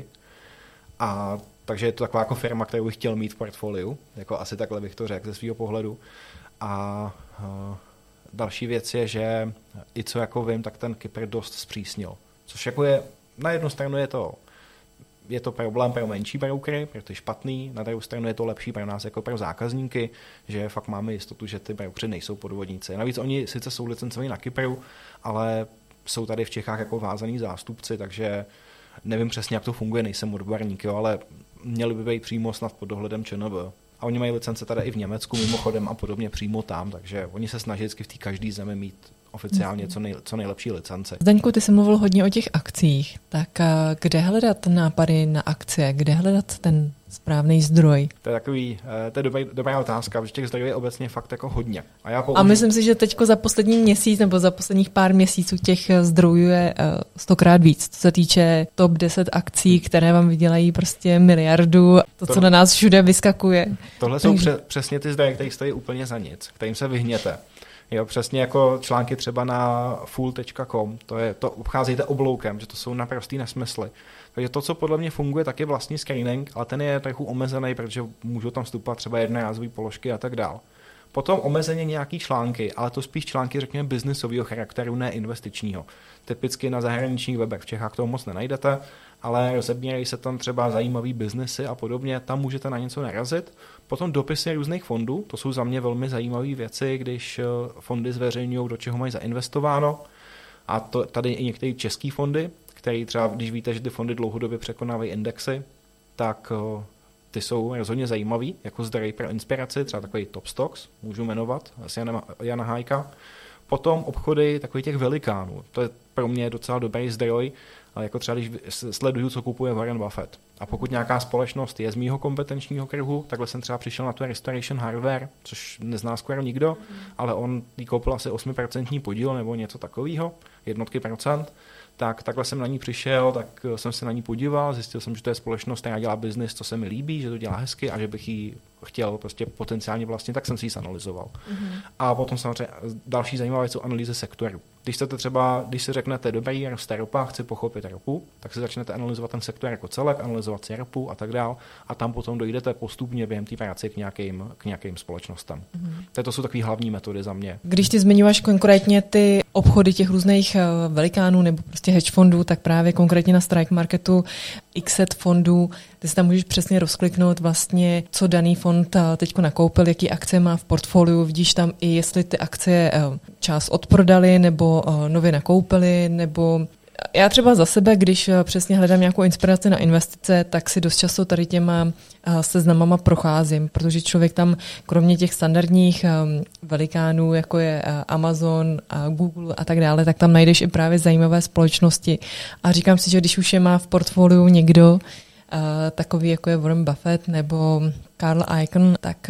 S2: A takže je to taková jako firma, kterou bych chtěl mít v portfoliu, jako asi takhle bych to řekl ze svého pohledu. A uh, další věc je, že i co jako vím, tak ten Kypr dost zpřísnil. Což jako je, na jednu stranu je to, je to problém pro menší brokery, protože je špatný, na druhou stranu je to lepší pro nás jako pro zákazníky, že fakt máme jistotu, že ty brokery nejsou podvodníci. Navíc oni sice jsou licencovaní na Kypru, ale jsou tady v Čechách jako vázaný zástupci, takže nevím přesně, jak to funguje, nejsem odborník, jo, ale měli by být přímo snad pod dohledem ČNB. a oni mají licence tady i v Německu mimochodem a podobně přímo tam, takže oni se snaží vždycky v té každé zemi mít oficiálně co, nej, co nejlepší licence.
S1: Zdeňku, ty jsi mluvil hodně o těch akcích, tak kde hledat nápady na akcie, kde hledat ten správný zdroj?
S2: To je takový, to je dobrý, dobrá otázka, protože těch zdrojů je obecně fakt jako hodně. A, já použiju...
S1: a myslím si, že teďko za poslední měsíc nebo za posledních pár měsíců těch zdrojů je stokrát víc. Co se týče top deset akcí, které vám vydělají prostě miliardu, to, co to... na nás všude vyskakuje.
S2: Tohle Takže... jsou pře- přesně ty zdroje, které stojí úplně za nic, kterým se vyhněte. Jo, přesně jako články třeba na full tečka com, to je to obcházejte obloukem, že to jsou naprostý nesmysly. Takže to, co podle mě funguje, tak je vlastní screening, ale ten je trochu omezený, protože můžou tam vstupovat třeba jednorázové položky a tak dál. Potom omezeně nějaký články, ale to spíš články, řekněme, biznisového charakteru, ne investičního. Typicky na zahraničních webech v Čechách toho moc nenajdete, ale rozebírají se tam třeba zajímavý biznesy a podobně, tam můžete na něco narazit. Potom dopisy různých fondů, to jsou za mě velmi zajímavé věci, když fondy zveřejňují, do čeho mají zainvestováno. A to, tady i některé české fondy, které třeba, když víte, že ty fondy dlouhodobě překonávají indexy, tak ty jsou rozhodně zajímavý, jako zdroj pro inspiraci, třeba takový Top Stocks, můžu jmenovat, asi Jana, Jana Hájka. Potom obchody takových těch velikánů, to je pro mě docela dobrý zdroj, ale jako třeba když sleduju, co kupuje Warren Buffett. A pokud nějaká společnost je z mýho kompetenčního kruhu, takhle jsem třeba přišel na tu Restoration Hardware, což nezná skoro nikdo, mm. ale on jí koupil asi osm procent podíl nebo něco takového, jednotky procent, tak takhle jsem na ní přišel, tak jsem se na ní podíval, zjistil jsem, že to je společnost, která dělá biznis, co se mi líbí, že to dělá hezky a že bych ji chtěl prostě potenciálně vlastně, tak jsem si ji zanalyzoval. Mm-hmm. A potom samozřejmě další zajímavé věc jsou analýzy sektoru. Když chcete třeba, když si řeknete, dobrý, roste ropa, chci pochopit ropu, tak si začnete analyzovat ten sektor jako celek, analyzovat si ropu a tak dál a tam potom dojdete postupně během té práce k nějakým, k nějakým společnostem. Mm-hmm. To jsou takové hlavní metody za mě. Když
S1: ty zmiňuješ konkrétně ty obchody těch různých velikánů nebo prostě hedge fondů, tak právě konkrétně na Strike Marketu X set fondů, ty si tam můžeš přesně rozkliknout vlastně, co daný fond teďko nakoupil, jaký akcie má v portfoliu, vidíš tam i jestli ty akcie část odprodali nebo nově nakoupili, nebo já třeba za sebe, když přesně hledám nějakou inspiraci na investice, tak si dost často tady těma seznamama procházím, protože člověk tam kromě těch standardních velikánů, jako je Amazon, Google a tak dále, tak tam najdeš i právě zajímavé společnosti. A říkám si, že když už je má v portfoliu někdo, takový jako je Warren Buffett nebo Carl Icahn, tak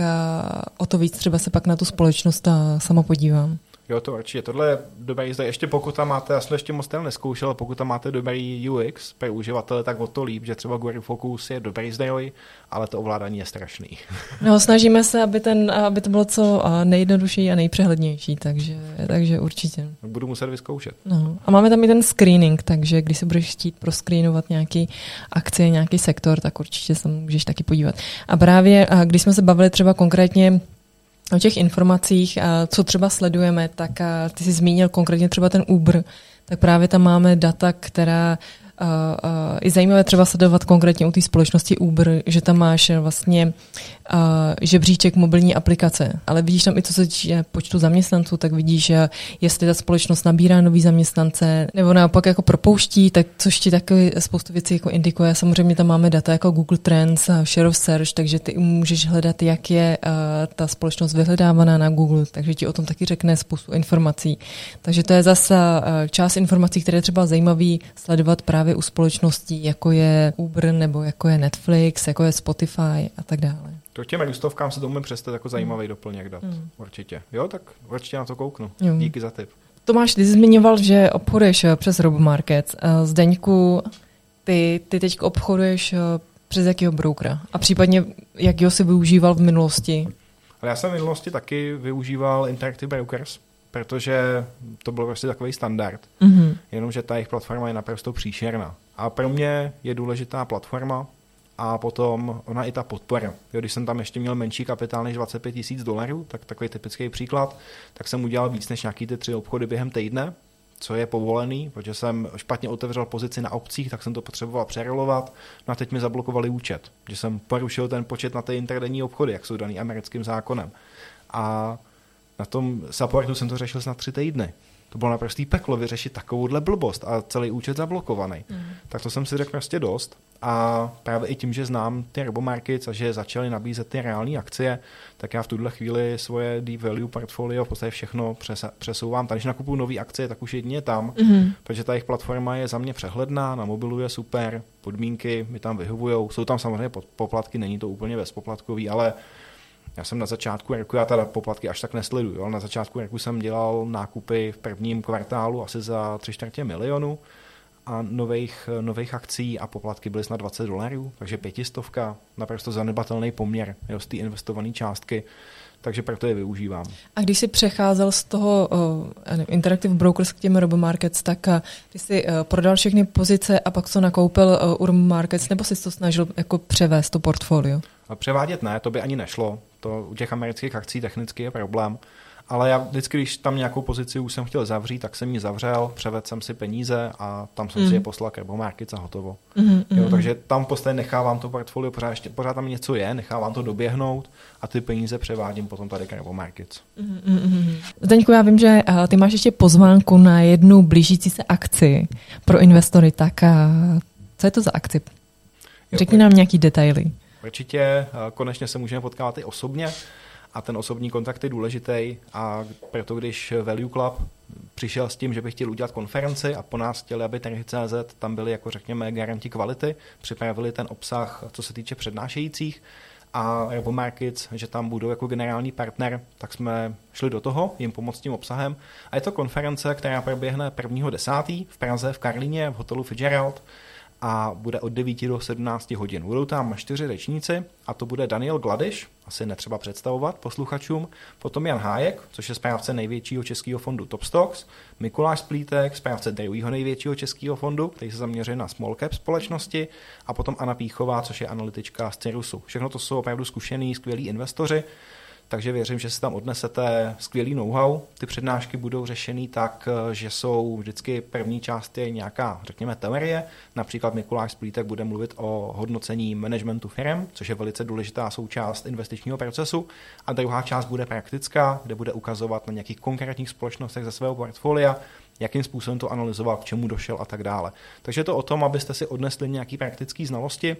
S1: o to víc třeba se pak na tu společnost sama podívám.
S2: Jo, to určitě. Tohle je dobrý zdroj. Ještě pokud tam máte, já jsem ještě moc ten neskoušel, pokud tam máte dobrý U X pro uživatele, tak o to líp, že třeba Google Focus je dobrý zdroj, ale to ovládání je strašný.
S1: No, snažíme se, aby, ten, aby to bylo co nejjednodušší a nejpřehlednější, takže, takže určitě.
S2: Budu muset vyzkoušet.
S1: No. A máme tam i ten screening, takže když se budeš chtít proscreenovat nějaký akcie, nějaký sektor, tak určitě se můžeš taky podívat. A právě, když jsme se bavili třeba konkrétně o těch informacích, co třeba sledujeme, tak ty jsi zmínil konkrétně třeba ten Uber, tak právě tam máme data, která uh, uh, je zajímavé třeba sledovat konkrétně u té společnosti Uber, že tam máš vlastně uh, žebříček mobilní aplikace, ale vidíš tam i to, co se týče počtu zaměstnanců, tak vidíš, že jestli ta společnost nabírá nový zaměstnance, nebo naopak jako propouští, tak což ti taky spoustu věcí jako indikuje. Samozřejmě tam máme data jako Google Trends, Share of Search, takže ty můžeš hledat, jak je uh, ta společnost vyhledávaná na Google, takže ti o tom taky řekne spoustu informací. Takže to je zase uh, část informací, které je třeba zajímavý sledovat právě u společností, jako je Uber, nebo jako je Netflix, jako je Spotify a tak dále.
S2: To těm růstovkám se to umím představit jako zajímavý mm. doplněk dat. Mm. Určitě. Jo, tak určitě na to kouknu. Mm. Díky za tip.
S1: Tomáš, ty jsi zmiňoval, že obchoduješ přes Robomarket. Zdeňku, ty, ty teď obchoduješ přes jakého brokera? A případně, jakýho jsi využíval v minulosti?
S2: Ale já jsem v minulosti taky využíval Interactive Brokers, protože to byl prostě takový standard. Mm-hmm. Jenomže ta jejich platforma je naprosto příšerná. A pro mě je důležitá platforma a potom ona i ta podpora. Jo, když jsem tam ještě měl menší kapitál než dvacet pět tisíc dolarů, tak takový typický příklad, tak jsem udělal víc než nějaký ty tři obchody během týdne, co je povolený, protože jsem špatně otevřel pozici na opcích, tak jsem to potřeboval přerolovat. No a teď mi zablokovali účet, že jsem porušil ten počet na ty interdenní obchody, jak jsou daný americkým zákonem. A Na tom supportu jsem to řešil snad tři týdny. To bylo naprostý peklo vyřešit takovouhle blbost a celý účet zablokovaný. Mm. Tak to jsem si řekl prostě dost. A právě i tím, že znám ty robomarkets a že začaly nabízet ty reální akcie, tak já v tuhle chvíli svoje deep value portfolio v podstatě všechno přesouvám. Když nakupuju nové akcie, tak už jedině tam, mm. protože ta jejich platforma je za mě přehledná, na mobilu je super, podmínky mi tam vyhovujou. Jsou tam samozřejmě poplatky, není to úplně bezpoplatkový, ale já jsem na začátku roku, já teda poplatky až tak nesleduju, ale na začátku roku jsem dělal nákupy v prvním kvartálu asi za tři čtvrtě milionu a nových, nových akcí a poplatky byly snad dvacet dolarů, takže pětistovka, naprosto zanedbatelný poměr jo, z té investované částky, takže proto je využívám.
S1: A když jsi přecházel z toho uh, Interactive Brokers k těm RoboMarkets, tak uh, ty jsi uh, prodal všechny pozice a pak to nakoupil uh, u RoboMarkets, nebo jsi to snažil jako převést to portfolio?
S2: A převádět ne, to by ani nešlo. To u těch amerických akcí technicky je problém. Ale já vždycky, když tam nějakou pozici už jsem chtěl zavřít, tak jsem ji zavřel, převedl jsem si peníze a tam jsem mm. si je poslal k RoboMarkets a hotovo. Mm, jo, mm. Takže tam v podstatě nechávám to portfolio, pořád, ještě, pořád tam něco je, nechávám to doběhnout a ty peníze převádím potom tady k RoboMarkets. Mm,
S1: mm. Zdeňku, já vím, že uh, ty máš ještě pozvánku na jednu blížící se akci pro investory, tak uh, co je to za akci? Řekni jo, nám nějaký detaily.
S2: Určitě, uh, konečně se můžeme potkávat i osobně. A ten osobní kontakt je důležitý a proto když Value Club přišel s tím, že by chtěl udělat konferenci a po nás chtěli, aby trhy tečka cé zet tam byli jako řekněme garanti kvality, připravili ten obsah, co se týče přednášejících a RoboMarkets, že tam budou jako generální partner, tak jsme šli do toho, jim pomoct tím obsahem. A je to konference, která proběhne prvního desátého v Praze v Karlíně v hotelu Fitzgerald a bude od devíti do sedmnácti hodin. Budou tam čtyři řečníci a to bude Daniel Gladiš, asi netřeba představovat posluchačům, potom Jan Hájek, což je správce největšího českého fondu Top Stocks, Mikuláš Splítek, správce druhého největšího českého fondu, který se zaměřuje na small cap společnosti, a potom Anna Píchová, což je analytička z Cerusu. Všechno to jsou opravdu zkušení, skvělí investoři, takže věřím, že si tam odnesete skvělý know-how. Ty přednášky budou řešený tak, že jsou vždycky první část je nějaká, řekněme, teorie. Například Mikuláš Splítek bude mluvit o hodnocení managementu firem, což je velice důležitá součást investičního procesu. A druhá část bude praktická, kde bude ukazovat na nějakých konkrétních společnostech ze svého portfolia, jakým způsobem to analyzoval, k čemu došel a tak dále. Takže je to o tom, abyste si odnesli nějaké praktické znalosti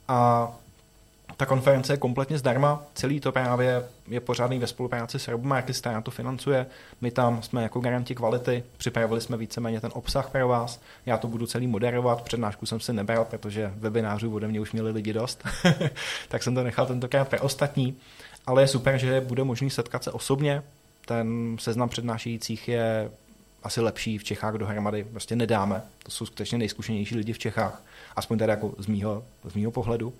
S2: a ta konference je kompletně zdarma, celý to právě je pořádný ve spolupráci s RoboMarkets, která to financuje. My tam jsme jako garanti kvality, připravili jsme víceméně ten obsah pro vás. Já to budu celý moderovat, přednášku jsem si nebral, protože webinářů ode mě už měli lidi dost, tak jsem to nechal tentokrát pro ostatní. Ale je super, že bude možný setkat se osobně. Ten seznam přednášejících je asi lepší v Čechách dohromady, prostě nedáme. To jsou skutečně nejzkušenější lidi v Čechách, aspoň teda jako z mýho, z mýho pohledu.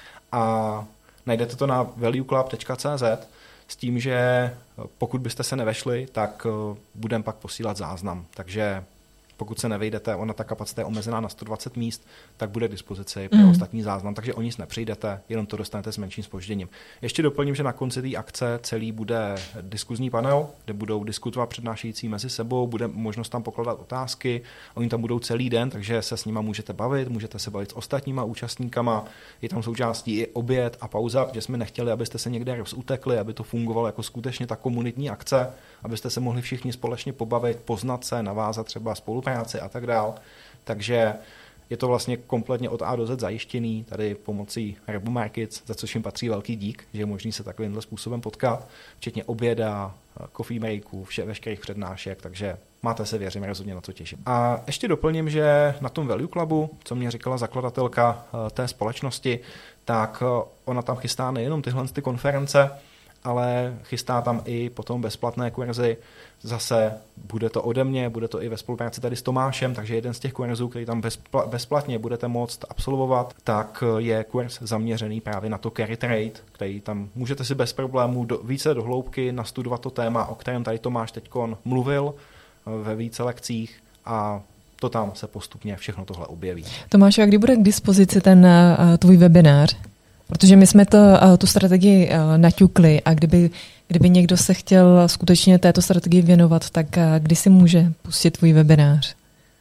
S2: A najdete to na value club tečka cé zet s tím, že pokud byste se nevešli, tak budeme pak posílat záznam. Takže pokud se nevejdete, ona ta kapacita je omezená na sto dvacet míst, tak bude k dispozici pro mm. ostatní záznam, takže o nic nepřijdete, jenom to dostanete s menším zpožděním. Ještě doplním, že na konci té akce celý bude diskuzní panel, kde budou diskutovat přednášející mezi sebou, bude možnost tam pokládat otázky, oni tam budou celý den, takže se s nima můžete bavit, můžete se bavit s ostatníma účastníkama, je tam součástí i oběd a pauza, protože jsme nechtěli, abyste se někde rozutekli, aby to fungovalo jako skutečně ta komunitní akce, abyste se mohli všichni společně pobavit, poznat se, navázat třeba spolupráci a tak dál. Takže je to vlastně kompletně od A do Z zajištěný tady pomocí RoboMarkets, za což jim patří velký dík, že je možný se takovýmhle způsobem potkat, včetně oběda, coffee breaků, vše, veškerých přednášek, takže máte se, věřím, rozhodně na co těšit. A ještě doplním, že na tom Value Clubu, co mě říkala zakladatelka té společnosti, tak ona tam chystá nejenom tyhle ty konference, ale chystá tam i potom bezplatné kurzy. Zase bude to ode mě, bude to i ve spolupráci tady s Tomášem, takže jeden z těch kurzů, který tam bezplatně budete moct absolvovat, tak je kurz zaměřený právě na to carry trade, který tam můžete si bez problémů do, více do hloubky nastudovat to téma, o kterém tady Tomáš teďkon mluvil ve více lekcích, a to tam se postupně všechno tohle objeví.
S1: Tomáš, a kdy bude k dispozici ten uh, tvůj webinář? Protože my jsme to, tu strategii naťukli a kdyby, kdyby někdo se chtěl skutečně této strategii věnovat, tak kdy si může pustit tvůj webinář?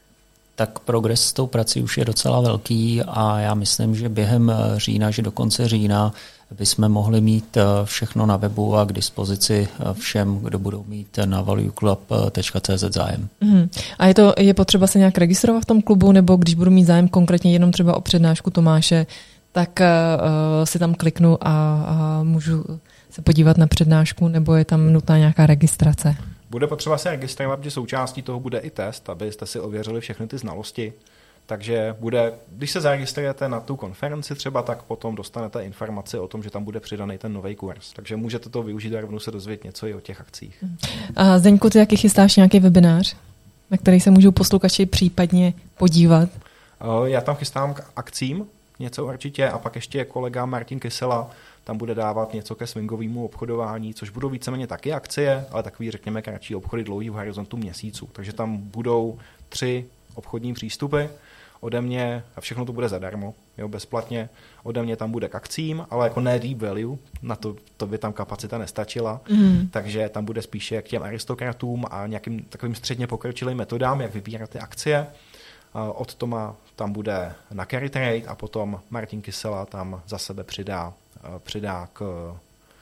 S3: Tak progres s tou prací už je docela velký a já myslím, že během října, že do konce října aby jsme mohli mít všechno na webu a k dispozici všem, kdo budou mít na value club tečka cé zet zájem.
S1: Mm. A je to je potřeba se nějak registrovat v tom klubu, nebo když budu mít zájem konkrétně jenom třeba o přednášku Tomáše, tak uh, si tam kliknu a, a můžu se podívat na přednášku, nebo je tam nutná nějaká registrace?
S2: Bude potřeba se registrovat, že součástí toho bude i test, abyste si ověřili všechny ty znalosti. Takže bude, když se zaregistrujete na tu konferenci třeba, tak potom dostanete informaci o tom, že tam bude přidaný ten nový kurz. Takže můžete to využít a rovnou se dozvědět něco i o těch akcích.
S1: A Zdeňku, ty jaký chystáš nějaký webinář, na který se můžou posluchači případně podívat?
S2: Já tam chystám k akcím něco určitě a pak ještě kolega Martin Kysela tam bude dávat něco ke swingovému obchodování, což budou víceméně taky akcie, ale takový, řekněme, kratší obchody dlouhý v horizontu měsíců. Takže tam budou tři obchodní přístupy ode mě a všechno to bude zadarmo, jo, bezplatně. Ode mě tam bude k akcím, ale jako ne deep value, na to, to by tam kapacita nestačila, mm. takže tam bude spíše k těm aristokratům a nějakým takovým středně pokročilým metodám, jak vybírat ty akcie. Od Toma tam bude na carry trade a potom Martin Kysela tam za sebe přidá, přidá k,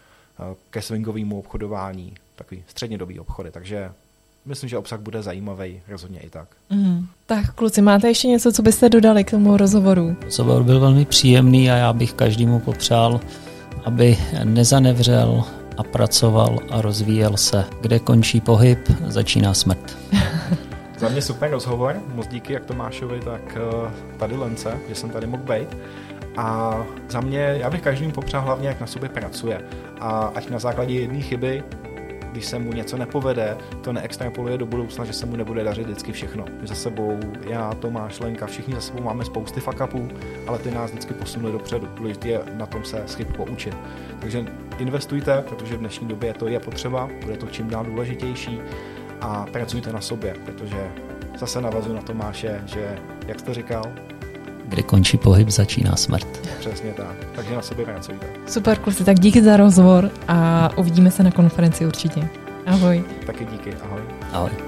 S2: ke swingovému obchodování takový střednědobý obchody, takže myslím, že obsah bude zajímavý, rozhodně i tak.
S1: Mm. Tak kluci, máte ještě něco, co byste dodali k tomu rozhovoru?
S3: Rozhovor byl velmi příjemný a já bych každému popřál, aby nezanevřel a pracoval a rozvíjel se. Kde končí pohyb, začíná smrt.
S2: Za mě super rozhovor, moc díky jak Tomášovi, tak tady Lence, že jsem tady mohl být. A za mě, já bych každému popřál hlavně, jak na sobě pracuje. A ať na základě jedné chyby, když se mu něco nepovede, to neextrapoluje do budoucna, že se mu nebude dařit vždycky všechno. Za sebou já, Tomáš, Lenka, všichni za sebou máme spousty fuck-upů, ale ty nás vždycky posunuli dopředu. Důležité je na tom se z chyb poučit. Takže investujte, protože v dnešní době to je potřeba, bude to čím dál důležitější a pracujte na sobě, protože zase navazuji na Tomáše, že, jak jste říkal,
S3: kde končí pohyb, začíná smrt.
S2: Přesně tak, takže na sobě pracujte.
S1: Super kluci, tak díky za rozhovor a uvidíme se na konferenci určitě. Ahoj.
S2: Taky díky, ahoj.
S3: Ahoj.